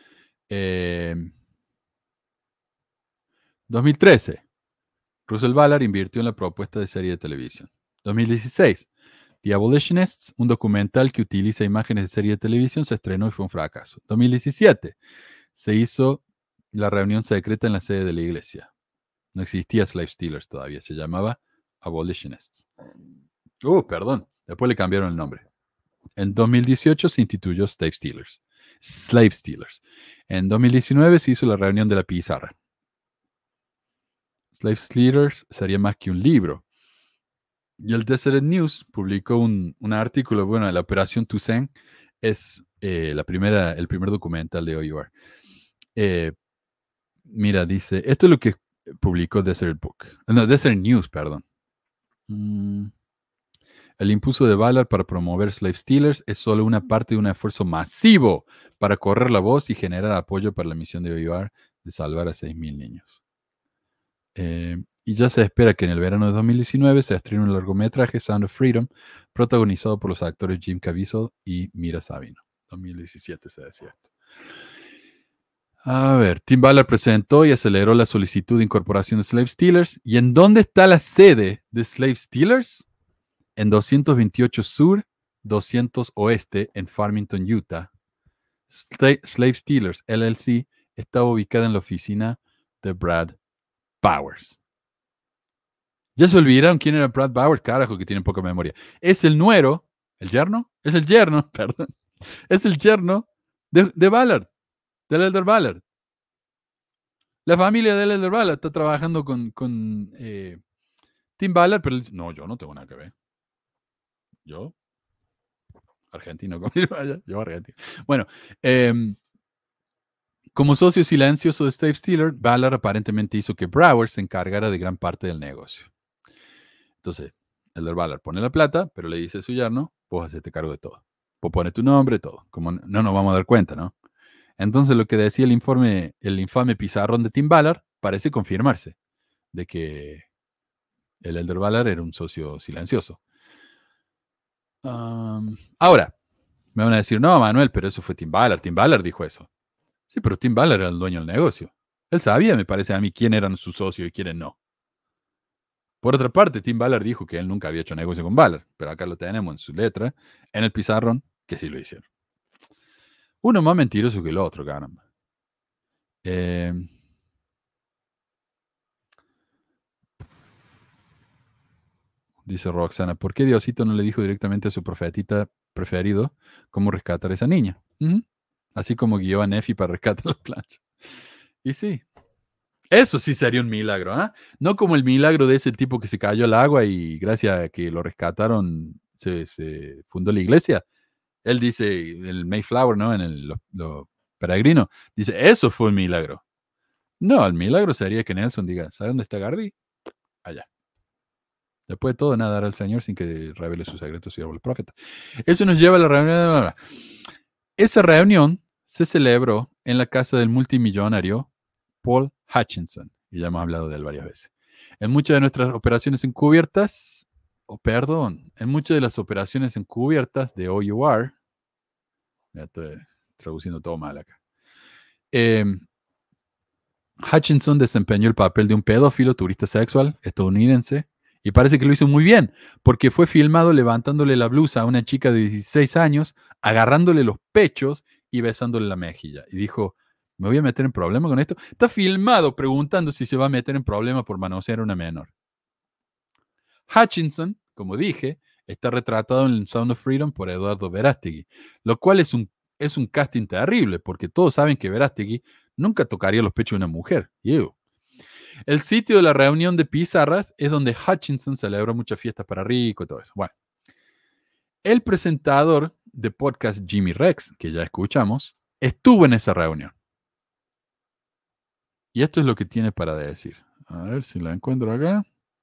Speaker 4: 2013. Russell Ballard invirtió en la propuesta de serie de televisión. 2016. The Abolitionists, un documental que utiliza imágenes de serie de televisión, se estrenó y fue un fracaso. 2017. Se hizo la reunión secreta en la sede de la iglesia. No existía Slave Stealers todavía, se llamaba Abolitionists. Perdón, después le cambiaron el nombre. En 2018 se instituyó Slave Stealers. En 2019 se hizo la reunión de la pizarra. Slave Stealers sería más que un libro. Y el Deseret News publicó un artículo, bueno, la Operación Toussaint es el primer documental de OUR. Mira, dice, esto es lo que publicó Deseret News, perdón. El impulso de Ballard para promover Slave Stealers es solo una parte de un esfuerzo masivo para correr la voz y generar apoyo para la misión de OUR de salvar a 6.000 niños. Y ya se espera que en el verano de 2019 se estrene un largometraje, Sound of Freedom, protagonizado por los actores Jim Caviezel y Mira Sabino. 2017 se decía esto. A ver, Tim Ballard presentó y aceleró la solicitud de incorporación de Slave Stealers. ¿Y en dónde está la sede de Slave Stealers? En 228 Sur, 200 Oeste, en Farmington, Utah. Slave Stealers, LLC, estaba ubicada en la oficina de Brad Bowers. ¿Ya se olvidaron quién era Brad Bowers? Carajo, que tienen poca memoria. Es el nuero, ¿el yerno? Es el yerno, perdón. Es el yerno de Ballard, del Elder Ballard. La familia del Elder Ballard está trabajando con Tim Ballard, pero él dice, no, yo no tengo nada que ver. Yo, argentino, yo argentino. Bueno, como socio silencioso de Slave Stealer, Ballard aparentemente hizo que Bowers se encargara de gran parte del negocio. Entonces, Elder Ballard pone la plata, pero le dice a su yerno, vos hacete cargo de todo. Vos pones tu nombre, todo. Como no nos vamos a dar cuenta, ¿no? Entonces, lo que decía el infame pizarrón de Tim Ballard, parece confirmarse, de que el Elder Ballard era un socio silencioso. Ahora, me van a decir, no, Manuel, pero eso fue Tim Ballard. Tim Ballard dijo eso. Sí, pero Tim Ballard era el dueño del negocio. Él sabía, me parece a mí, quién eran sus socios y quiénes no. Por otra parte, Tim Ballard dijo que él nunca había hecho negocio con Ballard, pero acá lo tenemos en su letra, en el pizarrón, que sí lo hicieron. Uno más mentiroso que el otro, caramba. Dice Roxana, ¿por qué Diosito no le dijo directamente a su profetita preferido cómo rescatar a esa niña? Así como guió a Nefi para rescatar las planchas. Y sí, eso sí sería un milagro, ¿ah? No como el milagro de ese tipo que se cayó al agua y gracias a que lo rescataron se fundó la iglesia. Él dice, en el Mayflower, ¿no? En los peregrinos, dice, eso fue un milagro. No, el milagro sería que Nelson diga, ¿sabe dónde está Gardi? Allá. Después de todo, nada hará el Señor sin que revele sus secretos y el profeta. Eso nos lleva a la reunión. Esa reunión se celebró en la casa del multimillonario Paul Hutchinson, y ya hemos hablado de él varias veces. En muchas de nuestras operaciones encubiertas, en muchas de las operaciones encubiertas de OUR, ya estoy traduciendo todo mal acá, Hutchinson desempeñó el papel de un pedófilo turista sexual estadounidense, y parece que lo hizo muy bien, porque fue filmado levantándole la blusa a una chica de 16 años, agarrándole los pechos y besándole la mejilla. Y dijo, ¿me voy a meter en problema con esto? Está filmado preguntando si se va a meter en problema por manosear a una menor. Hutchinson, como dije, está retratado en Sound of Freedom por Eduardo Verástegui, lo cual es un casting terrible, porque todos saben que Verástegui nunca tocaría los pechos de una mujer. Ew. El sitio de la reunión de pizarras es donde Hutchinson celebra muchas fiestas para ricos y todo eso. Bueno, el presentador de podcast Jimmy Rex, que ya escuchamos, estuvo en esa reunión. Y esto es lo que tiene para decir. A ver si la encuentro acá.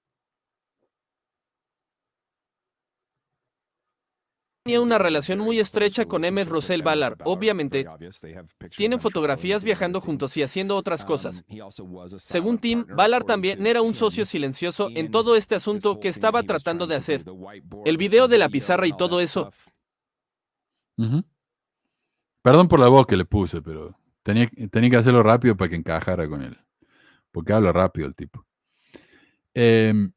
Speaker 6: Tenía una relación muy estrecha con Emmett Russell Ballard. Obviamente, tienen fotografías viajando juntos y haciendo otras cosas. Según Tim, Ballard también era un socio silencioso en todo este asunto que estaba tratando de hacer. El video de la pizarra y todo eso.
Speaker 4: Uh-huh. Perdón por la voz que le puse, pero tenía que hacerlo rápido para que encajara con él. Porque habla rápido el tipo. Eso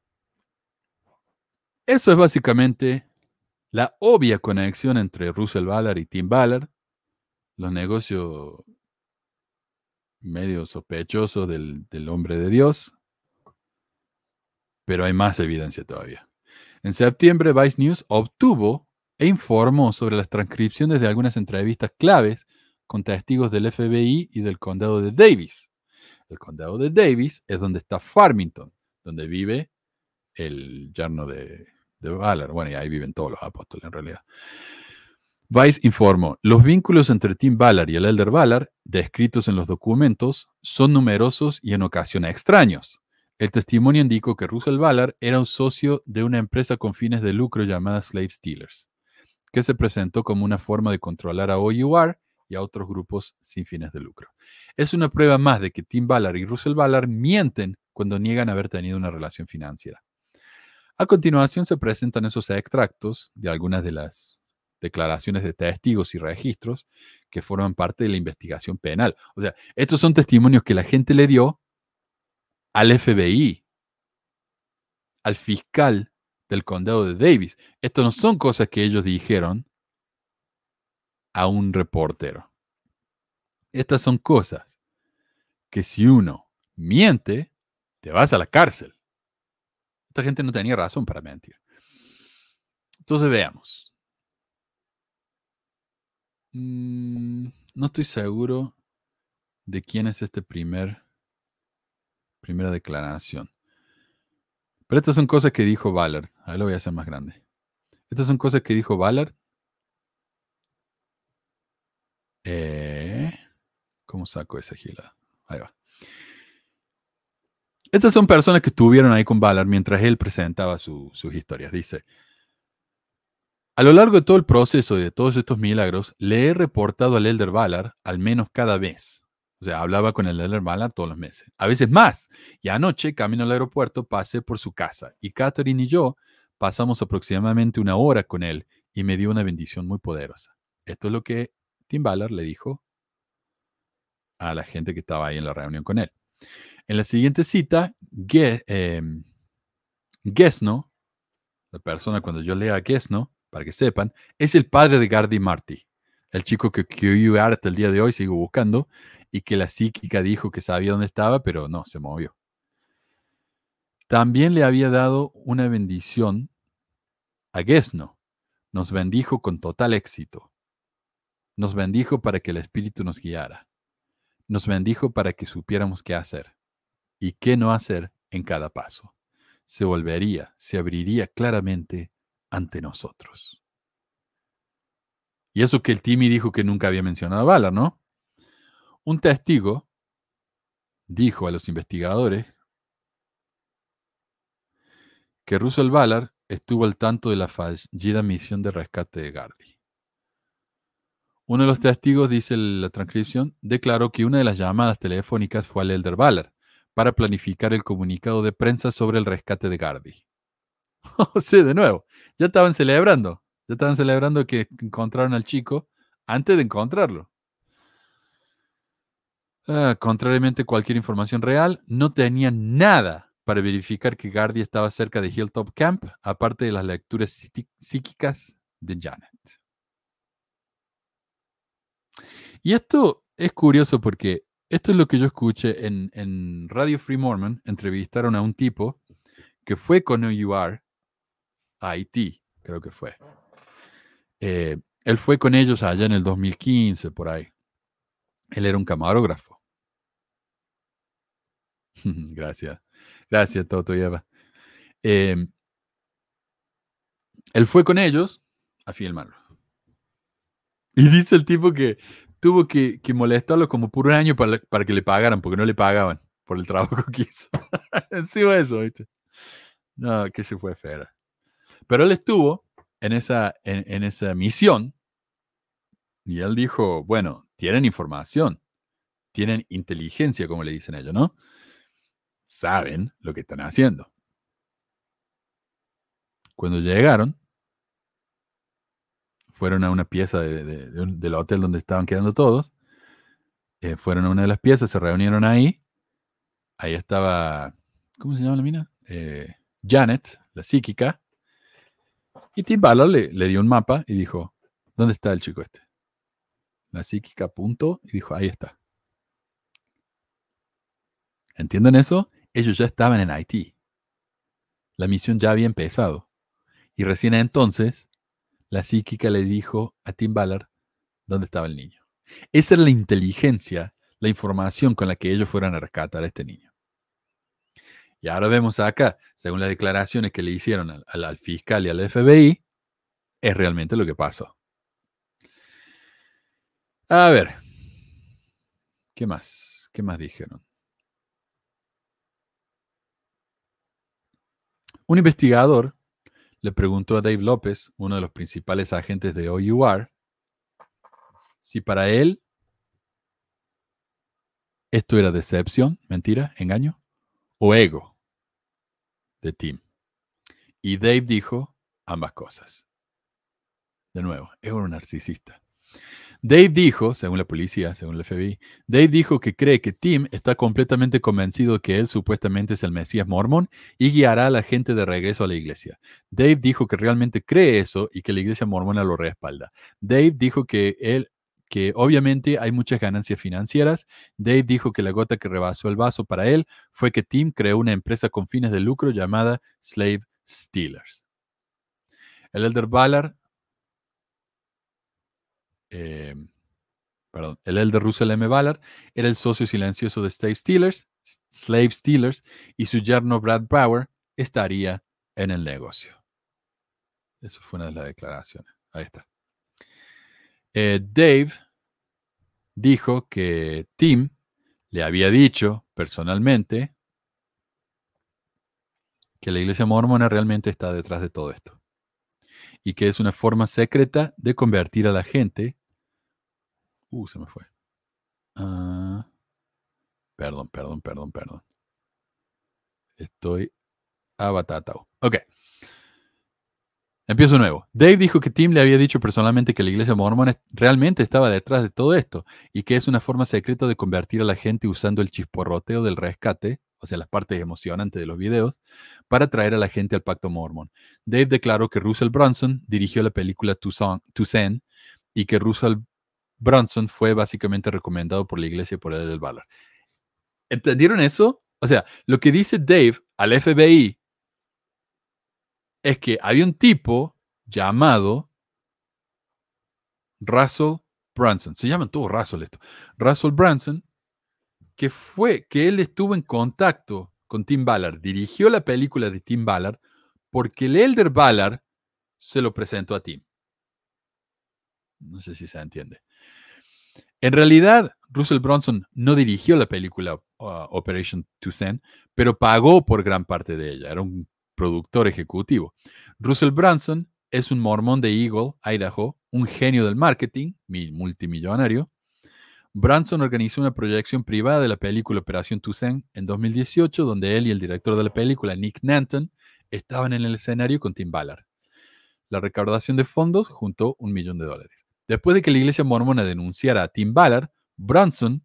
Speaker 4: es básicamente la obvia conexión entre Russell Ballard y Tim Ballard, los negocios medio sospechosos del hombre de Dios, pero hay más evidencia todavía. En septiembre, Vice News obtuvo e informó sobre las transcripciones de algunas entrevistas claves con testigos del FBI y del condado de Davis. El condado de Davis es donde está Farmington, donde vive el yerno de Ballard. Bueno, y ahí viven todos los apóstoles en realidad. Vice informó, los vínculos entre Tim Ballard y el elder Ballard, descritos en los documentos, son numerosos y en ocasiones extraños. El testimonio indicó que Russell Ballard era un socio de una empresa con fines de lucro llamada Slave Stealers, que se presentó como una forma de controlar a OUR y a otros grupos sin fines de lucro. Es una prueba más de que Tim Ballard y Russell Ballard mienten cuando niegan haber tenido una relación financiera. A continuación se presentan esos extractos de algunas de las declaraciones de testigos y registros que forman parte de la investigación penal. O sea, estos son testimonios que la gente le dio al FBI, al fiscal del condado de Davis. Esto no son cosas que ellos dijeron a un reportero. Estas son cosas que si uno miente, te vas a la cárcel. Esta gente no tenía razón para mentir. Entonces veamos. No estoy seguro de quién es este primera declaración. Pero estas son cosas que dijo Ballard. Ahí lo voy a hacer más grande. Estas son cosas que dijo Ballard. ¿Cómo saco esa gila? Ahí va. Estas son personas que estuvieron ahí con Ballard mientras él presentaba sus historias. Dice, a lo largo de todo el proceso y de todos estos milagros, le he reportado al elder Ballard al menos cada vez. O sea, hablaba con el elder Ballard todos los meses. A veces más. Y anoche, camino al aeropuerto, pasé por su casa. Y Catherine y yo pasamos aproximadamente 1 hora con él y me dio una bendición muy poderosa. Esto es lo que Tim Ballard le dijo a la gente que estaba ahí en la reunión con él. En la siguiente cita, Gesno, la persona cuando yo lea Gesno, para que sepan, es el padre de Gardy Marty, el chico que yo hasta el día de hoy sigo buscando y que la psíquica dijo que sabía dónde estaba, pero no, se movió. También le había dado una bendición a Gesno. Nos bendijo con total éxito. Nos bendijo para que el Espíritu nos guiara. Nos bendijo para que supiéramos qué hacer y qué no hacer en cada paso. Se abriría claramente ante nosotros. Y eso que el Timmy dijo que nunca había mencionado a Ballard, ¿no? Un testigo dijo a los investigadores que Russell Ballard estuvo al tanto de la fallida misión de rescate de Gardy. Uno de los testigos, dice la transcripción, declaró que una de las llamadas telefónicas fue al elder Ballard para planificar el comunicado de prensa sobre el rescate de Gardy. O sea, de nuevo, ya estaban celebrando que encontraron al chico antes de encontrarlo. Contrariamente a cualquier información real, no tenían nada para verificar que Gardy estaba cerca de Hilltop Camp, aparte de las lecturas psíquicas de Janet. Y esto es curioso porque esto es lo que yo escuché en Radio Free Mormon. Entrevistaron a un tipo que fue con OUR a Haití, creo que fue. Él fue con ellos allá en el 2015, por ahí. Él era un camarógrafo. Gracias. Gracias, Toto y Eva. Él fue con ellos a filmarlo. Y dice el tipo que tuvo que molestarlo como por un año para que le pagaran, porque no le pagaban por el trabajo que hizo. Encima de eso, ¿viste? No, que se fue fera. Pero él estuvo en esa misión y él dijo, bueno, tienen información, tienen inteligencia, como le dicen ellos, ¿no? Saben lo que están haciendo. Cuando llegaron, fueron a una pieza del hotel donde estaban quedando todos. Fueron a una de las piezas, se reunieron ahí. Ahí estaba, ¿cómo se llama la mina? Janet, la psíquica. Y Tim Ballard le dio un mapa y dijo, ¿dónde está el chico este? La psíquica apuntó y dijo, ahí está. ¿Entienden eso? Ellos ya estaban en Haití. La misión ya había empezado. Y recién entonces, la psíquica le dijo a Tim Ballard dónde estaba el niño. Esa era la inteligencia, la información con la que ellos fueron a rescatar a este niño. Y ahora vemos acá, según las declaraciones que le hicieron al fiscal y al FBI, es realmente lo que pasó. A ver, ¿qué más? ¿Qué más dijeron? Un investigador le preguntó a Dave López, uno de los principales agentes de OUR, si para él esto era decepción, mentira, engaño, o ego de Tim. Y Dave dijo ambas cosas. De nuevo, es un narcisista. Dave dijo, según la policía, según el FBI, Dave dijo que cree que Tim está completamente convencido de que él supuestamente es el Mesías mormón y guiará a la gente de regreso a la iglesia. Dave dijo que realmente cree eso y que la iglesia mormona lo respalda. Dave dijo que obviamente hay muchas ganancias financieras. Dave dijo que la gota que rebasó el vaso para él fue que Tim creó una empresa con fines de lucro llamada Slave Stealers. El elder Ballard, el elder Russell M. Ballard era el socio silencioso de Slave Stealers, y su yerno Brad Brower estaría en el negocio. Eso fue una de las declaraciones. Ahí está. Dave dijo que Tim le había dicho personalmente que la iglesia mormona realmente está detrás de todo esto y que es una forma secreta de convertir a la gente. Se me fue. Perdón. Estoy abatatado. Ok. Empiezo de nuevo. Dave dijo que Tim le había dicho personalmente que la iglesia mormona realmente estaba detrás de todo esto y que es una forma secreta de convertir a la gente usando el chisporroteo del rescate, o sea, las partes emocionantes de los videos, para atraer a la gente al pacto mormón. Dave declaró que Russell Brunson dirigió la película Tucson y que Russell Brunson fue básicamente recomendado por la iglesia por el del Ballard. ¿Entendieron eso? O sea, lo que dice Dave al FBI es que había un tipo llamado Russell Brunson. Se llaman todos Russell esto. Russell Brunson, que él estuvo en contacto con Tim Ballard, dirigió la película de Tim Ballard porque el elder Ballard se lo presentó a Tim. No sé si se entiende. En realidad, Russell Brunson no dirigió la película Operation Tucson, pero pagó por gran parte de ella. Era un productor ejecutivo. Russell Brunson es un mormón de Eagle, Idaho, un genio del marketing, multimillonario. Brunson organizó una proyección privada de la película Operación Tucson en 2018, donde él y el director de la película, Nick Nanton, estaban en el escenario con Tim Ballard. La recaudación de fondos juntó $1 millón. Después de que la iglesia mormona denunciara a Tim Ballard, Brunson,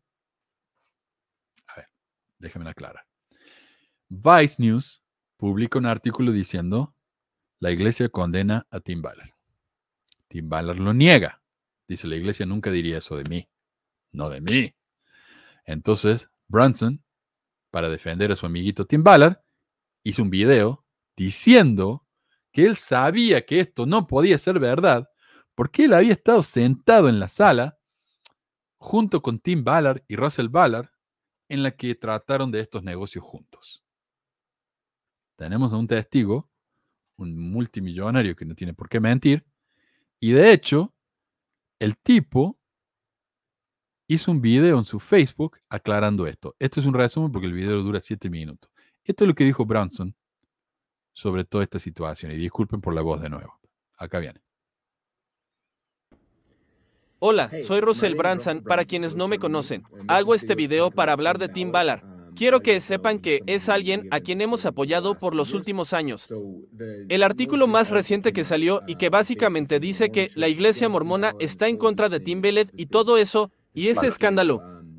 Speaker 4: déjame aclarar. Vice News publica un artículo diciendo: la iglesia condena a Tim Ballard. Tim Ballard lo niega. Dice: la iglesia nunca diría eso de mí. No de mí. Entonces, Brunson, para defender a su amiguito Tim Ballard, hizo un video diciendo que él sabía que esto no podía ser verdad, porque él había estado sentado en la sala junto con Tim Ballard y Russell Ballard, en la que trataron de estos negocios juntos. Tenemos a un testigo, un multimillonario que no tiene por qué mentir, y de hecho, el tipo hizo un video en su Facebook aclarando esto. Esto es un resumen porque el video dura 7 minutos. Esto es lo que dijo Bronson sobre toda esta situación. Y disculpen por la voz de nuevo. Acá viene.
Speaker 6: Hola, soy Russell Brunson, para quienes no me conocen. Hago este video para hablar de Tim Ballard. Quiero que sepan que es alguien a quien hemos apoyado por los últimos años. El artículo más reciente que salió y que básicamente dice que la iglesia mormona está en contra de Tim Ballard y todo eso, y ese escándalo.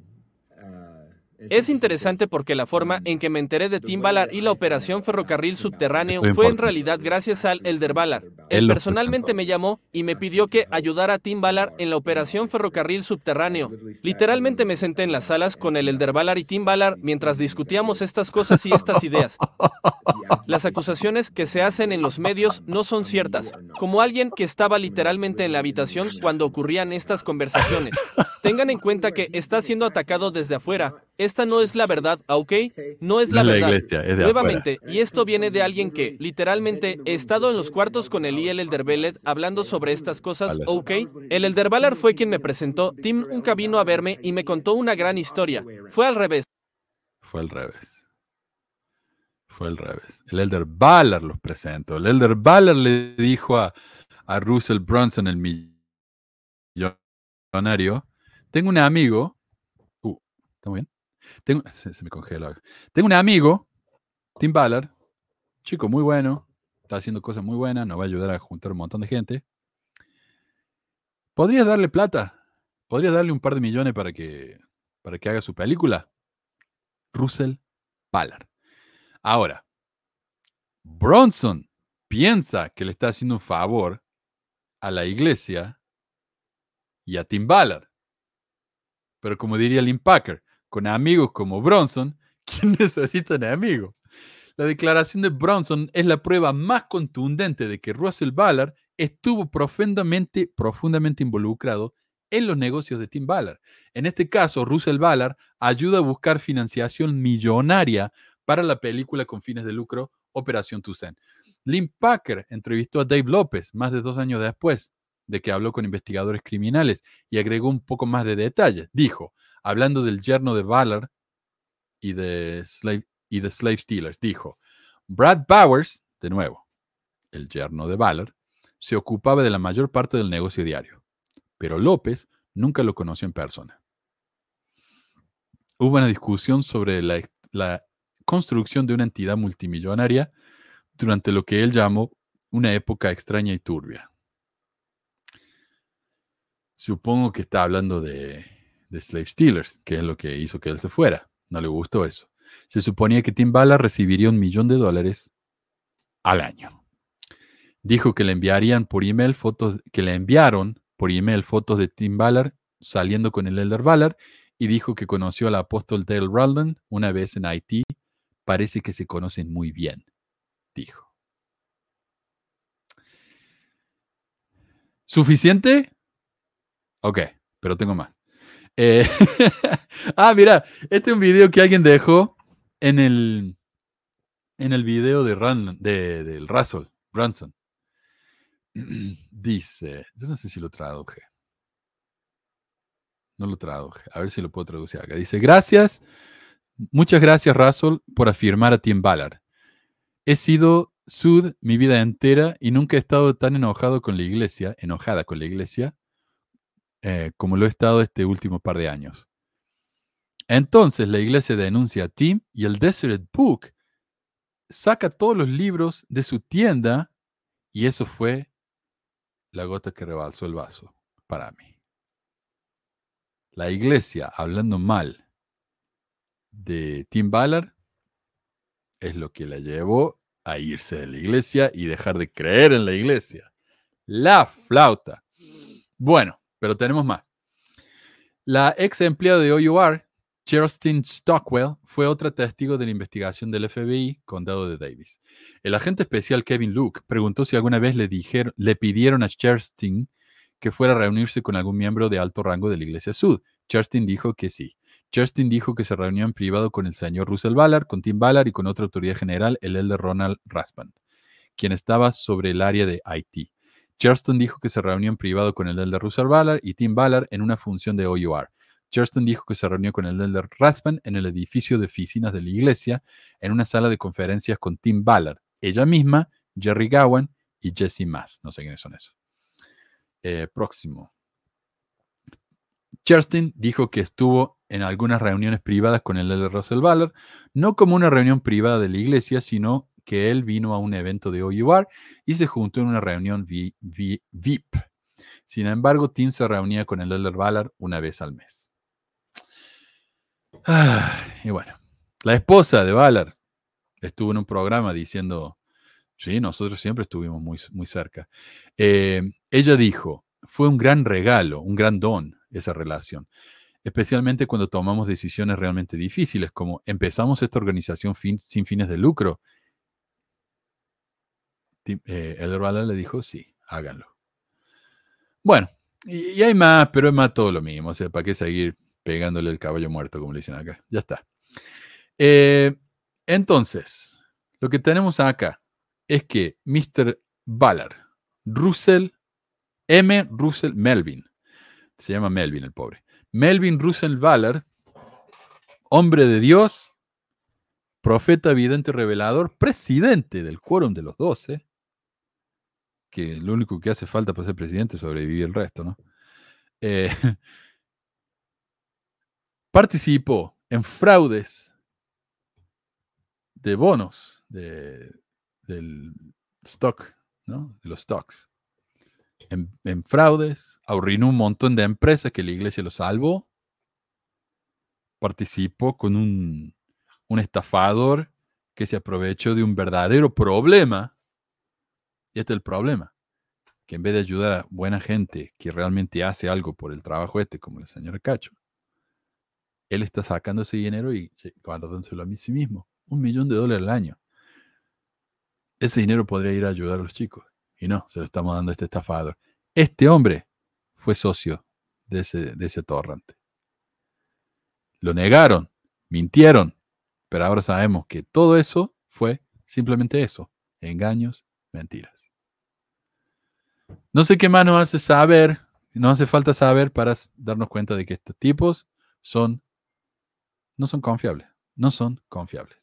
Speaker 6: Es interesante porque la forma en que me enteré de Tim Ballard y la operación ferrocarril subterráneo fue en realidad gracias al Elder Ballard. Él personalmente me llamó y me pidió que ayudara a Tim Ballard en la operación ferrocarril subterráneo. Literalmente me senté en las salas con el Elder Ballard y Tim Ballard mientras discutíamos estas cosas y estas ideas. Las acusaciones que se hacen en los medios no son ciertas. Como alguien que estaba literalmente en la habitación cuando ocurrían estas conversaciones. Tengan en cuenta que está siendo atacado desde afuera. Esta no es la verdad, ¿ok? No es la verdad.
Speaker 4: Iglesia, es de
Speaker 6: Nuevamente,
Speaker 4: afuera.
Speaker 6: y esto viene de alguien que, literalmente, he estado en los cuartos con él y el Elder Ballard hablando sobre estas cosas, ¿ok? El Elder Ballard fue quien me presentó. Tim nunca vino a verme y me contó una gran historia. Fue al revés.
Speaker 4: Fue al revés. El Elder Ballard los presentó. El Elder Ballard le dijo a Russell Brunson, el millonario, tengo un amigo. ¿Está muy bien? Se me congeló. Tengo un amigo, Tim Ballard, chico muy bueno, está haciendo cosas muy buenas, nos va a ayudar a juntar un montón de gente. ¿Podrías darle plata? ¿Podrías darle un par de millones para que haga su película? Russell Ballard. Ahora, Bronson piensa que le está haciendo un favor a la iglesia y a Tim Ballard. Pero como diría Lynn Packer, con amigos como Bronson, ¿quién necesita enemigos? La declaración de Bronson es la prueba más contundente de que Russell Ballard estuvo profundamente involucrado en los negocios de Tim Ballard. En este caso, Russell Ballard ayuda a buscar financiación millonaria para la película con fines de lucro Operación Tucson. Lynn Packer entrevistó a Dave López más de 2 años después de que habló con investigadores criminales y agregó un poco más de detalles. Dijo, hablando del yerno de Ballard y de Slave Stealers, dijo, Brad Bowers, de nuevo, el yerno de Ballard, se ocupaba de la mayor parte del negocio diario, pero López nunca lo conoció en persona. Hubo una discusión sobre la construcción de una entidad multimillonaria durante lo que él llamó una época extraña y turbia. Supongo que está hablando de Slave Stealers, que es lo que hizo que él se fuera. No le gustó eso. Se suponía que Tim Ballard recibiría $1 millón al año. Dijo que le enviaron por email fotos de Tim Ballard saliendo con el Elder Ballard y dijo que conoció al apóstol Dale Rowland una vez en Haití. Parece que se conocen muy bien, dijo. ¿Suficiente? Ok, pero tengo más. Mira, este es un video que alguien dejó en el video del Russell Brunson. Dice, yo no sé si lo traduje. No lo traduje. A ver si lo puedo traducir acá. Dice, muchas gracias Russell por afirmar a Tim Ballard. He sido sud mi vida entera y nunca he estado tan enojada con la iglesia, como lo he estado este último par de años. Entonces la iglesia denuncia a Tim y el Deseret Book saca todos los libros de su tienda y eso fue la gota que rebalsó el vaso para mí. La iglesia hablando mal de Tim Ballard es lo que la llevó a irse de la iglesia y dejar de creer en la iglesia. La flauta. Bueno, pero tenemos más. La ex empleada de OUR, Cherstin Stockwell fue otra testigo de la investigación del FBI, condado de Davis. El agente especial Kevin Luke preguntó si alguna vez le pidieron a Cherstin que fuera a reunirse con algún miembro de alto rango de la Iglesia Sud. Cherstin dijo que sí. Cherstin dijo que se reunió en privado con el señor Russell Ballard, con Tim Ballard y con otra autoridad general, el elder Ronald Rasband, quien estaba sobre el área de IT. Cherstin dijo que se reunió en privado con el elder Russell Ballard y Tim Ballard en una función de OUR. Cherstin dijo que se reunió con el elder Rasband en el edificio de oficinas de la iglesia, en una sala de conferencias con Tim Ballard, ella misma, Jerry Gowan y Jesse Mass. No sé quiénes son esos. Próximo. Cherstin dijo que estuvo en algunas reuniones privadas con el elder Russell Ballard, no como una reunión privada de la iglesia, sino que él vino a un evento de OUR y se juntó en una reunión VIP. Sin embargo, Tim se reunía con el elder Ballard una vez al mes. Y bueno, la esposa de Ballard estuvo en un programa diciendo, sí, nosotros siempre estuvimos muy, muy cerca. Ella dijo, fue un gran regalo, un gran don esa relación, especialmente cuando tomamos decisiones realmente difíciles, como empezamos esta organización sin fines de lucro. Elder Ballard le dijo, sí, háganlo. Bueno, y hay más, pero es más todo lo mismo, o sea, ¿para qué seguir pegándole el caballo muerto, como le dicen acá? Ya está. Entonces, lo que tenemos acá es que Mr. Ballard, Russell Melvin, se llama Melvin el pobre, Melvin Russell Ballard, hombre de Dios, profeta, vidente, revelador, presidente del quórum de los 12, que lo único que hace falta para ser presidente es sobrevivir el resto, ¿no? Participó en fraudes de bonos del stock, ¿no? De los stocks. En fraudes, arruinó un montón de empresas que la iglesia lo salvó. Participó con un estafador que se aprovechó de un verdadero problema. Y este es el problema, que en vez de ayudar a buena gente que realmente hace algo por el trabajo como el señor Cacho, él está sacando ese dinero y guardándoselo a sí mismo. $1 millón al año. Ese dinero podría ir a ayudar a los chicos. Y no, se lo estamos dando a este estafador. Este hombre fue socio de ese torrante. Lo negaron, mintieron, pero ahora sabemos que todo eso fue simplemente eso. Engaños, mentiras. No sé qué más nos hace saber, no hace falta saber para darnos cuenta de que estos tipos no son confiables. No son confiables.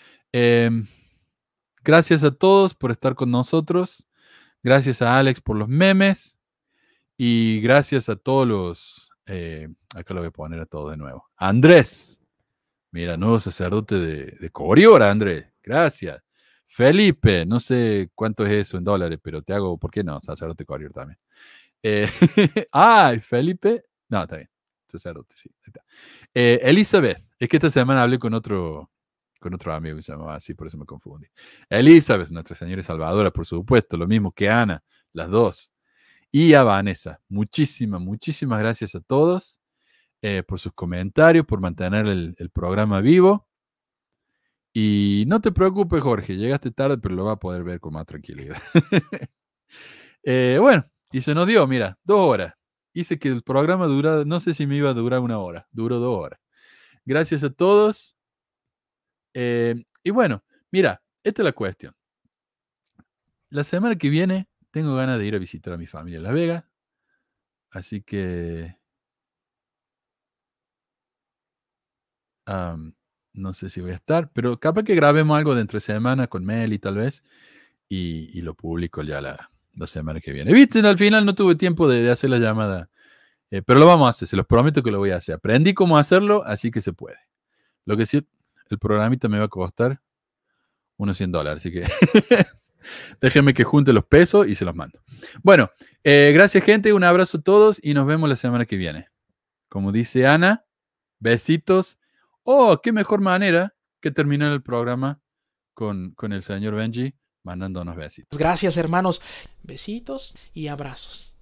Speaker 4: Gracias a todos por estar con nosotros. Gracias a Alex por los memes. Y gracias a todos los... acá lo voy a poner a todo de nuevo. Andrés. Mira, nuevo sacerdote de Coriora, Andrés. Gracias. Felipe, no sé cuánto es eso en dólares, pero te hago, ¿por qué no? Sacerdote Coriora también. Felipe. No, está bien. Sacerdote, sí. Ahí está. Elizabeth. Es que esta semana hablé con otro amigo que se llamaba así, por eso me confundí. Elizabeth, Nuestra Señora Salvadora, por supuesto, lo mismo que Ana, las dos. Y a Vanessa, muchísimas gracias a todos por sus comentarios, por mantener el programa vivo. Y no te preocupes, Jorge, llegaste tarde, pero lo vas a poder ver con más tranquilidad. Bueno, y se nos dio, mira, 2 horas. Hice que el programa durara, no sé si me iba a durar 1 hora, duró 2 horas. Gracias a todos. Y bueno, mira, esta es la cuestión. La semana que viene tengo ganas de ir a visitar a mi familia en Las Vegas. Así que no sé si voy a estar, pero capaz que grabemos algo de entre semana con Meli tal vez y lo publico ya la semana que viene. ¿Viste? Al final no tuve tiempo de hacer la llamada, pero lo vamos a hacer, se los prometo que lo voy a hacer. Aprendí cómo hacerlo, así que se puede. Lo que sí, el programita me va a costar unos $100, así que déjenme que junte los pesos y se los mando. Bueno, gracias gente, un abrazo a todos y nos vemos la semana que viene. Como dice Ana, besitos. Oh, qué mejor manera que terminar el programa con el señor Benji mandándonos besitos.
Speaker 5: Gracias, hermanos. Besitos y abrazos.